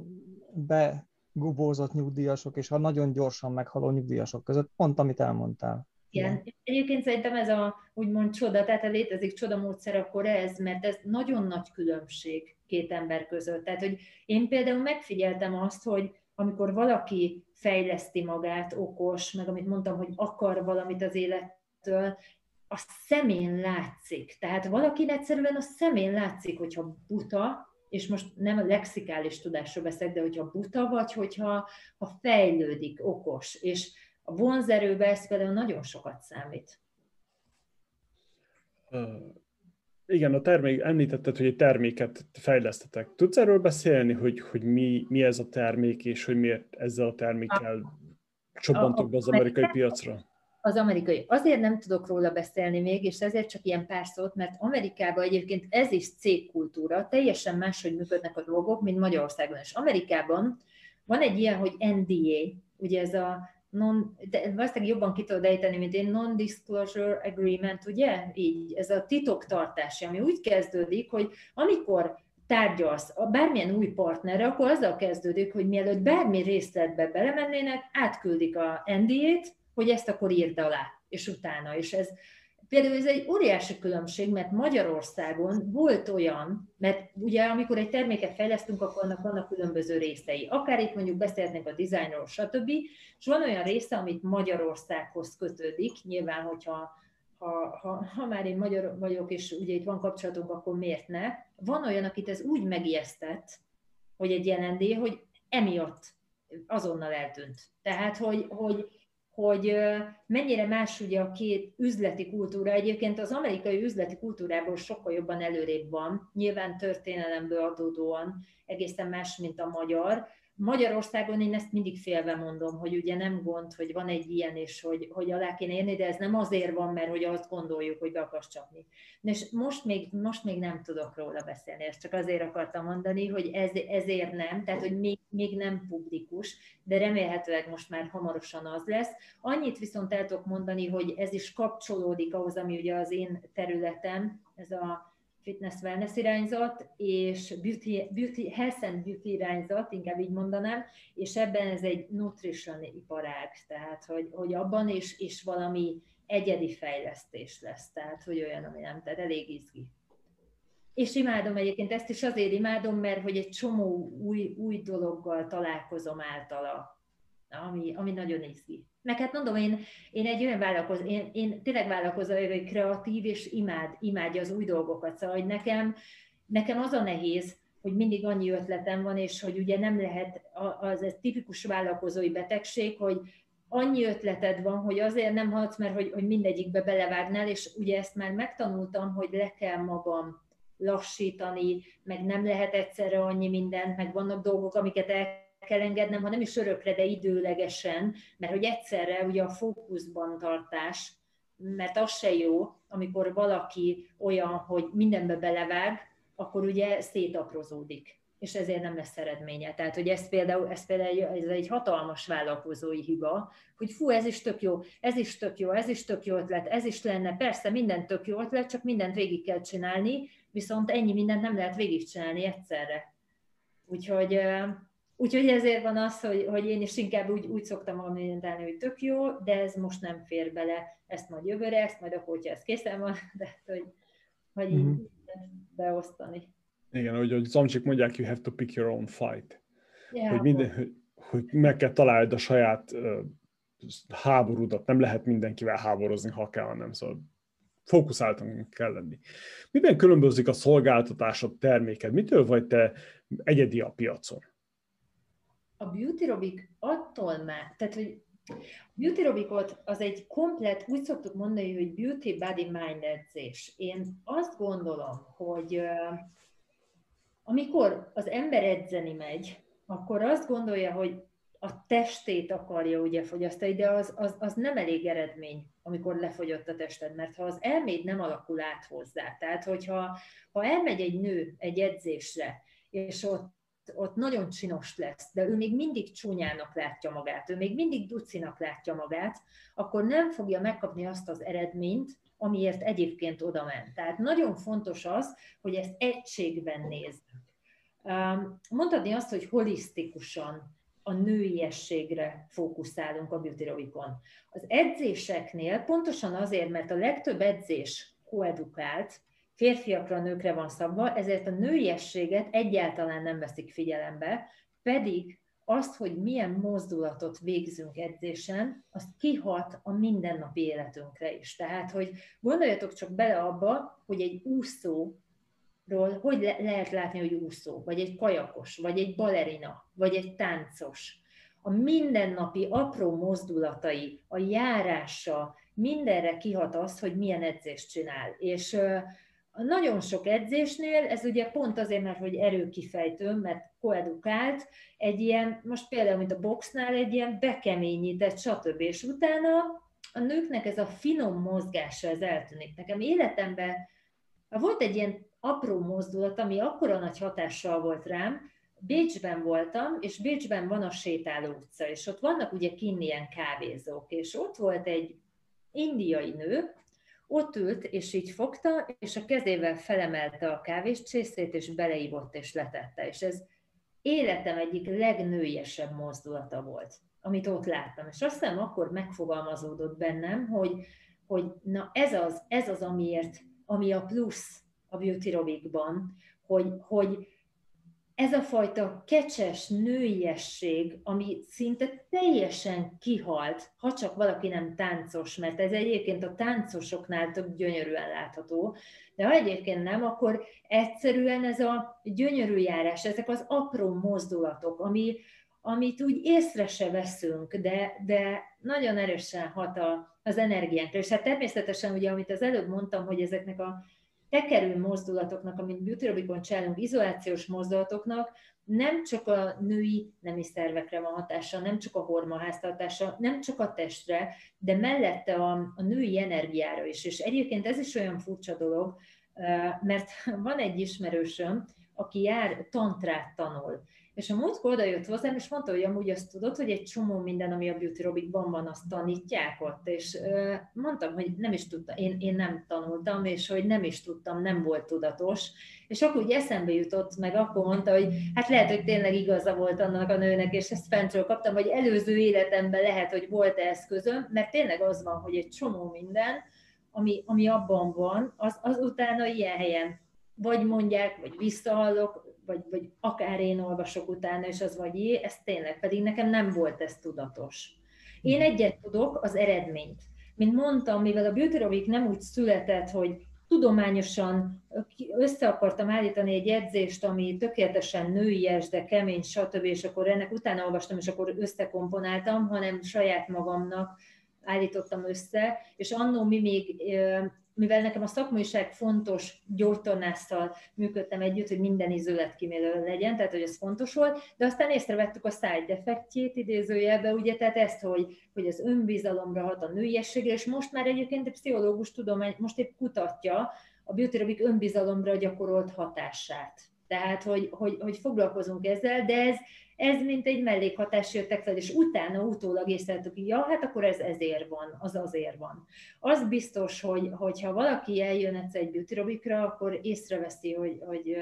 begubózott nyugdíjasok és a nagyon gyorsan meghaló nyugdíjasok között. Pont, amit elmondtál. Igen. Igen. Egyébként szerintem ez a úgymond csoda, tehát ha létezik csodamódszer, akkor ez, mert ez nagyon nagy különbség két ember között. Tehát, hogy én például megfigyeltem azt, hogy amikor valaki fejleszti magát, okos, meg amit mondtam, hogy akar valamit az élettől, a szemén látszik. Tehát valakin egyszerűen a szemén látszik, hogyha buta, és most nem a lexikális tudásról beszélek, de hogyha buta vagy, hogyha ha fejlődik, okos, és a vonzerőben ez például nagyon sokat számít. Uh, igen, a termék, említetted, hogy egy terméket fejlesztetek. Tudsz erről beszélni, hogy, hogy mi, mi ez a termék, és hogy miért ezzel a termékkel csobbantok be az amerikai piacra? Az amerikai. Azért nem tudok róla beszélni még, és ezért csak ilyen pár szót, mert Amerikában egyébként ez is cégkultúra, teljesen máshogy működnek a dolgok, mint Magyarországon. És Amerikában van egy ilyen, hogy en dé á, ugye ez a non, de valószínűleg jobban ki tudod ejteni, mint én, Non-Disclosure Agreement, ugye? Így, ez a titoktartási, ami úgy kezdődik, hogy amikor tárgyalsz bármilyen új partnerre, akkor azzal kezdődik, hogy mielőtt bármi részletbe belemennének, átküldik a en dé á-t, hogy ezt akkor írd alá, és utána. És ez például ez egy óriási különbség, mert Magyarországon volt olyan, mert ugye amikor egy terméket fejlesztünk, akkor annak vannak különböző részei. Akár itt mondjuk beszélhetnénk a dizájnról, stb. És van olyan része, amit Magyarországhoz kötődik, nyilván, hogyha ha, ha, ha már én magyar vagyok, és ugye itt van kapcsolatunk, akkor miért ne? Van olyan, akit ez úgy megijesztett, hogy egy ilyen en dé á, hogy emiatt azonnal eltűnt. Tehát, hogy, hogy hogy mennyire más ugye a két üzleti kultúra. Egyébként az amerikai üzleti kultúrából sokkal jobban előrébb van, nyilván történelemből adódóan egészen más, mint a magyar. Magyarországon én ezt mindig félve mondom, hogy ugye nem gond, hogy van egy ilyen, és hogy, hogy alá kéne érni, de ez nem azért van, mert hogy azt gondoljuk, hogy be akarsz csapni. És most még, most még nem tudok róla beszélni, ezt csak azért akartam mondani, hogy ez, ezért nem, tehát hogy még, még nem publikus, de remélhetőleg most már hamarosan az lesz. Annyit viszont el tudok mondani, hogy ez is kapcsolódik ahhoz, ami ugye az én területem, ez a fitness-wellness irányzat, és beauty, beauty, health and beauty irányzat, inkább így mondanám, és ebben ez egy nutrition iparág, tehát hogy, hogy abban is, is valami egyedi fejlesztés lesz, tehát hogy olyan, ami nem, tehát elég izgi. És imádom egyébként, ezt is azért imádom, mert hogy egy csomó új, új dologgal találkozom általa, ami, ami nagyon izgi. Meg hát mondom, én, én egy olyan vállalkozó, én, én tényleg vállalkozó vagyok, kreatív, és imád, imádja az új dolgokat. Szóval, hogy nekem, nekem az a nehéz, hogy mindig annyi ötletem van, és hogy ugye nem lehet, az egy tipikus vállalkozói betegség, hogy annyi ötleted van, hogy azért nem haladsz, mert hogy, hogy mindegyikbe belevágnál, és ugye ezt már megtanultam, hogy le kell magam lassítani, meg nem lehet egyszerre annyi mindent, meg vannak dolgok, amiket el kell engednem, ha nem is örökre, de időlegesen, mert hogy egyszerre ugye a fókuszban tartás, mert az se jó, amikor valaki olyan, hogy mindenbe belevág, akkor ugye szétaprozódik, és ezért nem lesz eredménye. Tehát, hogy ez például, ez például ez egy hatalmas vállalkozói hiba, hogy fú, ez is tök jó, ez is tök jó, ez is tök jó ötlet, ez is lenne, persze minden tök jó ötlet, csak mindent végig kell csinálni, viszont ennyi mindent nem lehet végigcsinálni egyszerre. Úgyhogy Úgyhogy ezért van az, hogy, hogy én is inkább úgy, úgy szoktam mondani, hogy tök jó, de ez most nem fér bele, ezt majd jövőre, ezt majd akkor, hogyha ez készen van, de hogy, hogy így mm-hmm. beosztani. Igen, hogy, hogy az amcsik mondják, you have to pick your own fight. Yeah, hogy, minden, hogy, hogy meg kell találd a saját uh, háborúdat, nem lehet mindenkivel háborozni, ha kell, nem, szóval fókuszáltan kell lenni. Miben különbözik a szolgáltatásod, terméked? Mitől vagy te egyedi a piacon? A Beauty Aerobic attól már, tehát hogy Beauty Aerobicot az egy komplet, úgy szoktuk mondani, hogy Beauty Body Mind edzés. Én azt gondolom, hogy uh, amikor az ember edzeni megy, akkor azt gondolja, hogy a testét akarja ugye fogyasztani, de az, az, az nem elég eredmény, amikor lefogyott a tested, mert ha az elméd nem alakul át hozzá, tehát hogyha ha elmegy egy nő egy edzésre, és ott ott nagyon csinos lesz, de ő még mindig csúnyának látja magát, ő még mindig ducinak látja magát, akkor nem fogja megkapni azt az eredményt, amiért egyébként oda ment. Tehát nagyon fontos az, hogy ezt egységben nézzük. Mondhatni azt, hogy holisztikusan a nőiességre fókuszálunk a Beauty Aerobicon. Az edzéseknél pontosan azért, mert a legtöbb edzés koedukált, férfiakra, nőkre van szabva, ezért a nőiességet egyáltalán nem veszik figyelembe, pedig azt, hogy milyen mozdulatot végzünk edzésen, az kihat a mindennapi életünkre is. Tehát, hogy gondoljatok csak bele abba, hogy egy úszóról hogy le- lehet látni, hogy úszó, vagy egy kajakos, vagy egy balerina, vagy egy táncos. A mindennapi apró mozdulatai, a járása, mindenre kihat az, hogy milyen edzést csinál. És nagyon sok edzésnél, ez ugye pont azért, mert hogy erőkifejtő, mert koedukált, egy ilyen, most például, mint a boxnál, egy ilyen bekeményített, stb. És utána a nőknek ez a finom mozgása, ez eltűnik. Nekem életemben volt egy ilyen apró mozdulat, ami akkora nagy hatással volt rám. Bécsben voltam, és Bécsben van a sétáló utca, és ott vannak ugye kinn ilyen kávézók, és ott volt egy indiai nő, ott ült, és így fogta, és a kezével felemelte a kávéscsészét, és beleívott, és letette. És ez életem egyik legnőiesebb mozdulata volt, amit ott láttam. És azt hiszem, akkor megfogalmazódott bennem, hogy, hogy na ez az, ez az, amiért, ami a plusz a Beauty Aerobicban, hogy, hogy ez a fajta kecses nőiesség, ami szinte teljesen kihalt, ha csak valaki nem táncos, mert ez egyébként a táncosoknál több gyönyörűen látható, de ha egyébként nem, akkor egyszerűen ez a gyönyörű járás, ezek az apró mozdulatok, ami, amit úgy észre se veszünk, de, de nagyon erősen hat az energiánkra. És hát természetesen, ugye, amit az előbb mondtam, hogy ezeknek a tekerő mozdulatoknak, amit Beauty Aerobicon csinálunk, izolációs mozdulatoknak nem csak a női nemi szervekre van hatása, nem csak a hormonháztartásra, nem csak a testre, de mellette a, a női energiára is. És egyébként ez is olyan furcsa dolog, mert van egy ismerősöm, aki jár tantrát tanul. És a múltkor oda jött hozzám, és mondta, hogy amúgy azt tudod, hogy egy csomó minden, ami a Beauty Aerobicban van, azt tanítják ott. És uh, mondtam, hogy nem is tudtam, én, én nem tanultam, és hogy nem is tudtam, nem volt tudatos. És akkor úgy eszembe jutott, meg akkor mondta, hogy hát lehet, hogy tényleg igaza volt annak a nőnek, és ezt fentről kaptam, hogy előző életemben lehet, hogy volt eszközöm, mert tényleg az van, hogy egy csomó minden, ami, ami abban van, az, az utána ilyen helyen vagy mondják, vagy visszahallok, vagy, vagy akár én olvasok utána, és az vagy jé, ez tényleg, pedig nekem nem volt ez tudatos. Én egyet tudok, az eredményt. Mint mondtam, mivel a Beauty Aerobic nem úgy született, hogy tudományosan össze akartam állítani egy edzést, ami tökéletesen nőies, de kemény, stb., és akkor ennek utána olvastam, és akkor összekomponáltam, hanem saját magamnak állítottam össze, és annó mi még, mivel nekem a szakmaiság fontos, gyógytornásszal működtem együtt, hogy minden izületkímélő legyen, tehát hogy ez fontos volt, de aztán észrevettük a side effektjét idézőjelbe, ugye, tehát ezt, hogy, hogy az önbizalomra hat, a nőiességre, és most már egyébként a pszichológus tudomány most épp kutatja a Beauty Aerobic önbizalomra gyakorolt hatását. Tehát, hogy, hogy, hogy foglalkozunk ezzel, de ez, ez mint egy mellékhatás jöttek fel, és utána utólag észrevettük, hogy ja, hát akkor ez ezért van, az azért van. Az biztos, hogy, hogyha valaki eljön egyszer egy Beauty Aerobicra, akkor észreveszi, hogy, hogy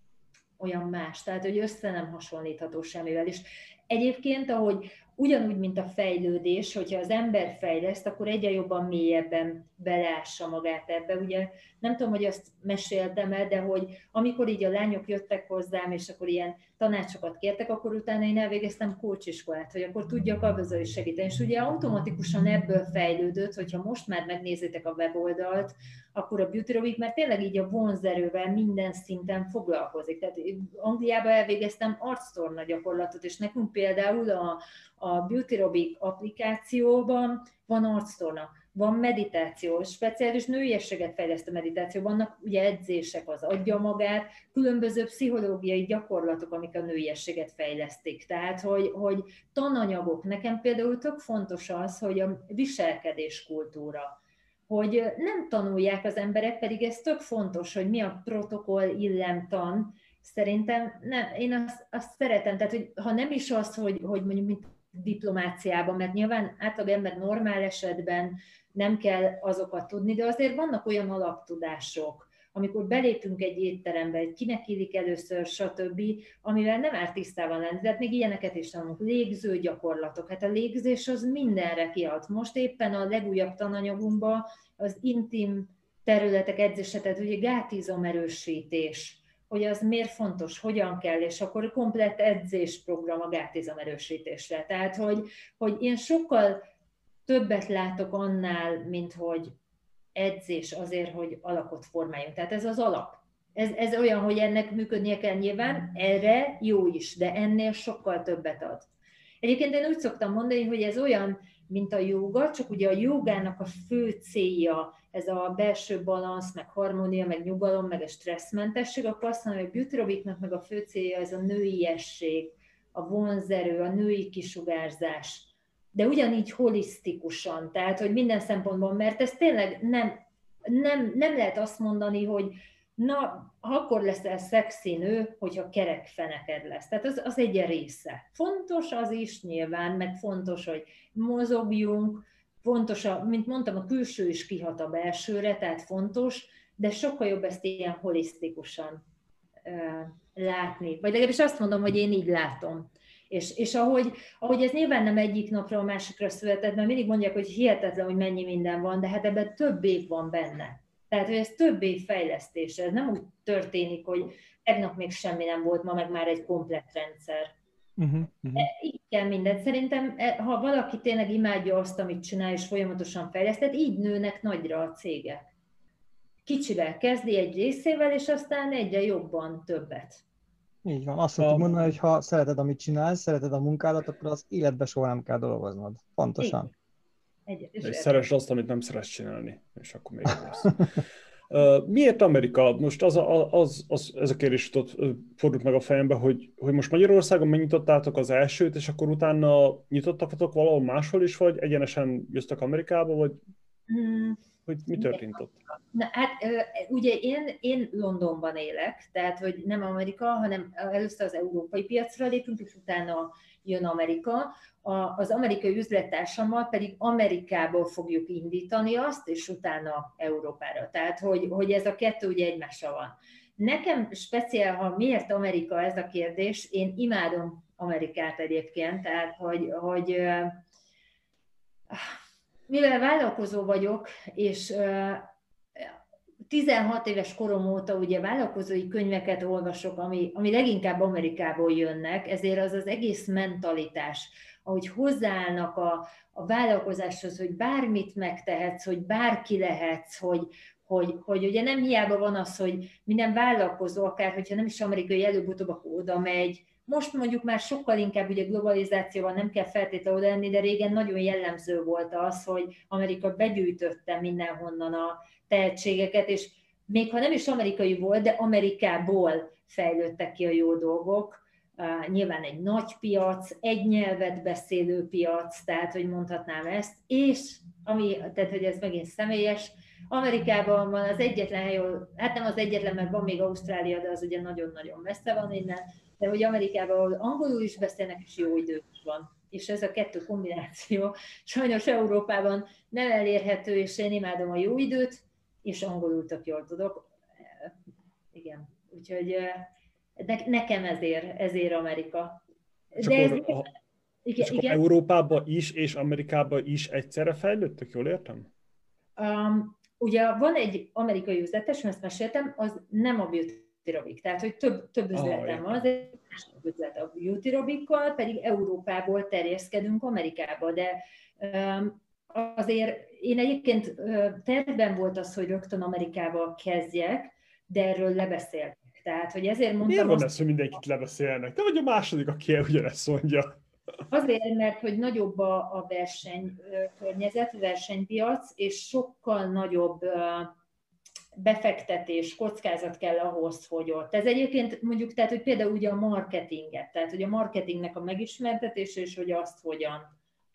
olyan más, tehát hogy össze nem hasonlítható semmivel is. Egyébként, ahogy ugyanúgy, mint a fejlődés, hogyha az ember fejleszt, akkor egyre jobban mélyebben beleássa magát ebbe. Ugye nem tudom, hogy azt meséltem el, de hogy amikor így a lányok jöttek hozzám, és akkor ilyen tanácsokat kértek, akkor utána én elvégeztem coachiskolát, hogy akkor tudjak abban is segíteni. És ugye automatikusan ebből fejlődött, hogyha most már megnézitek a weboldalt, akkor a Beauty Aerobic, mert tényleg így a vonzerővel minden szinten foglalkozik. Tehát Angliában elvégeztem arctorna gyakorlatot, és nekünk például a, a Beauty Aerobic applikációban van arctorna, van meditáció, speciális nőiességet fejleszt a meditáció, vannak ugye edzések, az adja magát, különböző pszichológiai gyakorlatok, amik a nőiességet fejlesztik. Tehát, hogy, hogy tananyagok, nekem például tök fontos az, hogy a viselkedéskultúra, hogy nem tanulják az emberek, pedig ez tök fontos, hogy mi a protokoll illemtan. Szerintem nem, én azt, azt szeretem, tehát hogy ha nem is az, hogy, hogy mondjuk mint diplomáciában, mert nyilván átlag ember normál esetben nem kell azokat tudni, de azért vannak olyan alaptudások, amikor belépünk egy étterembe, kinek illik először, stb., amivel nem árt tisztában lenni. Tehát még ilyeneket is tanulunk. Légző gyakorlatok. Hát a légzés az mindenre kiad. Most éppen a legújabb tananyagunkban az intim területek edzése, tehát ugye gátizomerősítés, hogy az miért fontos, hogyan kell, és akkor komplett edzésprogram a gátizomerősítésre. Tehát, hogy, hogy én sokkal többet látok annál, mint hogy edzés azért, hogy alakot formáljunk. Tehát ez az alap. Ez, ez olyan, hogy ennek működnie kell nyilván, erre jó is, de ennél sokkal többet ad. Egyébként én úgy szoktam mondani, hogy ez olyan, mint a jóga, csak ugye a jógának a fő célja, ez a belső balansz, meg harmónia, meg nyugalom, meg a stresszmentesség, akkor azt mondom, hogy a Beauty Aerobicnak meg a fő célja ez a nőiesség, a vonzerő, a női kisugárzás, de ugyanígy holisztikusan, tehát hogy minden szempontból, mert ez tényleg nem, nem, nem lehet azt mondani, hogy na, akkor leszel szexi nő, hogyha kerek feneked lesz. Tehát az, az egy része. Fontos az is nyilván, meg fontos, hogy mozogjunk, fontos, a, mint mondtam, a külső is kihat a belsőre, tehát fontos, de sokkal jobb ezt ilyen holisztikusan uh, látni. Vagy legalábbis azt mondom, hogy én így látom. És, és ahogy, ahogy ez nyilván nem egyik napra a másikra született, mert mindig mondják, hogy hihetetlen, hogy mennyi minden van, de hát ebben több év van benne. Tehát, hogy ez több év fejlesztés, ez nem úgy történik, hogy tegnap még semmi nem volt, ma meg már egy komplett rendszer. Uh-huh, uh-huh. Így kell mindent. Szerintem, ha valaki tényleg imádja azt, amit csinál, és folyamatosan fejlesztett, így nőnek nagyra a cégek. Kicsivel kezdi egy részével, és aztán egyre jobban többet. Így van. Azt szoktuk mondani, hogy ha szereted, amit csinálsz, szereted a munkádat, akkor az életben soha nem kell dolgoznod. Pontosan. Egy, és és szeresd azt, amit nem szeretsz csinálni, és akkor még lesz. Uh, miért Amerika? Most az, a, az, az, ez a kérdés jutott, fordult meg a fejembe, hogy, hogy most Magyarországon megnyitottátok az elsőt, és akkor utána nyitottatok valahol máshol is, vagy egyenesen jöttek Amerikába, vagy hmm. hogy mi történt ott? Na, hát ugye én, én Londonban élek, tehát hogy nem Amerika, hanem először az európai piacra lépünk, és utána jön Amerika. A, az amerikai üzlettársammal pedig Amerikából fogjuk indítani azt, és utána Európára. Tehát, hogy, hogy ez a kettő ugye egymással van. Nekem speciál, ha miért Amerika ez a kérdés, én imádom Amerikát egyébként, tehát, hogy, hogy mivel vállalkozó vagyok, és tizenhat éves korom óta ugye vállalkozói könyveket olvasok, ami, ami leginkább Amerikából jönnek, ezért az az egész mentalitás, ahogy hozzáállnak a, a vállalkozáshoz, hogy bármit megtehetsz, hogy bárki lehetsz, hogy, hogy, hogy ugye nem hiába van az, hogy minden vállalkozó, akár hogyha nem is amerikai, előbb-utóbb akkor oda megy. Most mondjuk már sokkal inkább ugye globalizációval nem kell feltétlenül oda lenni, de régen nagyon jellemző volt az, hogy Amerika begyűjtötte mindenhonnan a tehetségeket, és még ha nem is amerikai volt, de Amerikából fejlődtek ki a jó dolgok. Uh, nyilván egy nagy piac, egy nyelvet beszélő piac, tehát hogy mondhatnám ezt, és ami, tehát hogy ez megint személyes, Amerikában van az egyetlen hely, hát nem az egyetlen, mert van még Ausztrália, de az ugye nagyon-nagyon messze van innen, de hogy Amerikában, ahol angolul is beszélnek, és jó idő is van. És ez a kettő kombináció sajnos Európában nem elérhető, és én imádom a jó időt, és angolul tök jól tudok. Igen, úgyhogy nekem ezért, ezért Amerika. És de akkor, ez, a, igen, és akkor igen. Európában is és Amerikában is egyszerre fejlődtök, jól értem? Um, ugye van egy amerikai üzletes, ezt meséltem, az nem a Beauty Robic, tehát hogy több, több üzletem van, az egy üzlet a Beauty Robic-kal, pedig Európából terjeszkedünk Amerikába, de um, azért én egyébként tervben volt az, hogy rögtön Amerikába kezdjek, de erről lebeszéltek. Tehát, hogy ezért mondtam... Miért van ez, hogy mindenkit lebeszélnek? Te vagy a második, aki ugyanezt mondja. Azért, mert hogy nagyobb a, a versenykörnyezet, versenypiac, és sokkal nagyobb befektetés, kockázat kell ahhoz, hogy ott. Ez egyébként mondjuk, tehát, hogy például ugye a marketinget, tehát, hogy a marketingnek a megismertetése, és hogy azt hogyan...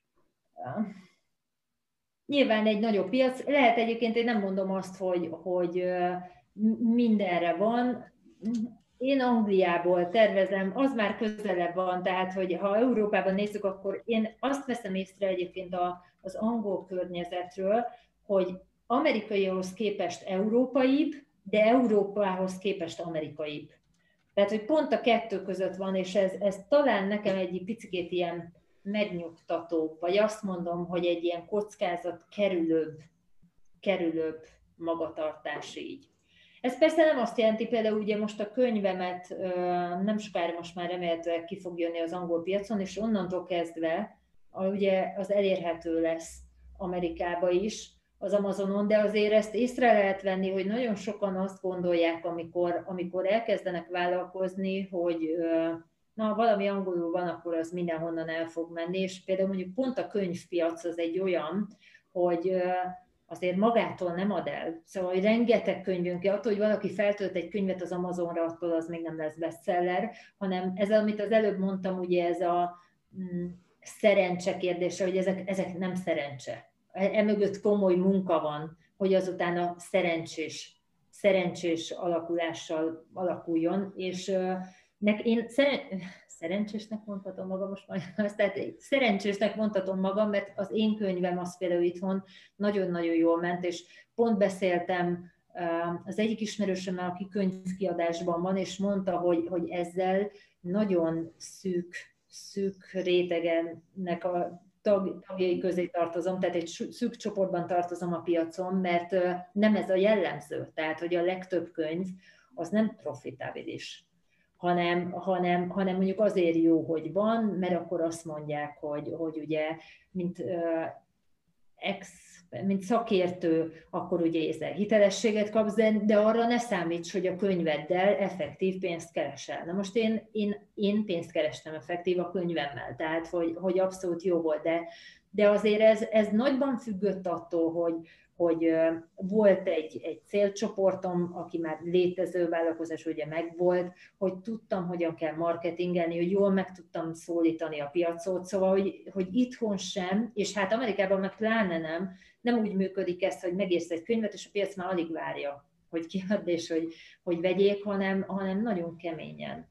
Nyilván egy nagyobb piac, lehet egyébként, én nem mondom azt, hogy, hogy mindenre van. Én Angliából tervezem, az már közelebb van, tehát hogy ha Európában nézzük, akkor én azt veszem észre egyébként az angol környezetről, hogy amerikaihoz képest európaibb, de Európához képest amerikaibb. Tehát, hogy pont a kettő között van, és ez, ez talán nekem egy picit ilyen megnyugtató, vagy azt mondom, hogy egy ilyen kockázat kerülőbb, kerülőbb magatartás így. Ez persze nem azt jelenti, például ugye most a könyvemet nem sokára most már remélhetőleg ki fog jönni az angol piacon, és onnantól kezdve ugye az elérhető lesz Amerikába is, az Amazonon, de azért ezt észre lehet venni, hogy nagyon sokan azt gondolják, amikor, amikor elkezdenek vállalkozni, hogy na, valami angolul van, akkor az mindenhonnan el fog menni, és például mondjuk pont a könyvpiac az egy olyan, hogy azért magától nem ad el. Szóval, hogy rengeteg könyvünk, attól, hogy valaki feltölt egy könyvet az Amazonra, attól az még nem lesz bestseller, hanem ez, amit az előbb mondtam, ugye ez a szerencse kérdése, hogy ezek, ezek nem szerencse. Emögött komoly munka van, hogy azután a szerencsés, szerencsés alakulással alakuljon, és nek, én szeren, szerencsésnek mondhatom magam most majd, tehát szerencsésnek mondhatom magam, mert az én könyvem az például itthon nagyon-nagyon jól ment, és pont beszéltem az egyik ismerősömmel, aki könyvkiadásban van, és mondta, hogy, hogy ezzel nagyon szűk, szűk rétegennek a tag, tagjai közé tartozom, tehát egy szűk csoportban tartozom a piacon, mert nem ez a jellemző, tehát hogy a legtöbb könyv az nem profitábilis, hanem, hanem, hanem mondjuk azért jó, hogy van, mert akkor azt mondják, hogy, hogy ugye, mint ex mint szakértő, akkor ugye ezzel hitelességet kapsz, de, de arra ne számíts, hogy a könyveddel effektív pénzt keresel. Na most én, én, én pénzt kerestem effektív a könyvemmel, tehát hogy, hogy abszolút jó volt, de, de azért ez, ez nagyban függött attól, hogy, hogy volt egy, egy célcsoportom, aki már létező vállalkozás, ugye megvolt, hogy tudtam, hogyan kell marketingelni, hogy jól meg tudtam szólítani a piacot, szóval, hogy, hogy itthon sem, és hát Amerikában meg pláne nem, nem úgy működik ez, hogy megírsz egy könyvet, és a piac már alig várja, hogy kiadd és hogy, hogy vegyék, hanem, hanem nagyon keményen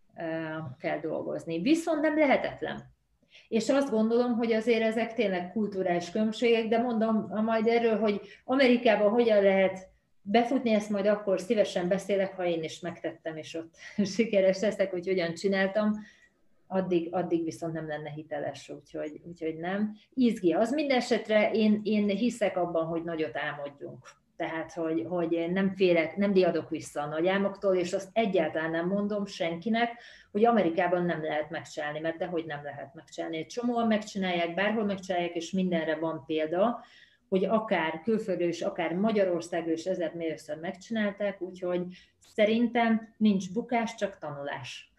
uh, kell dolgozni. Viszont nem lehetetlen. És azt gondolom, hogy azért ezek tényleg kulturális különbségek, de mondom majd erről, hogy Amerikában hogyan lehet befutni, ezt majd akkor szívesen beszélek, ha én is megtettem, és ott sikeres leszek, hogy hogyan csináltam, addig, addig viszont nem lenne hiteles, úgyhogy, úgyhogy nem. Izgi, az minden esetre én, én hiszek abban, hogy nagyot álmodjunk. Tehát, hogy, hogy én nem félek, nem diadok vissza a nagy álmoktól, és azt egyáltalán nem mondom senkinek, hogy Amerikában nem lehet megcsinálni, mert dehogy nem lehet megcsinálni. Egy csomóan megcsinálják, bárhol megcsinálják, és mindenre van példa, hogy akár külföldről is, akár Magyarországról is ezer milliószor megcsinálták, úgyhogy szerintem nincs bukás, csak tanulás.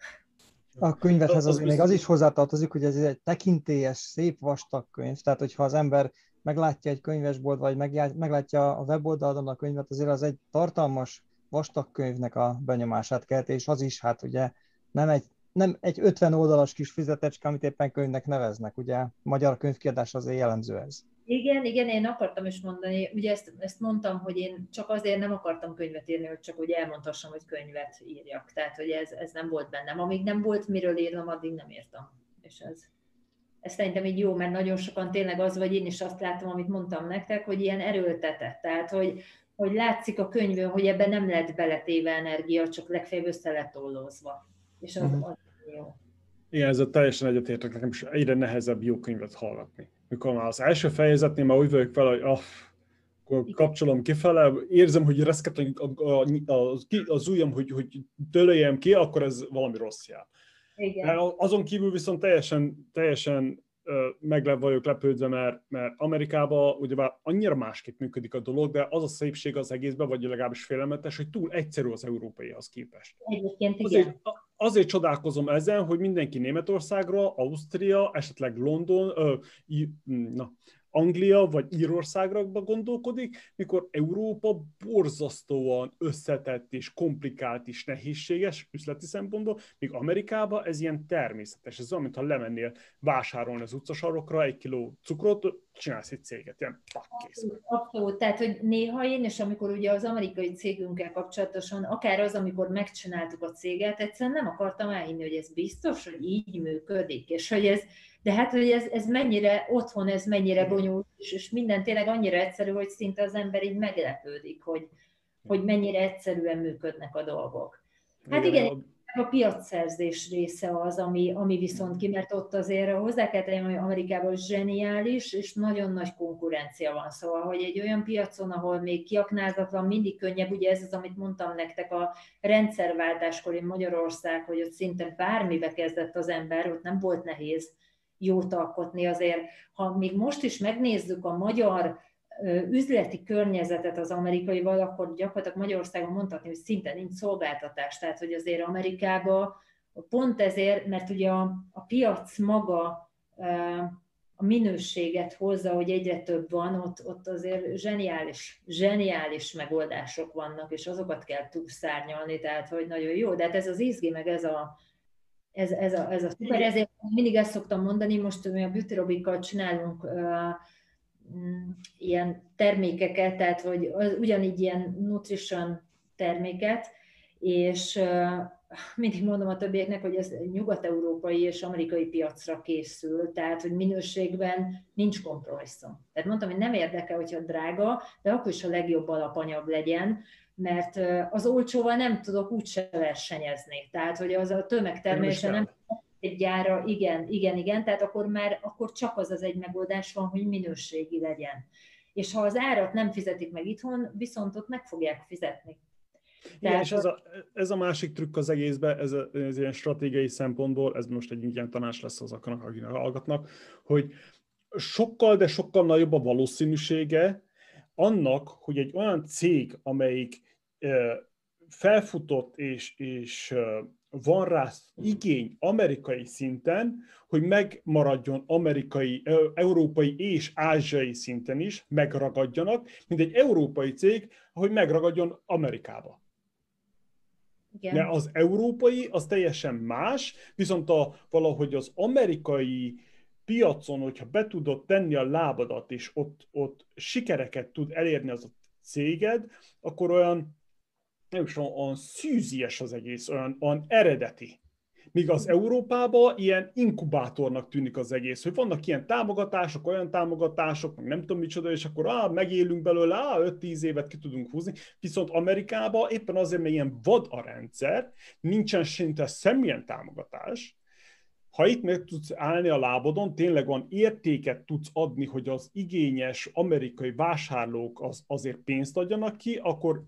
A könyvedhez azért még az is hozzátartozik, hogy ez egy tekintélyes, szép vastag könyv, tehát hogyha az ember meglátja egy könyvesbolt, vagy meglátja a weboldalon a könyvet, azért az egy tartalmas, vastag könyvnek a benyomását kelt, és az is, hát ugye nem egy, nem egy ötven oldalas kis füzetecske, amit éppen könyvnek neveznek, ugye magyar könyvkiadás azért jellemző ez. Igen, igen, én akartam is mondani, ugye ezt, ezt mondtam, hogy én csak azért nem akartam könyvet írni, hogy csak úgy elmondhassam, hogy könyvet írjak, tehát hogy ez, ez nem volt bennem. Amíg nem volt miről írnom, addig nem írtam, és ez... Ez szerintem így jó, mert nagyon sokan tényleg az, vagy én is azt látom, amit mondtam nektek, hogy ilyen erőltetett. Tehát, hogy, hogy látszik a könyvön, hogy ebben nem lett beletéve energia, csak legfeljebb össze lett ollózva. És az, az jó. Igen, ezzel teljesen egyetértek, nekem is egyre nehezebb jó könyvet hallgatni. Mikor már az első fejezetnél már úgy vagyok fel, hogy ah, akkor kapcsolom kifele, érzem, hogy reszket a, a, a, az ujjam, hogy, hogy dőlöljem ki, akkor ez valami rossz jel. Igen. Azon kívül viszont teljesen, teljesen uh, meg vagyok lepődve, mert, mert Amerikában ugyebár annyira másképp működik a dolog, de az a szépség az egészben, vagy legalábbis félelmetes, hogy túl egyszerű az európaihoz képest. Egyébként igen. Azért, azért csodálkozom ezen, hogy mindenki Németországra, Ausztria, esetleg London, uh, i, na, Anglia vagy Írországra gondolkodik, mikor Európa borzasztóan összetett és komplikált és nehézséges üzleti szempontból, míg Amerikában ez ilyen természetes. Ez olyan, mintha lemennél vásárolni az utcasarokra egy kiló cukrot, csinálsz egy céget, ilyen kész. Abszolút, tehát hogy néha én, és amikor ugye az amerikai cégünkkel kapcsolatosan, akár az, amikor megcsináltuk a céget, egyszerűen nem akartam elhinni, hogy ez biztos, hogy így működik, és hogy ez, de hát, hogy ez, ez mennyire otthon, ez mennyire bonyolult, és minden tényleg annyira egyszerű, hogy szinte az ember így meglepődik, hogy, hogy mennyire egyszerűen működnek a dolgok. Hát igen, igen a piacszerzés része az, ami, ami viszont ki, mert ott azért hozzá kell tenni, hogy Amerikában zseniális, és nagyon nagy konkurencia van. Szóval, hogy egy olyan piacon, ahol még kiaknázatlan, mindig könnyebb, ugye ez az, amit mondtam nektek a rendszerváltáskor in Magyarország, hogy ott szinte bármibe kezdett az ember, ott nem volt nehéz jót alkotni azért. Ha még most is megnézzük a magyar üzleti környezetet az amerikaival, akkor gyakorlatilag Magyarországon mondhatni, hogy szinte nincs szolgáltatás. Tehát, hogy azért Amerikában pont ezért, mert ugye a, a piac maga a minőséget hozza, hogy egyre több van, ott, ott azért zseniális, zseniális megoldások vannak, és azokat kell túlszárnyalni, tehát, hogy nagyon jó. De hát ez az izgi, meg ez a ez, ez, a, ez a szuper, ezért mindig ezt szoktam mondani, most mi a Beauty Robikkal csinálunk uh, ilyen termékeket, tehát hogy az, ugyanígy ilyen nutrition terméket, és uh, mindig mondom a többieknek, hogy ez nyugat-európai és amerikai piacra készül, tehát hogy minőségben nincs kompromisszum. Tehát mondtam, hogy nem érdekel, hogyha drága, de akkor is a legjobb alapanyag legyen, mert az olcsóval nem tudok úgyse versenyezni. Tehát, hogy az a tömegtermelése nem egy gyára, igen, igen, igen, tehát akkor már akkor csak az az egy megoldás van, hogy minőségi legyen. És ha az árat nem fizetik meg itthon, viszont ott meg fogják fizetni. Igen, Tehát, és ez a, ez a másik trükk az egészben, ez, a, ez ilyen stratégiai szempontból, ez most egy ilyen tanács lesz azoknak, akik hallgatnak, hogy sokkal, de sokkal nagyobb a valószínűsége annak, hogy egy olyan cég, amelyik felfutott és, és van rá igény amerikai szinten, hogy megmaradjon amerikai, európai és ázsiai szinten is, megragadjanak, mint egy európai cég, hogy megragadjon Amerikába. igen. De az európai az teljesen más, viszont a, valahogy az amerikai piacon, hogyha be tudod tenni a lábadat, és ott, ott sikereket tud elérni az a céged, akkor olyan, nem is olyan, olyan szűzies az egész, olyan, olyan eredeti. Míg az Európában ilyen inkubátornak tűnik az egész, hogy vannak ilyen támogatások, olyan támogatások, meg nem tudom micsoda, és akkor á, megélünk belőle, á, öt-tíz évet ki tudunk húzni. Viszont Amerikában éppen azért, mert ilyen vad a rendszer, nincsen szinte semmilyen támogatás. Ha itt meg tudsz állni a lábodon, tényleg van értéket tudsz adni, hogy az igényes amerikai vásárlók az, azért pénzt adjanak ki, akkor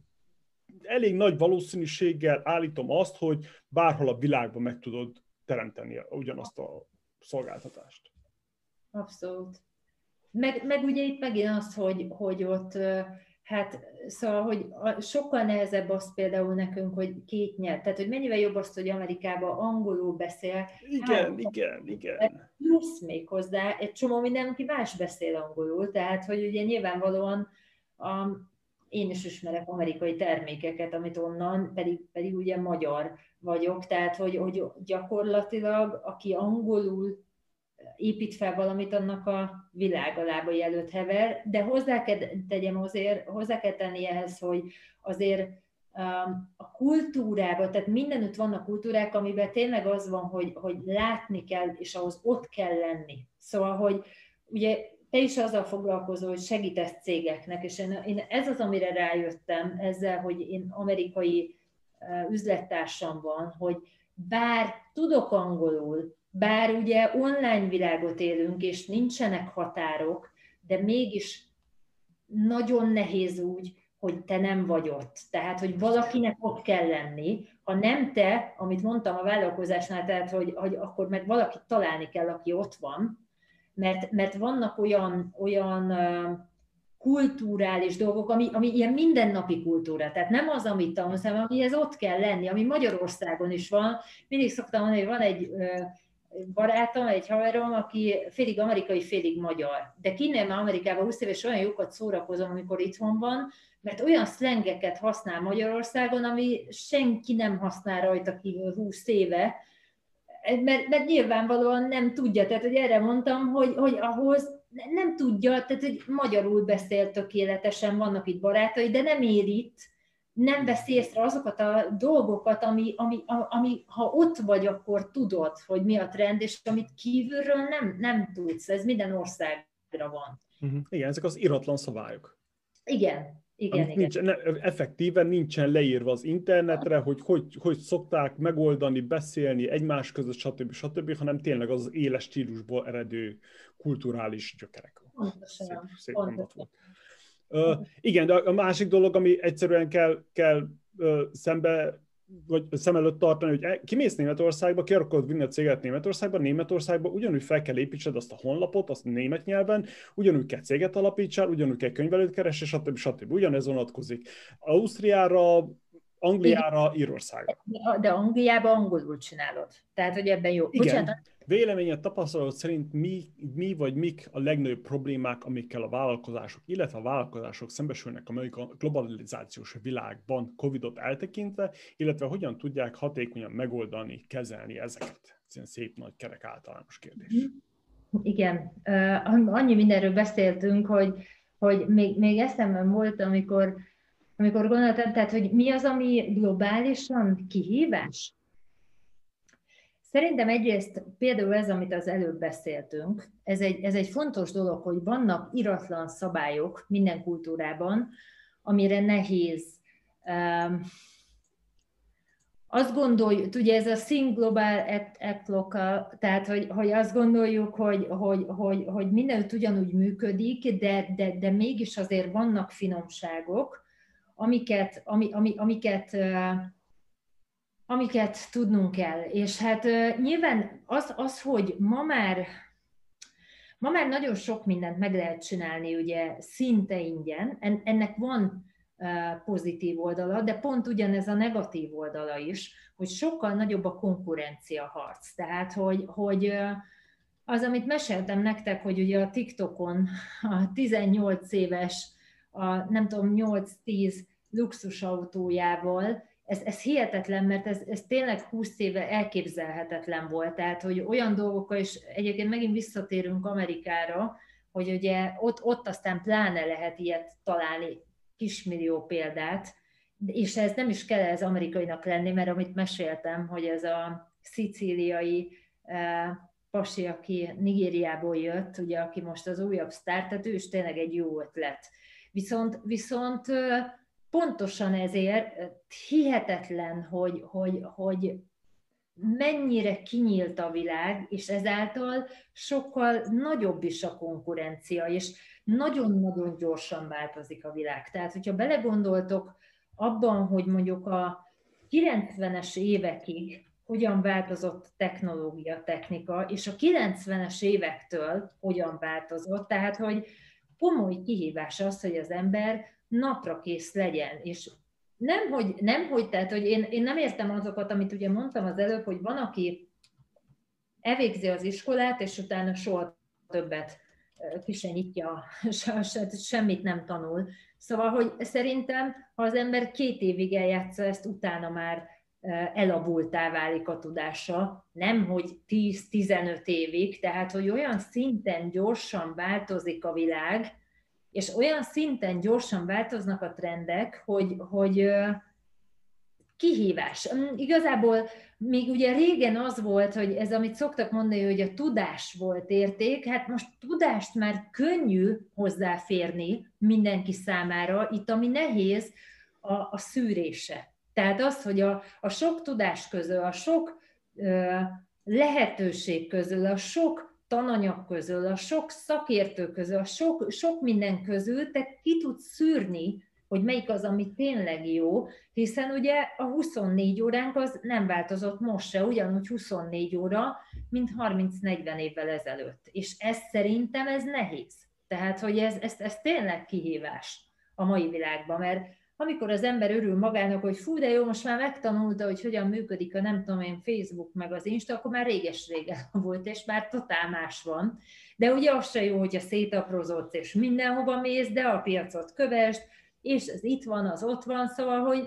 elég nagy valószínűséggel állítom azt, hogy bárhol a világban meg tudod teremteni ugyanazt a szolgáltatást. Abszolút. Meg, meg ugye itt megint az, hogy, hogy ott, hát szóval, hogy sokkal nehezebb az például nekünk, hogy két nyelv. Tehát, hogy mennyivel jobb az, hogy Amerikában angolul beszél. Igen, három, igen, igen. Plusz még hozzá, egy csomó mindenki más beszél angolul, tehát, hogy ugye nyilvánvalóan um, én is ismerek amerikai termékeket, amit onnan, pedig, pedig ugye magyar vagyok, tehát hogy, hogy gyakorlatilag, aki angolul épít fel valamit, annak a világ a lábai előtt hever, de hozzá kell tegyem azért, hozzá kell tenni ehhez, hogy azért um, a kultúrában, tehát mindenütt vannak kultúrák, amiben tényleg az van, hogy, hogy látni kell, és ahhoz ott kell lenni. Szóval, hogy ugye te is azzal foglalkozol, hogy segítesz cégeknek, és én, én ez az, amire rájöttem ezzel, hogy én amerikai uh, üzlettársam van, hogy bár tudok angolul, bár ugye online világot élünk, és nincsenek határok, de mégis nagyon nehéz úgy, hogy te nem vagy ott. Tehát, hogy valakinek ott kell lenni. Ha nem te, amit mondtam a vállalkozásnál, tehát, hogy, hogy akkor meg valakit találni kell, aki ott van, mert, mert vannak olyan, olyan uh, kulturális dolgok, ami, ami ilyen mindennapi kultúra, tehát nem az, amit tanulsz, hanem amihez ott kell lenni, ami Magyarországon is van. Mindig szoktam mondani, hogy van egy uh, barátom, egy haverom, aki félig amerikai, félig magyar. De kinél már Amerikában húsz éves olyan jókat szórakozom, amikor itthon van, mert olyan szlengeket használ Magyarországon, ami senki nem használ rajta kívül húsz éve, mert, mert nyilvánvalóan nem tudja. Tehát, hogy erre mondtam, hogy, hogy ahhoz nem tudja, tehát, hogy magyarul beszél tökéletesen, vannak itt barátai, de nem ér itt, nem vesz észre azokat a dolgokat, ami, ami, ami ha ott vagy, akkor tudod, hogy mi a trend, és amit kívülről nem, nem tudsz. Ez minden országra van. Uh-huh. Igen, ezek az iratlan szabályok. Igen. Igen, igen. Nincs, ne, effektíven nincsen leírva az internetre, hogy, hogy hogy szokták megoldani, beszélni egymás között, stb. stb., hanem tényleg az éles stílusból eredő kulturális gyökerek. Pontosan. Szép, szép Pontosan. mondat volt. Uh, igen, de a másik dolog, ami egyszerűen kell, kell uh, szembe, vagy szem előtt tartani, hogy kimész Németországba, ki akarod vinni a céget Németországba, Németországba ugyanúgy fel kell építsed azt a honlapot, azt német nyelven, ugyanúgy kell céget alapítsál, ugyanúgy kell könyvelőt keresni, stb. stb. Ugyanez vonatkozik Ausztriára, Angliára, Írországra. De Angliában angolul csinálod. Tehát, hogy ebben jó. Igen. Bocsánat. Véleményed, tapasztalat szerint mi, mi vagy mik a legnagyobb problémák, amikkel a vállalkozások, illetve a vállalkozások szembesülnek a globalizációs világban Covidot eltekintve, illetve hogyan tudják hatékonyan megoldani, kezelni ezeket? Ez ilyen szép nagy kerek általános kérdés. Igen. Uh, annyi mindenről beszéltünk, hogy, hogy még, még eszemben volt, amikor, amikor gondoltam, tehát, hogy mi az, ami globálisan kihívás? Szerintem egyrészt például ez, amit az előbb beszéltünk, ez egy, ez egy fontos dolog, hogy vannak iratlan szabályok minden kultúrában, amire nehéz. Um, azt gondoljuk, ugye ez a think global, act, act local, tehát hogy, hogy azt gondoljuk, hogy, hogy, hogy, hogy mindenütt ugyanúgy működik, de, de, de mégis azért vannak finomságok, amiket, ami, ami, amiket uh, amiket tudnunk kell. És hát uh, nyilván az, az, hogy ma már, ma már nagyon sok mindent meg lehet csinálni, ugye szinte ingyen, en, ennek van uh, pozitív oldala, de pont ugyanez a negatív oldala is, hogy sokkal nagyobb a konkurencia harc. Tehát, hogy, hogy uh, az, amit meséltem nektek, hogy ugye a TikTokon a tizennyolc éves, a nem tudom, nyolc-tíz luxusautójával, Ez, ez hihetetlen, mert ez, ez tényleg húsz éve elképzelhetetlen volt. Tehát, hogy olyan dolgokkal, és egyébként megint visszatérünk Amerikára, hogy ugye ott, ott aztán pláne lehet ilyet találni, kismillió példát, és ez nem is kell ez amerikainak lenni, mert amit meséltem, hogy ez a szicíliai eh, pasi, aki Nigériából jött, ugye, aki most az újabb sztár, tehát ő is tényleg egy jó ötlet. Viszont, viszont pontosan ezért hihetetlen, hogy, hogy, hogy mennyire kinyílt a világ, és ezáltal sokkal nagyobb is a konkurencia, és nagyon-nagyon gyorsan változik a világ. Tehát, hogyha belegondoltok abban, hogy mondjuk a kilencvenes évekig hogyan változott technológia, technika, és a kilencvenes évektől hogyan változott, tehát, hogy komoly kihívás az, hogy az ember napra kész legyen, és nem, hogy, nem, hogy tehát, hogy én, én nem értem azokat, amit ugye mondtam az előbb, hogy van, aki elvégzi az iskolát, és utána soha többet ki se nyitja, semmit nem tanul. Szóval, hogy szerintem, ha az ember két évig eljátsza ezt, utána már elavultá válik a tudása, nem, hogy tíz-tizenöt évig, tehát, hogy olyan szinten gyorsan változik a világ, és olyan szinten gyorsan változnak a trendek, hogy, hogy kihívás. Igazából még ugye régen az volt, hogy ez, amit szoktak mondani, hogy a tudás volt érték, hát most tudást már könnyű hozzáférni mindenki számára, itt ami nehéz a, a szűrése. Tehát az, hogy a, a sok tudás közül, a sok ö, lehetőség közül, a sok tananyag közül, a sok szakértő közül, a sok, sok minden közül te ki tudsz szűrni, hogy melyik az, ami tényleg jó, hiszen ugye a huszonnégy óránk az nem változott most se, ugyanúgy huszonnégy óra, mint harminc-negyven évvel ezelőtt. És ez szerintem ez nehéz. Tehát, hogy ez, ez, ez tényleg kihívás a mai világban, mert amikor az ember örül magának, hogy fú, de jó, most már megtanulta, hogy hogyan működik a nem tudom én Facebook meg az Insta, akkor már réges-régen volt, és már totál más van. De ugye az se jó, hogyha szétaprózódsz, és mindenhova mész, de a piacot kövesd, és ez itt van, az ott van, szóval, hogy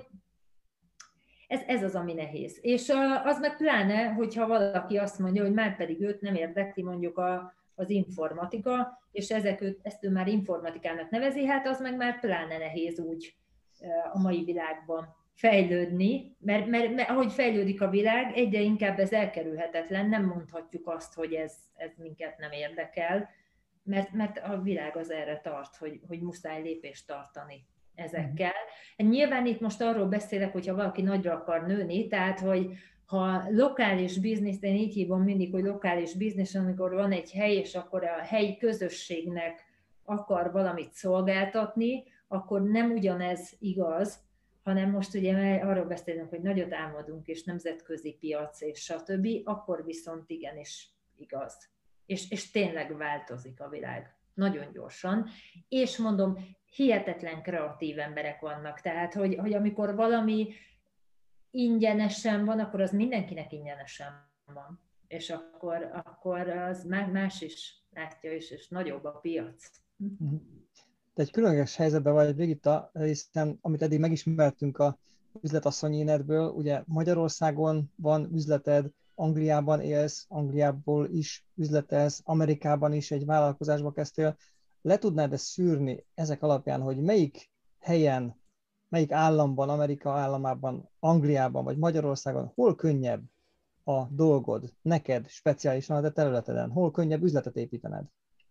ez, ez az, ami nehéz. És az meg pláne, hogyha valaki azt mondja, hogy már pedig őt nem érdekli mondjuk a, az informatika, és ezek őt, ezt ő már informatikának nevezi, hát az meg már pláne nehéz úgy a mai világban fejlődni, mert, mert, mert ahogy fejlődik a világ, egyre inkább ez elkerülhetetlen, nem mondhatjuk azt, hogy ez, ez minket nem érdekel, mert, mert a világ az erre tart, hogy, hogy muszáj lépést tartani ezekkel. Nyilván itt most arról beszélek, hogyha valaki nagyra akar nőni, tehát, hogy ha lokális biznisz, én így hívom mindig, hogy lokális biznisz, amikor van egy hely, és akkor a helyi közösségnek akar valamit szolgáltatni, akkor nem ugyanez igaz, hanem most ugye arról beszélünk, hogy nagyot álmodunk, és nemzetközi piac, és stb., akkor viszont igenis igaz. És, és tényleg változik a világ nagyon gyorsan, és mondom, hihetetlen kreatív emberek vannak, tehát, hogy, hogy amikor valami ingyenesen van, akkor az mindenkinek ingyenesen van. És akkor, akkor az más is látja, és, és nagyobb a piac. Te egy különleges helyzetben vagy, Brigitta, hiszen amit eddig megismertünk a üzletasszonyi énedből, ugye Magyarországon van üzleted, Angliában élsz, Angliából is üzletelsz, Amerikában is egy vállalkozásba kezdtél. Le tudnád ezt szűrni ezek alapján, hogy melyik helyen, melyik államban, Amerika államában, Angliában vagy Magyarországon, hol könnyebb a dolgod, neked speciálisan a te területeden, hol könnyebb üzletet építened?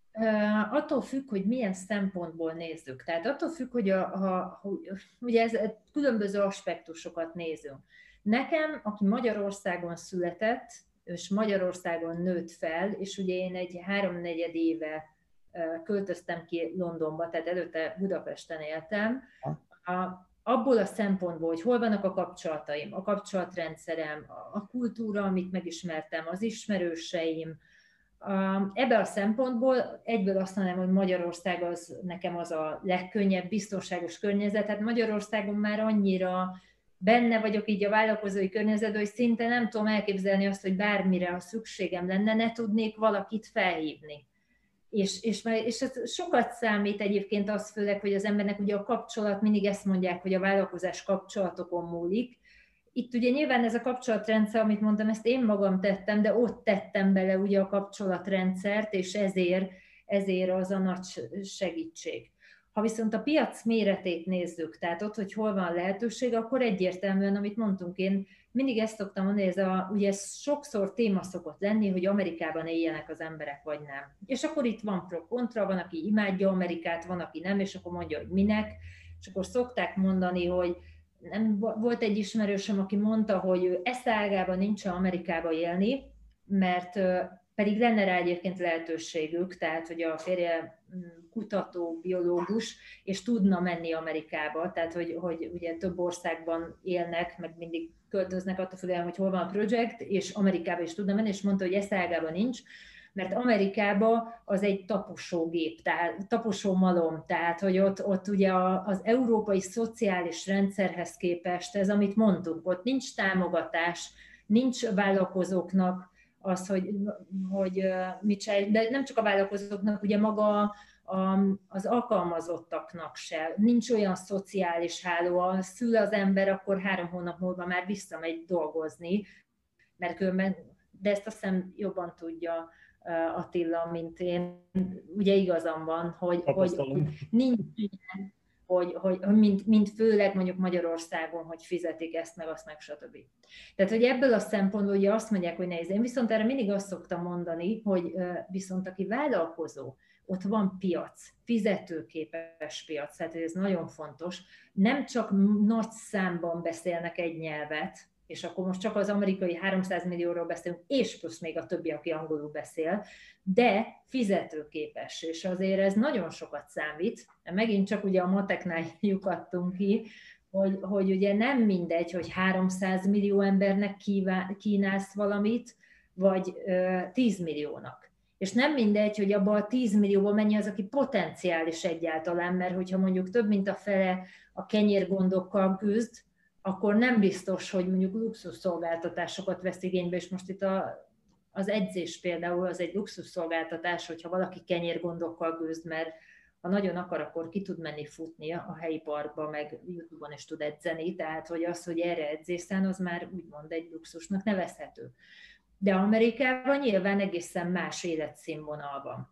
Uh, attól függ, hogy milyen szempontból nézzük. Tehát attól függ, hogy a, a, ugye ez, különböző aspektusokat nézünk. Nekem, aki Magyarországon született, és Magyarországon nőtt fel, és ugye én egy háromnegyed éve költöztem ki Londonba, tehát előtte Budapesten éltem, a, abból a szempontból, hogy hol vannak a kapcsolataim, a kapcsolatrendszerem, a kultúra, amit megismertem, az ismerőseim, ebben a szempontból egyből azt mondanám, hogy Magyarország az nekem az a legkönnyebb, biztonságos környezet. Hát Magyarországon már annyira benne vagyok így a vállalkozói környezetben, hogy szinte nem tudom elképzelni azt, hogy bármire, ha szükségem lenne, ne tudnék valakit felhívni. És, és, és ez sokat számít egyébként az főleg, hogy az embernek ugye a kapcsolat, mindig ezt mondják, hogy a vállalkozás kapcsolatokon múlik. Itt ugye nyilván ez a kapcsolatrendszer, amit mondtam, ezt én magam tettem, de ott tettem bele ugye a kapcsolatrendszert, és ezért, ezért az a nagy segítség. Ha viszont a piac méretét nézzük, tehát ott, hogy hol van lehetőség, akkor egyértelműen, amit mondtunk, én mindig ezt szoktam mondani, ez a, ugye ez sokszor téma szokott lenni, hogy Amerikában éljenek az emberek, vagy nem. És akkor itt van pro-kontra, van, aki imádja Amerikát, van, aki nem, és akkor mondja, hogy minek, és akkor szokták mondani, hogy nem, volt egy ismerősöm, aki mondta, hogy ő eszágában nincs Amerikába élni, mert pedig lenne rá egyébként lehetőségük, tehát hogy a férje kutató, biológus, és tudna menni Amerikába, tehát hogy, hogy ugye több országban élnek, meg mindig költöznek attól függően, hogy hol van a projekt, és Amerikába is tudna menni, és mondta, hogy eszágában nincs, mert Amerikában az egy taposógép, tehát taposómalom, tehát hogy ott, ott ugye az európai szociális rendszerhez képest, ez amit mondtunk, ott nincs támogatás, nincs vállalkozóknak az, hogy, hogy mit csinálj, de nem csak a vállalkozóknak, ugye maga a, az alkalmazottaknak se, nincs olyan szociális háló, ha szül az ember, akkor három hónap múlva már visszamegy dolgozni, mert különben, de ezt azt hiszem jobban tudja Attila, mint én, ugye igazam van, hogy, hogy nincs ilyen, hogy, hogy mint, mint főleg mondjuk Magyarországon, hogy fizetik ezt, meg azt, meg stb. Tehát, hogy ebből a szempontból ugye azt mondják, hogy nehéz. Én viszont erre mindig azt szoktam mondani, hogy viszont aki vállalkozó, ott van piac, fizetőképes piac, tehát ez nagyon fontos. Nem csak nagy számban beszélnek egy nyelvet, és akkor most csak az amerikai háromszáz millióról beszélünk, és plusz még a többi, aki angolul beszél, de fizetőképes, és azért ez nagyon sokat számít. Megint csak ugye a mateknál lyukadtunk ki, hogy, hogy ugye nem mindegy, hogy háromszáz millió embernek kínálsz valamit, vagy tíz milliónak. És nem mindegy, hogy abban a tíz millióban mennyi az, aki potenciális egyáltalán, mert hogyha mondjuk több mint a fele a kenyérgondokkal küzd, akkor nem biztos, hogy mondjuk luxusszolgáltatásokat vesz igénybe, és most itt a, az edzés például az egy luxusszolgáltatás, hogyha valaki kenyérgondokkal küzd, mert ha nagyon akar, akkor ki tud menni futni a helyi parkba, meg YouTube-on is tud edzeni, tehát hogy az, hogy erre edzészen, az már úgymond egy luxusnak nevezhető. De Amerikában nyilván egészen más életszínvonal van.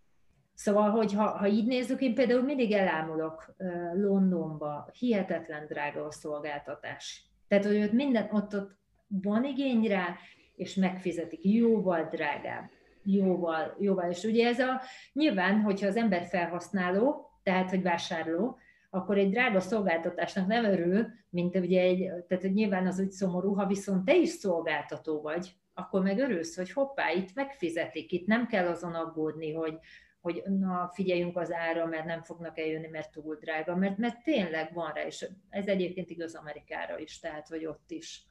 Szóval, hogy ha, ha így nézzük, én például mindig elámulok Londonba, hihetetlen drága a szolgáltatás. Tehát, hogy ott minden, ott, ott van igény rá, és megfizetik jóval drágább. Jóval, jóval. És ugye ez a, nyilván, hogyha az ember felhasználó, tehát, hogy vásárló, akkor egy drága szolgáltatásnak nem örül, mint ugye egy, tehát hogy nyilván az úgy szomorú, ha viszont te is szolgáltató vagy, akkor meg örülsz, hogy hoppá, itt megfizetik, itt nem kell azon aggódni, hogy hogy na, figyeljünk az ára, mert nem fognak eljönni, mert túl drága, mert, mert tényleg van rá, és ez egyébként igaz Amerikára is, tehát hogy ott is.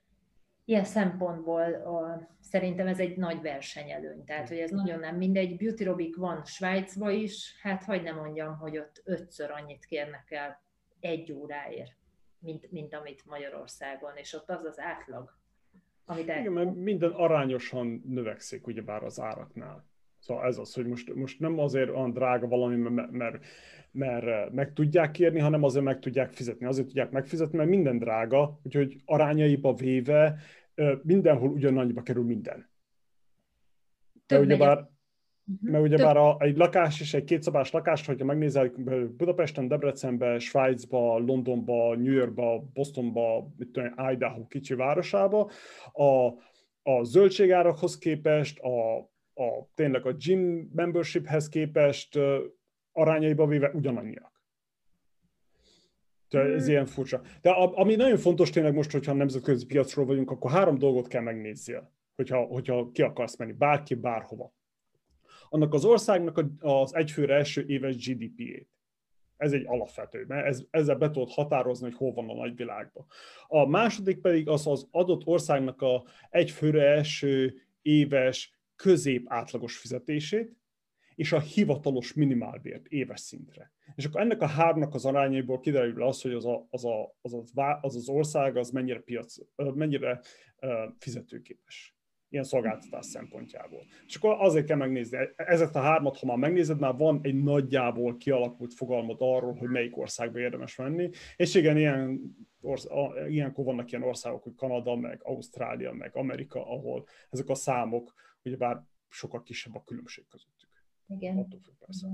Ilyen szempontból a, szerintem ez egy nagy versenyelőny, tehát hogy ez nagyon nem mindegy. Beauty Robic van Svájcban is, hát hagyd ne mondjam, hogy ott ötször annyit kérnek el egy óráért. mint, mint amit Magyarországon, és ott az az átlag. Amit el... Igen, mert minden arányosan növekszik, ugyebár az áraknál. Szóval ez az, hogy most, most nem azért olyan drága valami, mert, mert, mert meg tudják kérni, hanem azért meg tudják fizetni. Azért tudják megfizetni, mert minden drága, úgyhogy arányaiba véve mindenhol ugyanannyiba kerül minden. De ugyebár, mert ugyebár a, egy lakás és egy kétszobás lakás, hogyha megnézel Budapesten, Debrecenbe, Svájcba, Londonba, New Yorkba, Bostonba, Idaho kicsi városába, a, a zöldségárakhoz képest, a, a, tényleg a gym membershiphez képest arányaiba véve ugyanannyiak. Tehát ez ilyen furcsa. De a, ami nagyon fontos tényleg most, hogyha nemzetközi piacról vagyunk, akkor három dolgot kell megnézzél, hogyha, hogyha ki akarsz menni, bárki, bárhova. Annak az országnak az egyfőre első éves gé dé pé-ét. Ez egy alapvető, mert ez, ezzel be tudod határozni, hogy hol van a nagyvilágban. A második pedig az az adott országnak a egyfőre első éves közép átlagos fizetését, és a hivatalos minimálbért éves szintre. És akkor ennek a hárnak az arányaiból kiderül az, hogy az a, az, a, az, az, az, az ország az mennyire, piac, mennyire uh, fizetőképes. Ilyen szolgáltatás szempontjából. És akkor azért kell megnézni. Ezeket a hármat, ha már megnézed, már van egy nagyjából kialakult fogalmad arról, hogy melyik országba érdemes menni. És igen, ilyen orsz- ilyenkor vannak ilyen országok, hogy Kanada, meg Ausztrália, meg Amerika, ahol ezek a számok, ugyebár sokkal kisebb a különbség közöttük. Igen. Attól függ persze.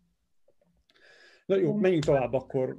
Na jó, menjünk tovább akkor.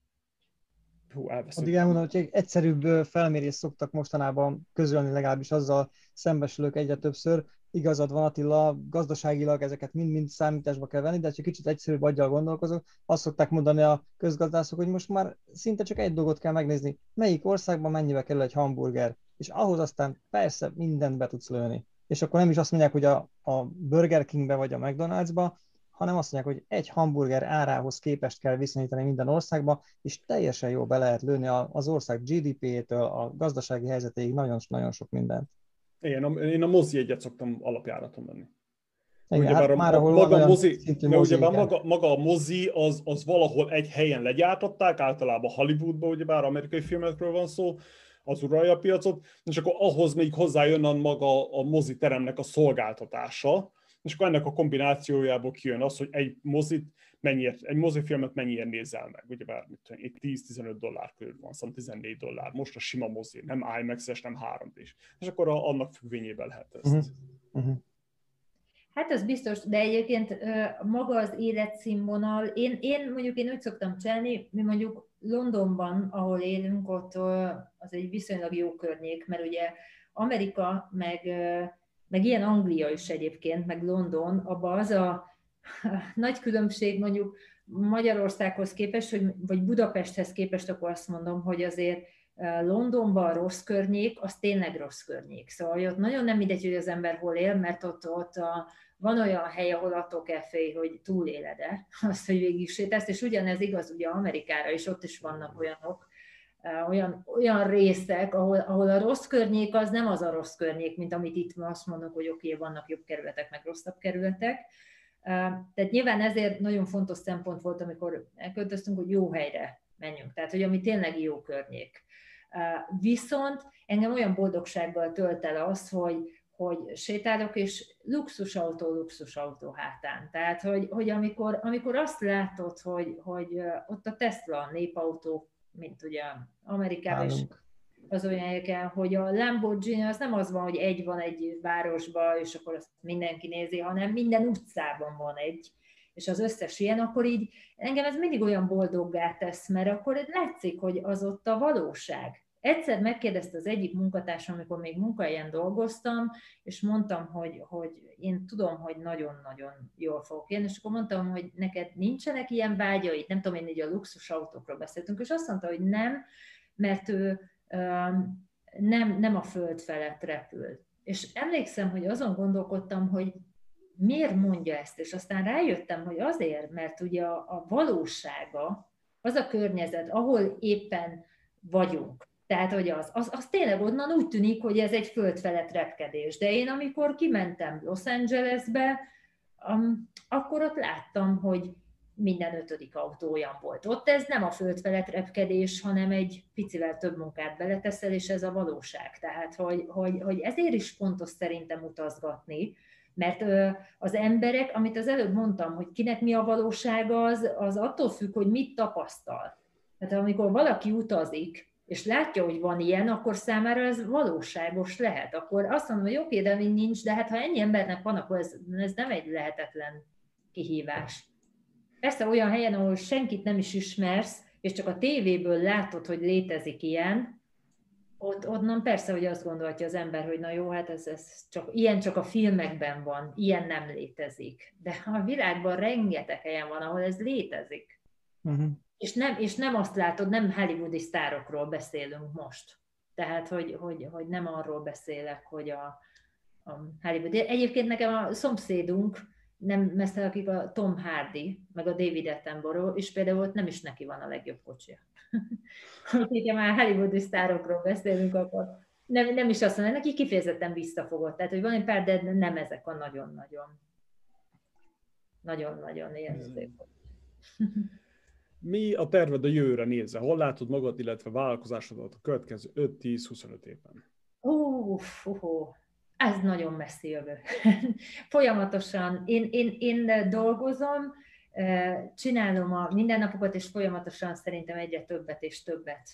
Hú, addig elmondom, hogy egy egyszerűbb felmérést szoktak mostanában közölni, legalábbis azzal szembesülök egyre többször. Igazad van, Attila, gazdaságilag ezeket mind-mind számításba kell venni, de ha kicsit egyszerűbb aggyal gondolkozok, azt szokták mondani a közgazdászok, hogy most már szinte csak egy dolgot kell megnézni, melyik országban mennyibe kerül egy hamburger, és ahhoz aztán persze mindent be tudsz lőni. És akkor nem is azt mondják, hogy a, a Burger Kingbe vagy a McDonald'sba, hanem azt mondják, hogy egy hamburger árához képest kell viszonyítani minden országba, és teljesen jó be lehet lőni az ország gé dé pé-től a gazdasági helyzetéig nagyon-nagyon sok mindent. Igen, én a mozi egyet szoktam alapjáraton venni. Igen, hát a, már a, ahol maga, van mozi, szintű mozi, mozi, maga, maga a mozi az, az valahol egy helyen legyártották, általában Hollywoodban, ugyebár amerikai filmekről van szó, az uralja a piacot, és akkor ahhoz még hozzájön a maga a moziteremnek a szolgáltatása, és akkor ennek a kombinációjából kijön az, hogy egy mozit mennyiért, egy mozifilmet mennyiért nézel meg. Ugyebár itt tíz-tizenöt dollár körül van, szóval tizennégy dollár. Most a sima mozi, nem IMAX-es, nem három dés. És akkor a, annak függvényében lehet ezt. Uh-huh. Uh-huh. Hát ez biztos, de egyébként maga az életszínvonal, én, én mondjuk én úgy szoktam csinálni, mi mondjuk Londonban, ahol élünk, ott az egy viszonylag jó környék, mert ugye Amerika, meg, meg ilyen Anglia is egyébként, meg London, abban az a nagy különbség mondjuk Magyarországhoz képest, hogy, vagy Budapesthez képest, akkor azt mondom, hogy azért Londonban a rossz környék, az tényleg rossz környék. Szóval ott nagyon nem mindegy, hogy az ember hol él, mert ott, ott a, van olyan hely, ahol attól kell félni, hogy túléled-e, azt, hogy végig sétálsz, és ugyanez igaz ugye Amerikára is, ott is vannak olyanok, olyan, olyan részek, ahol, ahol a rossz környék az nem az a rossz környék, mint amit itt azt mondok, hogy oké, okay, vannak jobb kerületek, meg rosszabb kerületek. Tehát nyilván ezért nagyon fontos szempont volt, amikor elköltöztünk, hogy jó helyre menjünk, tehát hogy ami tényleg jó környék. Viszont engem olyan boldogsággal tölt el az, hogy, hogy sétálok, és luxusautó, luxusautó hátán. Tehát, hogy, hogy amikor, amikor azt látod, hogy, hogy ott a Tesla, a népautó, mint ugye Amerikában is az olyan helyeken, hogy a Lamborghini az nem az van, hogy egy van egy városban, és akkor azt mindenki nézi, hanem minden utcában van egy, és az összes ilyen, akkor így engem ez mindig olyan boldoggá tesz, mert akkor látszik, hogy az ott a valóság. Egyszer megkérdezte az egyik munkatársam, amikor még munkahelyen dolgoztam, és mondtam, hogy, hogy én tudom, hogy nagyon-nagyon jól fogok élni, és akkor mondtam, hogy neked nincsenek ilyen vágyaid, nem tudom, én így a luxusautókról beszéltünk, és azt mondta, hogy nem, mert ő um, nem, nem a föld felett repül. És emlékszem, hogy azon gondolkodtam, hogy miért mondja ezt, és aztán rájöttem, hogy azért, mert ugye a, a valósága, az a környezet, ahol éppen vagyunk. Tehát, hogy az, az, az tényleg onnan úgy tűnik, hogy ez egy föld felett repkedés. De én, amikor kimentem Los Angelesbe, um, akkor ott láttam, hogy minden ötödik autó olyan volt. Ott ez nem a föld felett repkedés, hanem egy picivel több munkát beleteszel, és ez a valóság. Tehát, hogy, hogy, hogy ezért is fontos szerintem utazgatni, mert az emberek, amit az előbb mondtam, hogy kinek mi a valósága, az, az attól függ, hogy mit tapasztal. Tehát amikor valaki utazik, és látja, hogy van ilyen, akkor számára ez valóságos lehet. Akkor azt mondom, hogy oké, de még nincs, de hát ha ennyi embernek van, akkor ez, ez nem egy lehetetlen kihívás. Persze olyan helyen, ahol senkit nem is ismersz, és csak a tévéből látod, hogy létezik ilyen, ott, onnan persze, hogy azt gondolhatja az ember, hogy na jó, hát ez, ez csak, ilyen csak a filmekben van, ilyen nem létezik. De a világban rengeteg helyen van, ahol ez létezik. Uh-huh. És, nem, és nem azt látod, nem hollywoodi sztárokról beszélünk most. Tehát, hogy, hogy, hogy nem arról beszélek, hogy a, a Hollywood. Egyébként nekem a szomszédunk, nem messze akik a Tom Hardy, meg a David Attenborough, és például ott nem is neki van a legjobb kocsia. Hogyha már hollywoodi sztárokról beszélünk, akkor nem, nem is azt mondja, neki kifejezetten visszafogott. Tehát, hogy van egy pár, de nem ezek a nagyon-nagyon nagyon-nagyon élvezők. Mi a terved a jövőre nézve? Hol látod magad, illetve vállalkozásodat a következő öt-tíz-huszonöt évben? Ó, uh, ez nagyon messzi jövő. Folyamatosan, én, én, én dolgozom, csinálom a mindennapokat, és folyamatosan szerintem egyre többet és többet,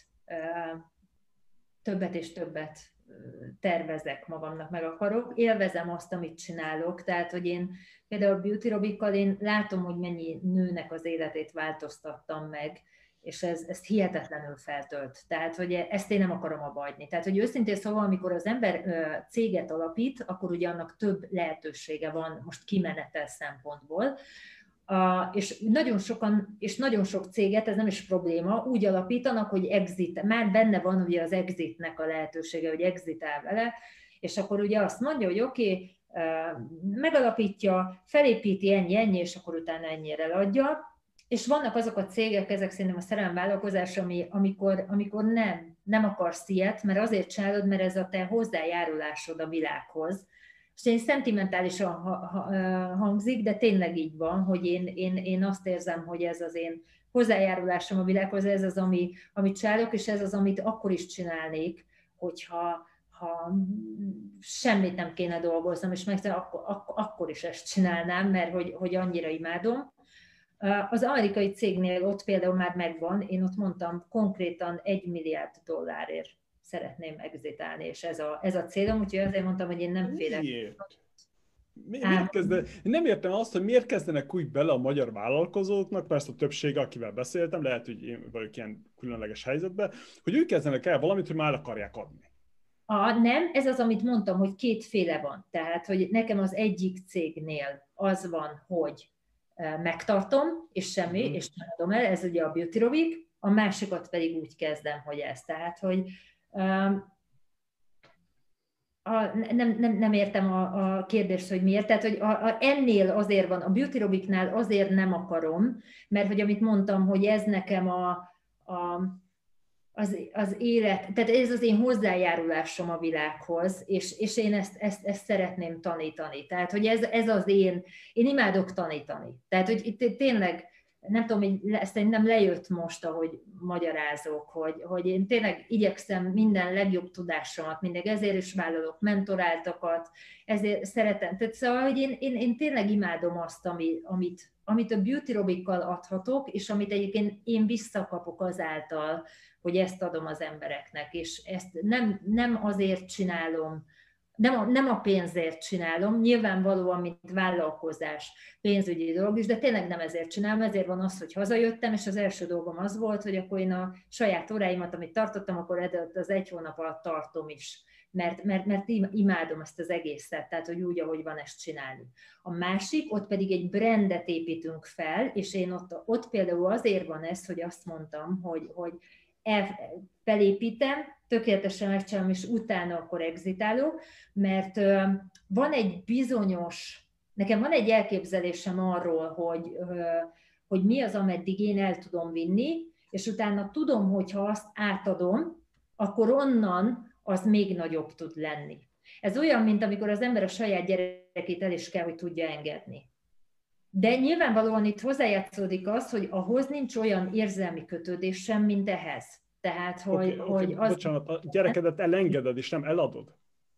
többet és többet tervezek magamnak, meg akarok. Élvezem azt, amit csinálok, tehát, hogy én például Beauty Robikkal én látom, hogy mennyi nőnek az életét változtattam meg, és ez, ez hihetetlenül feltölt. Tehát, hogy ezt én nem akarom abba hagyni. Tehát, hogy őszintén szóval, amikor az ember céget alapít, akkor ugye annak több lehetősége van most kimenetel szempontból, Uh, és nagyon sokan, és nagyon sok céget, ez nem is probléma, úgy alapítanak, hogy exit, már benne van ugye az exitnek a lehetősége, hogy exitál vele, és akkor ugye azt mondja, hogy oké, okay, uh, megalapítja, felépíti ennyi, ennyi, és akkor utána ennyire eladja, és vannak azok a cégek, ezek szerintem a szerelemvállalkozás, ami, amikor, amikor nem, nem akarsz ilyet, mert azért csinálod, mert ez a te hozzájárulásod a világhoz. És én szentimentálisan hangzik, de tényleg így van, hogy én, én, én azt érzem, hogy ez az én hozzájárulásom a világhoz, ez az, ami, amit csinálok, és ez az, amit akkor is csinálnék, hogyha ha semmit nem kéne dolgoznom, és meg akkor, akkor, akkor is ezt csinálnám, mert hogy, hogy annyira imádom. Az amerikai cégnél ott például már megvan, én ott mondtam konkrétan egy milliárd dollárért szeretném exitálni, és ez a, ez a célom, úgyhogy azért mondtam, hogy én nem félek. Miért? Miért kezdene, nem értem azt, hogy miért kezdenek úgy bele a magyar vállalkozóknak, persze a többsége, akivel beszéltem, lehet, hogy én vagyok ilyen különleges helyzetben, hogy ők kezdenek el valamit, hogy már akarják adni. A, nem, ez az, amit mondtam, hogy kétféle van. Tehát, hogy nekem az egyik cégnél az van, hogy megtartom, és semmi, mm. és nem adom el, ez ugye a Beauty Robik, a másikat pedig úgy kezdem, hogy ez. Tehát, hogy A, nem, nem, nem értem a, a kérdést, hogy miért. Tehát, hogy a, a, ennél azért van, a Beauty Robiknál azért nem akarom, mert hogy amit mondtam, hogy ez nekem a, a, az, az élet, tehát ez az én hozzájárulásom a világhoz, és, és én ezt, ezt, ezt szeretném tanítani. Tehát, hogy ez, ez az én, én imádok tanítani. Tehát, hogy itt tényleg, nem tudom, hogy ezt nem lejött most, ahogy magyarázok, hogy, hogy én tényleg igyekszem minden legjobb tudásomat, mindig ezért is vállalok mentoráltakat, ezért szeretem. Tehát szóval, hogy én, én, én tényleg imádom azt, ami, amit, amit a Beauty Robikkal adhatok, és amit egyébként én visszakapok azáltal, hogy ezt adom az embereknek, és ezt nem, nem azért csinálom, Nem a, nem a pénzért csinálom, nyilvánvalóan, mint vállalkozás, pénzügyi dolog is, de tényleg nem ezért csinálom, ezért van az, hogy hazajöttem, és az első dolgom az volt, hogy akkor én a saját óráimat, amit tartottam, akkor az egy hónap alatt tartom is, mert, mert, mert imádom ezt az egészet, tehát hogy úgy, ahogy van ezt csinálni. A másik, ott pedig egy brandet építünk fel, és én ott, ott például azért van ez, hogy azt mondtam, hogy, hogy el, felépítem, tökéletesen megcsinálom, és utána akkor exitálok, mert uh, van egy bizonyos, nekem van egy elképzelésem arról, hogy, uh, hogy mi az, ameddig én el tudom vinni, és utána tudom, hogy ha azt átadom, akkor onnan az még nagyobb tud lenni. Ez olyan, mint amikor az ember a saját gyerekét el is kell, hogy tudja engedni. De nyilvánvalóan itt hozzájátszódik az, hogy ahhoz nincs olyan érzelmi kötődés sem, mint ehhez. Tehát, hogy, okay, hogy okay, az... Bocsánat, a gyerekedet elengeded, és nem eladod?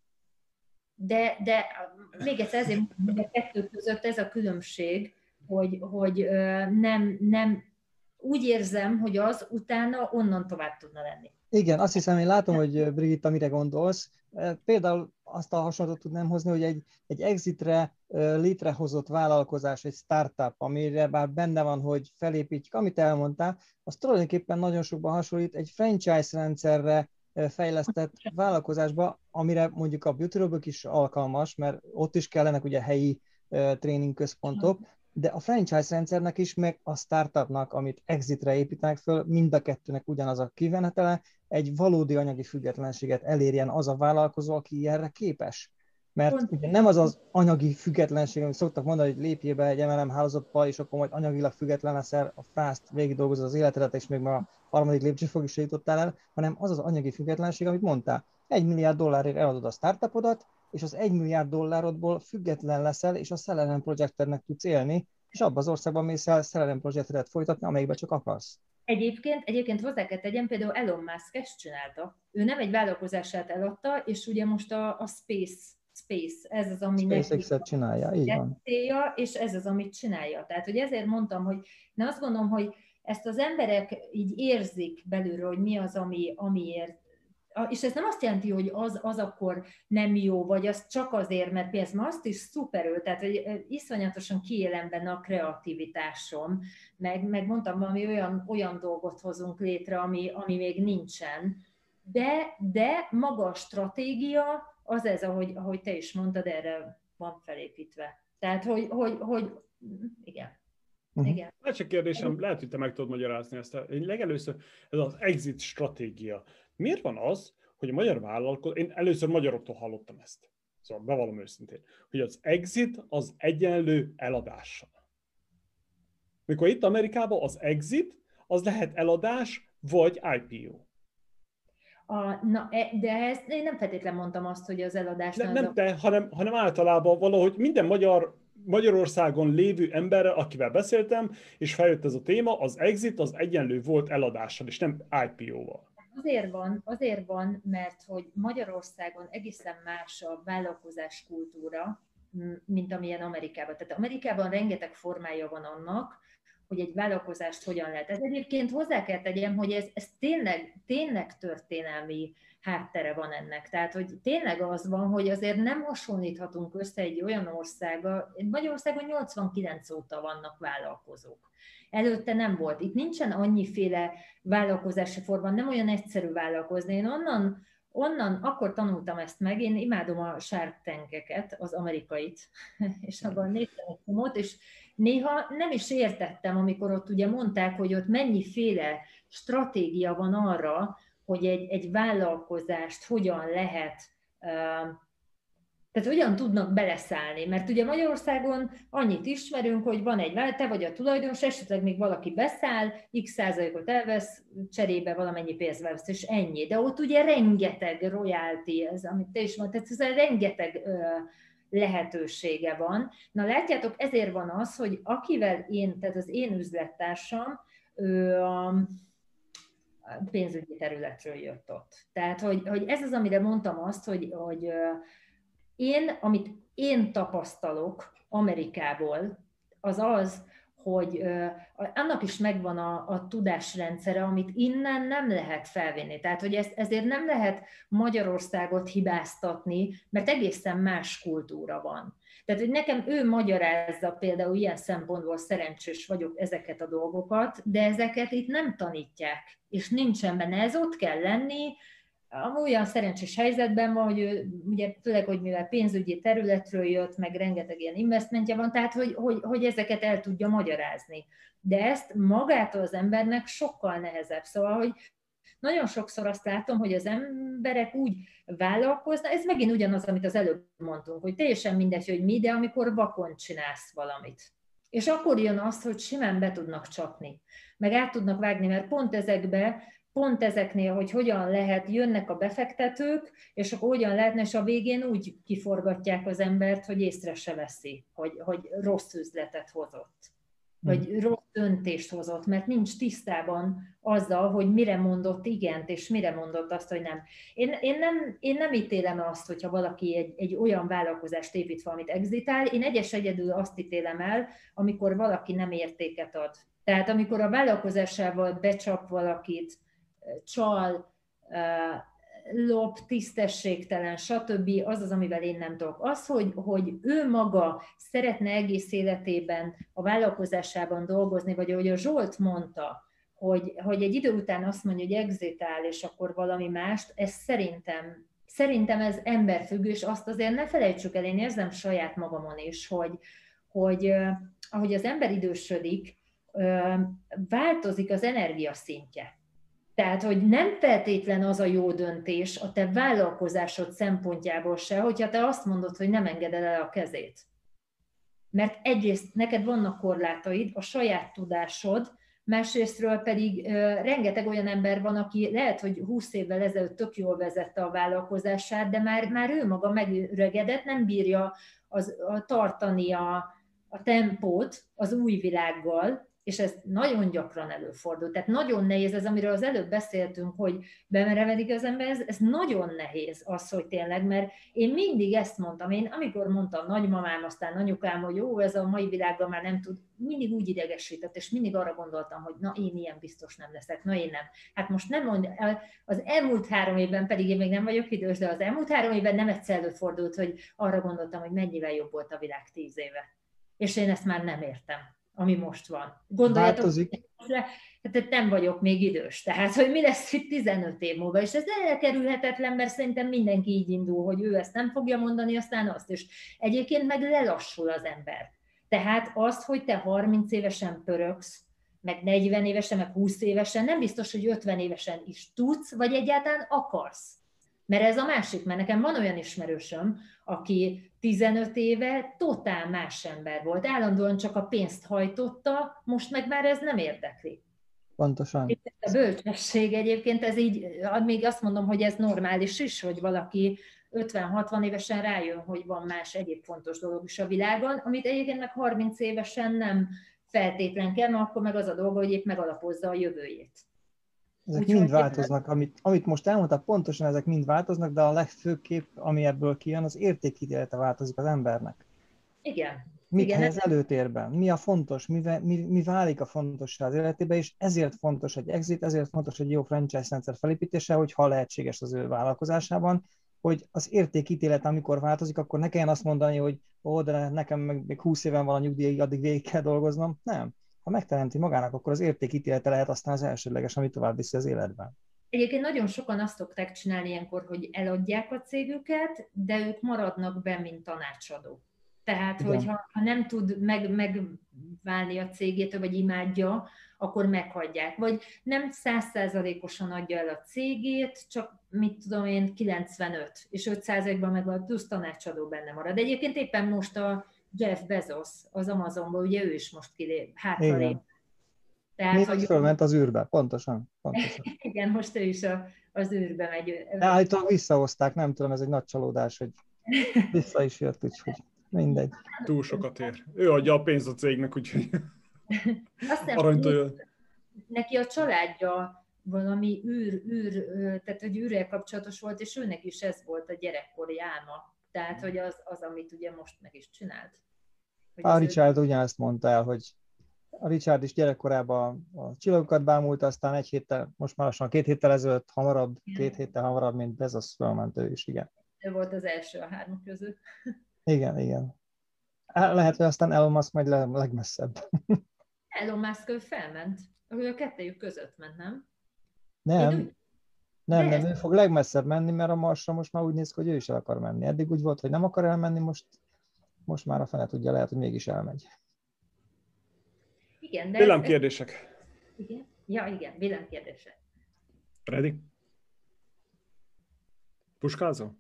De, de még egyszer ezért mondom, hogy a kettő között ez a különbség, hogy, hogy nem, nem úgy érzem, hogy az utána onnan tovább tudna lenni. Igen, azt hiszem, én látom, hogy Brigitta, mire gondolsz. Például azt a hasonlatot tudnám hozni, hogy egy, egy exitre létrehozott vállalkozás, egy startup, amire bár benne van, hogy felépítjük, amit elmondtál, az tulajdonképpen nagyon sokban hasonlít egy franchise rendszerre fejlesztett vállalkozásba, amire mondjuk a Beauty Robot is alkalmas, mert ott is kellenek ugye helyi tréningközpontok, de a franchise rendszernek is, meg a startupnak, amit exitre építenek föl, mind a kettőnek ugyanaz a kívánatele, egy valódi anyagi függetlenséget elérjen az a vállalkozó, aki erre képes. Mert ugye nem az az anyagi függetlenség, amit szoktak mondani, hogy lépjél be egy em el em hálózatba, és akkor majd anyagilag független leszel, a frászt végig dolgozod az életedet, és még már a harmadik lépcsőfokig se jutottál el, hanem az az anyagi függetlenség, amit mondtál. Egy milliárd dollárért eladod a startupodat, és az egy milliárd dollárodból független leszel, és a Celerion Projectednek tudsz élni, és abban az országban mész el Celerion Projectedet folytatni, amelyikben csak akarsz. Egyébként, egyébként hozzá kell tegyem, például Elon Musk ezt csinálta. Ő nem egy vállalkozását eladta, és ugye most a, a Space, Space, ez az, ami SpaceX-et csinálja, így van. Célja, és ez az, amit csinálja. Tehát, hogy ezért mondtam, hogy én azt gondolom, hogy ezt az emberek így érzik belülről, hogy mi az, ami, amiért. És ez nem azt jelenti, hogy az, az akkor nem jó, vagy az csak azért, mert pénz, mert azt is szuperül, tehát hogy iszonyatosan kiélem benne a kreativitásom, meg, meg mondtam, valami olyan, olyan dolgot hozunk létre, ami, ami még nincsen, de, de maga a stratégia, az ez, ahogy, ahogy te is mondtad, erre van felépítve. Tehát, hogy, hogy, hogy igen. Uh-huh. Igen. Hát csak kérdésem, lehet, hogy te meg tudod magyarázni ezt. Legelőször ez az exit stratégia. Miért van az, hogy a magyar vállalkozó, én először magyaroktól hallottam ezt, szóval bevallom őszintén, hogy az exit az egyenlő eladással. Mikor itt Amerikában az exit, az lehet eladás, vagy i pé o. A, na, de ezt én nem feltétlenül mondtam azt, hogy az eladás... Nem, nem te, hanem, hanem általában valahogy minden magyar, Magyarországon lévő emberrel, akivel beszéltem, és feljött ez a téma, az exit az egyenlő volt eladással, és nem i pé o-val. Azért van, azért van, mert hogy Magyarországon egészen más a vállalkozás kultúra, mint amilyen Amerikában. Tehát Amerikában rengeteg formája van annak, hogy egy vállalkozást hogyan lehet. Ez egyébként hozzá kell tegyem, hogy ez, ez tényleg, tényleg történelmi háttere van ennek. Tehát, hogy tényleg az van, hogy azért nem hasonlíthatunk össze egy olyan országgal, Magyarországon nyolcvankilenc óta vannak vállalkozók. Előtte nem volt. Itt nincsen annyiféle vállalkozási forma, nem olyan egyszerű vállalkozni. Én onnan, onnan akkor tanultam ezt meg, én imádom a Shark Tankeket, az amerikait, és abban néztem egy komot, és néha nem is értettem, amikor ott ugye mondták, hogy ott mennyiféle stratégia van arra, hogy egy, egy vállalkozást hogyan lehet, uh, tehát hogyan tudnak beleszállni. Mert ugye Magyarországon annyit ismerünk, hogy van egy, te vagy a tulajdonos, esetleg még valaki beszáll, x százalékot elvesz, cserébe valamennyi pénzt vesz, és ennyi. De ott ugye rengeteg royalty, ez, amit te is mondtad, ez rengeteg uh, lehetősége van. Na látjátok, ezért van az, hogy akivel én, tehát az én üzlettársam, ő a pénzügyi területről jött ott. Tehát, hogy, hogy ez az, amire mondtam azt, hogy, hogy én, amit én tapasztalok Amerikából, az az, hogy annak is megvan a, a tudásrendszere, amit innen nem lehet felvinni. Tehát, hogy ez, ezért nem lehet Magyarországot hibáztatni, mert egészen más kultúra van. Tehát, hogy nekem ő magyarázza például ilyen szempontból szerencsés vagyok ezeket a dolgokat, de ezeket itt nem tanítják, és nincsen benne. Ez ott kell lenni, olyan szerencsés helyzetben van, hogy ő, ugye főleg, hogy mivel pénzügyi területről jött, meg rengeteg ilyen investmentje van, tehát hogy, hogy, hogy ezeket el tudja magyarázni. De ezt magától az embernek sokkal nehezebb. Szóval, hogy nagyon sokszor azt látom, hogy az emberek úgy vállalkoznak, ez megint ugyanaz, amit az előbb mondtunk, hogy teljesen mindegy, hogy mi, de amikor vakon csinálsz valamit. És akkor jön az, hogy simán be tudnak csapni, meg át tudnak vágni, mert pont ezekbe pont ezeknél, hogy hogyan lehet, jönnek a befektetők, és akkor hogyan lehetne, és a végén úgy kiforgatják az embert, hogy észre se veszi, hogy, hogy rossz üzletet hozott, vagy rossz döntést hozott, mert nincs tisztában azzal, hogy mire mondott igent, és mire mondott azt, hogy nem. Én, én, nem, én nem ítélem azt, hogyha valaki egy, egy olyan vállalkozást épít valamit exitál, én egyes egyedül azt ítélem el, amikor valaki nem értéket ad. Tehát amikor a vállalkozásával becsap valakit, csal, lop, tisztességtelen, stb. Az az, amivel én nem tudok. Az, hogy, hogy ő maga szeretne egész életében a vállalkozásában dolgozni, vagy ahogy a Zsolt mondta, hogy, hogy egy idő után azt mondja, hogy exitál, és akkor valami mást, ez szerintem, szerintem ez emberfüggő, és azt azért ne felejtsük el, én érzem saját magamon is, hogy, hogy ahogy az ember idősödik, változik az energiaszintje. Tehát, hogy nem feltétlen az a jó döntés a te vállalkozásod szempontjából se, hogyha te azt mondod, hogy nem engeded el a kezét. Mert egyrészt neked vannak korlátaid, a saját tudásod, másrésztről pedig uh, rengeteg olyan ember van, aki lehet, hogy húsz évvel ezelőtt tök jól vezette a vállalkozását, de már, már ő maga megöregedett, nem bírja az, a, tartani a, a tempót az új világgal, és ez nagyon gyakran előfordul. Tehát nagyon nehéz ez, amiről az előbb beszéltünk, hogy bemerevedik az ember, ez, ez nagyon nehéz az, hogy tényleg, mert én mindig ezt mondtam, én amikor mondtam nagymamám, aztán anyukám, hogy jó, ez a mai világban már nem tud, mindig úgy idegesített, és mindig arra gondoltam, hogy na, én ilyen biztos nem leszek, na én nem. Hát most nem mond, az elmúlt három évben, pedig én még nem vagyok idős, de az elmúlt három évben nem egyszer előfordult, hogy arra gondoltam, hogy mennyivel jobb volt a világ tíz éve. És én ezt már nem értem, ami most van. Gondoljátok, változik. tehát nem vagyok még idős, tehát hogy mi lesz itt tizenöt év múlva, és ez elkerülhetetlen, mert szerintem mindenki így indul, hogy ő ezt nem fogja mondani, aztán azt is. Egyébként meg lelassul az ember. Tehát azt, hogy te harminc évesen pöröksz, meg negyven évesen, meg húsz évesen, nem biztos, hogy ötven évesen is tudsz, vagy egyáltalán akarsz. Mert ez a másik, mert nekem van olyan ismerősöm, aki tizenöt éve totál más ember volt, állandóan csak a pénzt hajtotta, most meg már ez nem érdekli. Pontosan. És a bölcsesség egyébként, ez így, még azt mondom, hogy ez normális is, hogy valaki ötven-hatvan évesen rájön, hogy van más egyéb fontos dolog is a világon, amit egyébként meg harminc évesen nem feltétlen kell, mert akkor meg az a dolga, hogy épp megalapozza a jövőjét. Ezek Úgy, mind hogy változnak, amit, amit most elmondtam, pontosan ezek mind változnak, de a legfőképp, ami ebből kijön, az értékítélete változik az embernek. Igen. Mit Igen, helyez ez... előtérben? Mi a fontos? Mi, mi, mi válik a fontossá az életében, és ezért fontos egy exit, ezért fontos egy jó franchise rendszer felépítése, hogyha lehetséges az ő vállalkozásában, hogy az értékítélet, amikor változik, akkor ne kelljen azt mondani, hogy ó, de nekem meg még húsz éven van a nyugdíjig, addig végig kell dolgoznom. Nem. Ha megteremti magának, akkor az értékítélete lehet aztán az elsődleges, ami tovább viszi az életben. Egyébként nagyon sokan azt szokták csinálni ilyenkor, hogy eladják a cégüket, de ők maradnak be, mint tanácsadó. Tehát, Igen. hogyha ha nem tud meg, megválni a cégétől, vagy imádja, akkor meghagyják. Vagy nem száz százalékosan adja el a cégét, csak mit tudom én, kilencvenöt, és öt százalékban meg a plusz tanácsadó benne marad. Egyébként éppen most a Jeff Bezos az Amazonból, ugye ő is most kilép, hátralép. Tehát, Még hogy fölment az űrbe, pontosan. pontosan. Igen, most ő is a, az űrbe megy. De állítólag visszahozták, nem tudom, ez egy nagy csalódás, hogy vissza is jött, úgyhogy mindegy. Túl sokat ér. Ő adja a pénzt a cégnek, úgyhogy aranytól. Neki a családja valami űr, űr, tehát hogy űrrel kapcsolatos volt, és őnek is ez volt a gyerekkori álma. Tehát, hogy az, az amit ugye most meg is csinált. A Richard ő... ugyanezt mondta el, hogy a Richard is gyerekkorában a csillagokat bámulta, aztán egy héttel, most már lassan két héttel ezelőtt hamarabb, két héttel hamarabb, mint Bezos fölment ő is, igen. Ő volt az első a hármak közül. Igen, igen. Lehet, hogy aztán Elon Musk majd le, legmesszebb. Elon Musk ő felment. Ő a kettejük között ment, nem? Nem, úgy... nem, nem, ő fog legmesszebb menni, mert a Marsra most már úgy néz ki, hogy ő is el akar menni. Eddig úgy volt, hogy nem akar elmenni, most, most már a fene tudja, lehet, hogy mégis elmegy. Igen, de... Villámkérdések. Igen? Ja, igen, villámkérdések. Ready? Puskázol?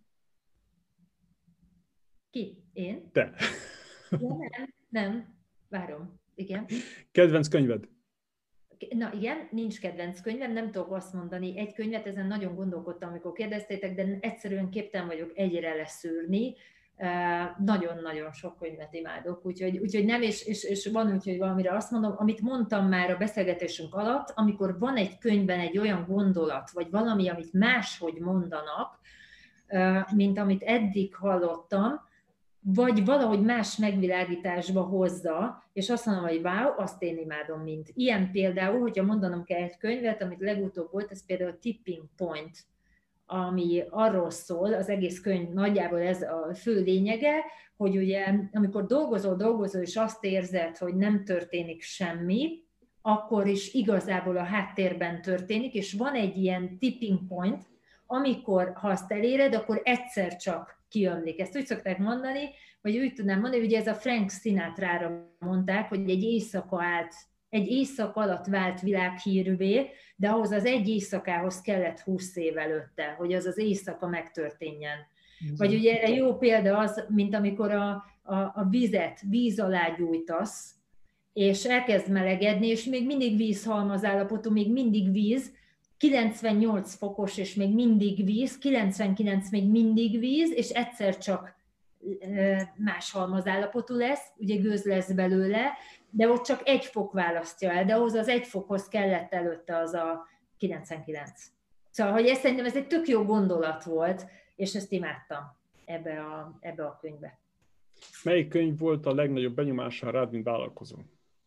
Ki? Én? Te. Ja, nem, nem. Várom. Igen. Kedvenc könyved? Na igen, nincs kedvenc könyvem, nem tudok azt mondani egy könyvet, ezen nagyon gondolkodtam, amikor kérdeztétek, de egyszerűen képtelen vagyok egyre leszűrni. Nagyon-nagyon sok könyvet imádok, úgyhogy, úgyhogy nem, és, és, és van úgy, hogy valamire azt mondom, amit mondtam már a beszélgetésünk alatt, amikor van egy könyvben egy olyan gondolat, vagy valami, amit máshogy mondanak, mint amit eddig hallottam, vagy valahogy más megvilágításba hozza, és azt mondom, hogy wow, azt én imádom, mint. Ilyen például, hogyha mondanom kell egy könyvet, amit legutóbb volt, ez például a Tipping Point, ami arról szól, az egész könyv nagyjából ez a fő lényege, hogy ugye amikor dolgozol, dolgozol, és azt érzed, hogy nem történik semmi, akkor is igazából a háttérben történik, és van egy ilyen tipping point, amikor ha azt eléred, akkor egyszer csak kiömlik. Ezt úgy szokták mondani, vagy úgy tudnám mondani, ugye ez a Frank Sinatrára mondták, hogy egy éjszaka állt, egy éjszak alatt vált világhírűvé, de ahhoz az egy éjszakához kellett húsz év előtte, hogy az az éjszaka megtörténjen. Vagy ugye erre jó példa az, mint amikor a, a, a vizet víz alá gyújtasz, és elkezd melegedni, és még mindig vízhalmaz állapotú, még mindig víz, kilencvennyolc fokos, és még mindig víz, kilencvenkilenc még mindig víz, és egyszer csak más halmazállapotú lesz, ugye gőz lesz belőle, de ott csak egy fok választja el, de ahhoz az egy fokhoz kellett előtte az a kilencvenkilenc. Szóval, hogy ez, szerintem ez egy tök jó gondolat volt, és ezt imádtam ebbe a, ebbe a könyvbe. Melyik könyv volt a legnagyobb benyomása rád, mint vállalkozó?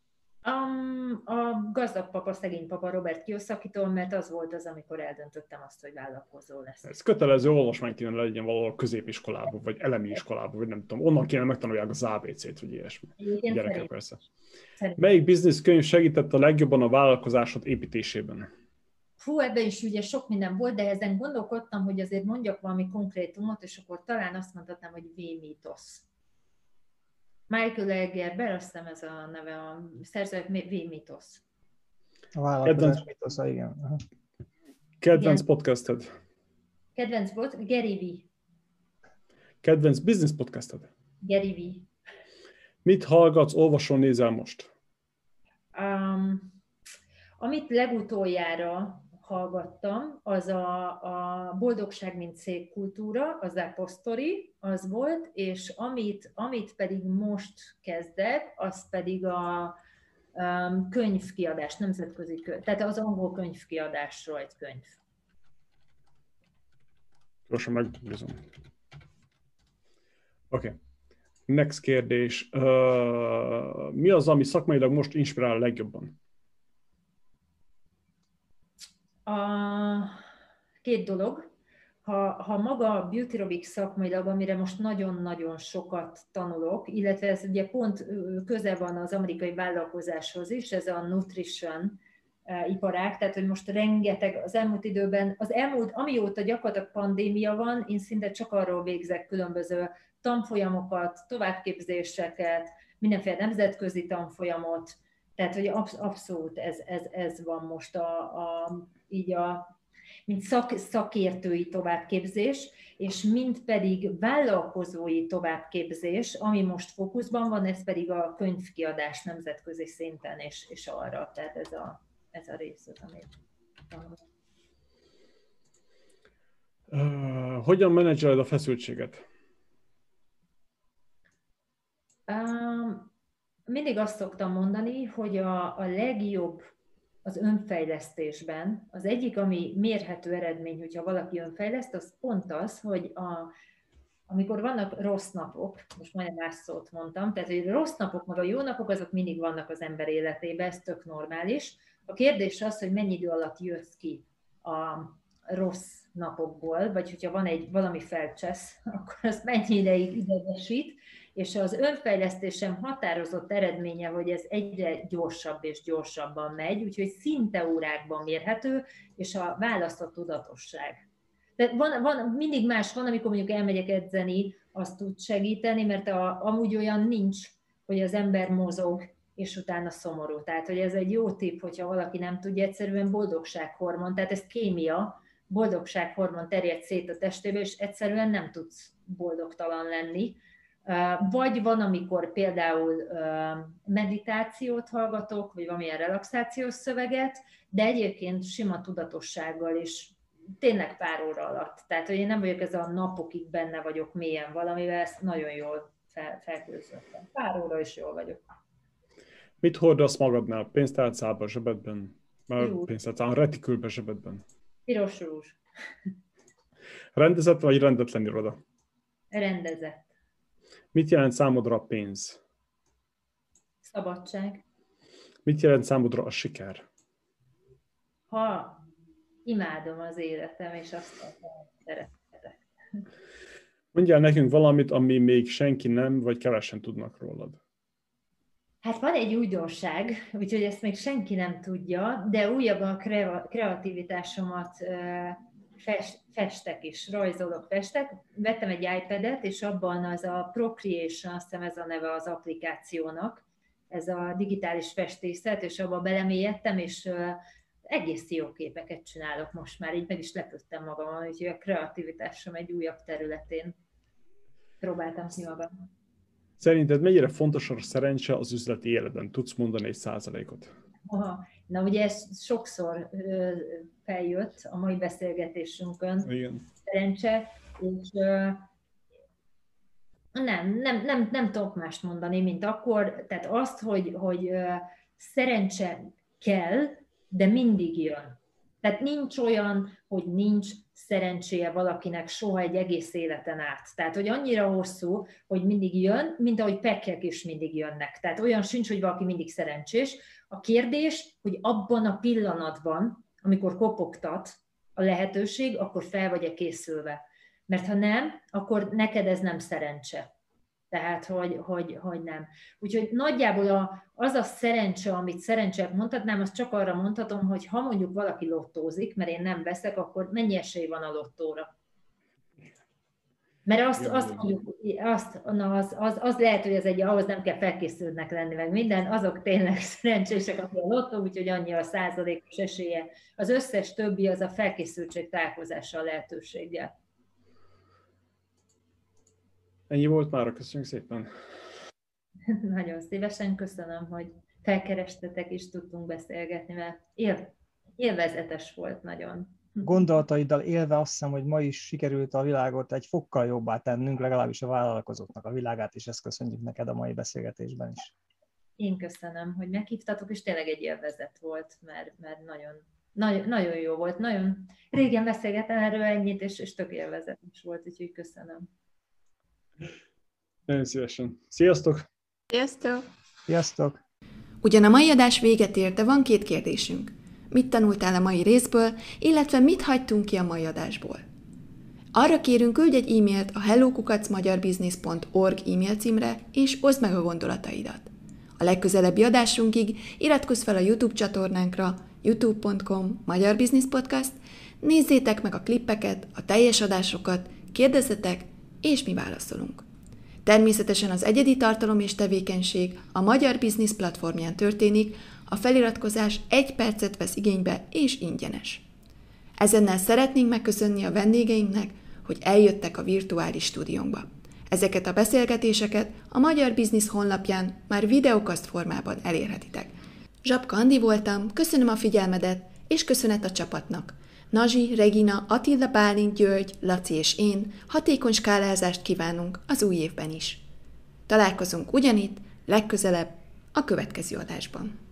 Um, a Gazdag papa, szegény papa Robert Kiyosakitól, mert az volt az, amikor eldöntöttem azt, hogy vállalkozó lesz. Ez kötelező olvasmány kéne legyen valahol középiskolában, vagy elemi iskolában, vagy nem tudom. Onnan kéne megtanulják az á bé cét, vagy ilyesmi. Igen, Gyerekek szerint. persze. Szerint. Melyik business könyv segített a legjobban a vállalkozásod építésében? Hú, ebben is ugye sok minden volt, de ezen gondolkodtam, hogy azért mondjak valami konkrétumot, és akkor talán azt mondhatnám, hogy V-mítosz. Michael Egerber, azt hiszem ez a neve, a szerzők V-mítosz. A vállalkozás Kedvenc- mitosza, igen. Aha. Kedvenc Igen. podcasted? Kedvenc volt Gary V. Kedvenc business podcasted? Gary V. Mit hallgatsz, olvasol, nézel most? Um, amit legutoljára hallgattam, az a, a Boldogság, mint székkultúra, az Apostoli, az volt, és amit, amit pedig most kezdek, az pedig a um, könyvkiadás, nemzetközi könyv, tehát az angol könyvkiadásról egy könyv. Gyorsan megbízom. Oké. Okay. Next kérdés. Uh, mi az, ami szakmailag most inspirál a legjobban? A két dolog. Ha, ha maga a Beauty Aerobics szakmailag, amire most nagyon-nagyon sokat tanulok, illetve ez ugye pont köze van az amerikai vállalkozáshoz is, ez a nutrition iparág, tehát hogy most rengeteg az elmúlt időben, az elmúlt, amióta gyakorlatilag pandémia van, én szinte csak arról végzek különböző tanfolyamokat, továbbképzéseket, mindenféle nemzetközi tanfolyamot, tehát hogy abszolút ez, ez, ez van most a, a, így a, mint szak, szakértői továbbképzés, és mint pedig vállalkozói továbbképzés, ami most fókuszban van, ez pedig a könyvkiadás nemzetközi szinten, és, és arra, tehát ez a, ez a rész, amit tanulok. Uh, hogyan menedzseled a feszültséget? Um, mindig azt szoktam mondani, hogy a, a legjobb az önfejlesztésben, az egyik, ami mérhető eredmény, hogyha valaki önfejleszt, az pont az, hogy a, amikor vannak rossz napok, most majdnem más szót mondtam, tehát hogy rossz napok, meg a jó napok, azok mindig vannak az ember életében, ez tök normális. A kérdés az, hogy mennyi idő alatt jössz ki a rossz napokból, vagy hogyha van egy valami felcsesz, akkor az mennyi ideig idegesít, és az önfejlesztésem határozott eredménye, hogy ez egyre gyorsabb és gyorsabban megy, úgyhogy szinte órákban mérhető, és a válasz a tudatosság. Tehát van, van, mindig más van, amikor mondjuk elmegyek edzeni, azt tud segíteni, mert a, amúgy olyan nincs, hogy az ember mozog, és utána szomorú. Tehát, hogy ez egy jó tipp, hogyha valaki nem tudja, egyszerűen boldogsághormon, tehát ez kémia, boldogsághormon terjed szét a testébe, és egyszerűen nem tudsz boldogtalan lenni. Vagy van, amikor például meditációt hallgatok, vagy valamilyen relaxációs szöveget, de egyébként sima tudatossággal is, tényleg pár óra alatt. Tehát, hogy én nem vagyok ez a napokig benne vagyok mélyen valamivel, ezt nagyon jól fel, felkőzöttem. Pár óra is jól vagyok. Mit hordasz magadnál? Pénztárcában, zsebedben? Már pénztárcában, retikülben, zsebedben? Piros rúzs. Rendezett vagy rendetlen iroda? Rendezett. Mit jelent számodra a pénz? Szabadság. Mit jelent számodra a siker? Ha imádom az életem, és azt szeretek. Mondjál nekünk valamit, ami még senki nem, vagy kevesen tudnak rólad. Hát van egy újdonság, úgyhogy ezt még senki nem tudja, de újabb a kreativitásomat fest, festek is, rajzolok, festek. Vettem egy iPad-et, és abban az a Procreation, azt hiszem ez a neve az applikációnak, ez a digitális festészet, és abba belemélyedtem, és egész jó képeket csinálok most már, így meg is lepődtem magamon, úgyhogy a kreativitásom egy újabb területén próbáltam ki magam. Szerinted mennyire fontos a szerencse az üzleti életben? Tudsz mondani egy százalékot? Aha. Na ugye ez sokszor feljött a mai beszélgetésünkön, igen. Szerencse, és nem, nem, nem, nem tudok mást mondani, mint akkor, tehát azt, hogy, hogy szerencse kell, de mindig jön. Tehát nincs olyan, hogy nincs szerencséje valakinek soha egy egész életen át. Tehát, hogy annyira hosszú, hogy mindig jön, mint ahogy pekkek is mindig jönnek. Tehát olyan sincs, hogy valaki mindig szerencsés. A kérdés, hogy abban a pillanatban, amikor kopogtat a lehetőség, akkor fel vagy-e készülve. Mert ha nem, akkor neked ez nem szerencse. Tehát, hogy, hogy, hogy nem. Úgyhogy nagyjából a, az a szerencse, amit szerencsét mondhatnám, azt csak arra mondhatom, hogy ha mondjuk valaki lottózik, mert én nem veszek, akkor mennyi esély van a lottóra? Mert azt, azt mondjuk, azt, na az, az, az lehet, hogy az egy, ahhoz nem kell felkészültnek lenni meg minden, azok tényleg szerencsések, aki a lottó, úgyhogy annyi a százalékos esélye. Az összes többi az a felkészültség találkozása a lehetőséggel. Ennyi volt már, köszönjük szépen. Nagyon szívesen köszönöm, hogy felkerestetek és tudtunk beszélgetni, mert él, élvezetes volt nagyon. Gondolataiddal élve azt hiszem, hogy ma is sikerült a világot egy fokkal jobbá tennünk, legalábbis a vállalkozóknak a világát, és ezt köszönjük neked a mai beszélgetésben is. Én köszönöm, hogy meghívtatok, és tényleg egy élvezet volt, mert, mert nagyon, nagyon, nagyon jó volt. Nagyon régen beszélgettem erről ennyit, és, és tök élvezetes volt, úgyhogy köszönöm. Nagyon szívesen. Sziasztok! Sziasztok! Sziasztok! Ugyan a mai adás véget ért, de van két kérdésünk. Mit tanultál a mai részből, illetve mit hagytunk ki a mai adásból? Arra kérünk, küldj egy e-mailt a hello kukac magyar business pont org e-mail címre, és oszd meg a gondolataidat. A legközelebbi adásunkig iratkozz fel a YouTube csatornánkra, youtube pont com Magyar Business Podcast, nézzétek meg a klippeket, a teljes adásokat, kérdezzetek, és mi válaszolunk. Természetesen az egyedi tartalom és tevékenység a Magyar Business platformján történik, a feliratkozás egy percet vesz igénybe és ingyenes. Ezennel szeretnénk megköszönni a vendégeinknek, hogy eljöttek a virtuális stúdiónkba. Ezeket a beszélgetéseket a Magyar Business honlapján már videokaszt formában elérhetitek. Zsapka Andi voltam, köszönöm a figyelmedet, és köszönet a csapatnak. Nazsi, Regina, Attila, Bálint, György, Laci és én hatékony skálázást kívánunk az új évben is. Találkozunk ugyanitt, legközelebb, a következő adásban.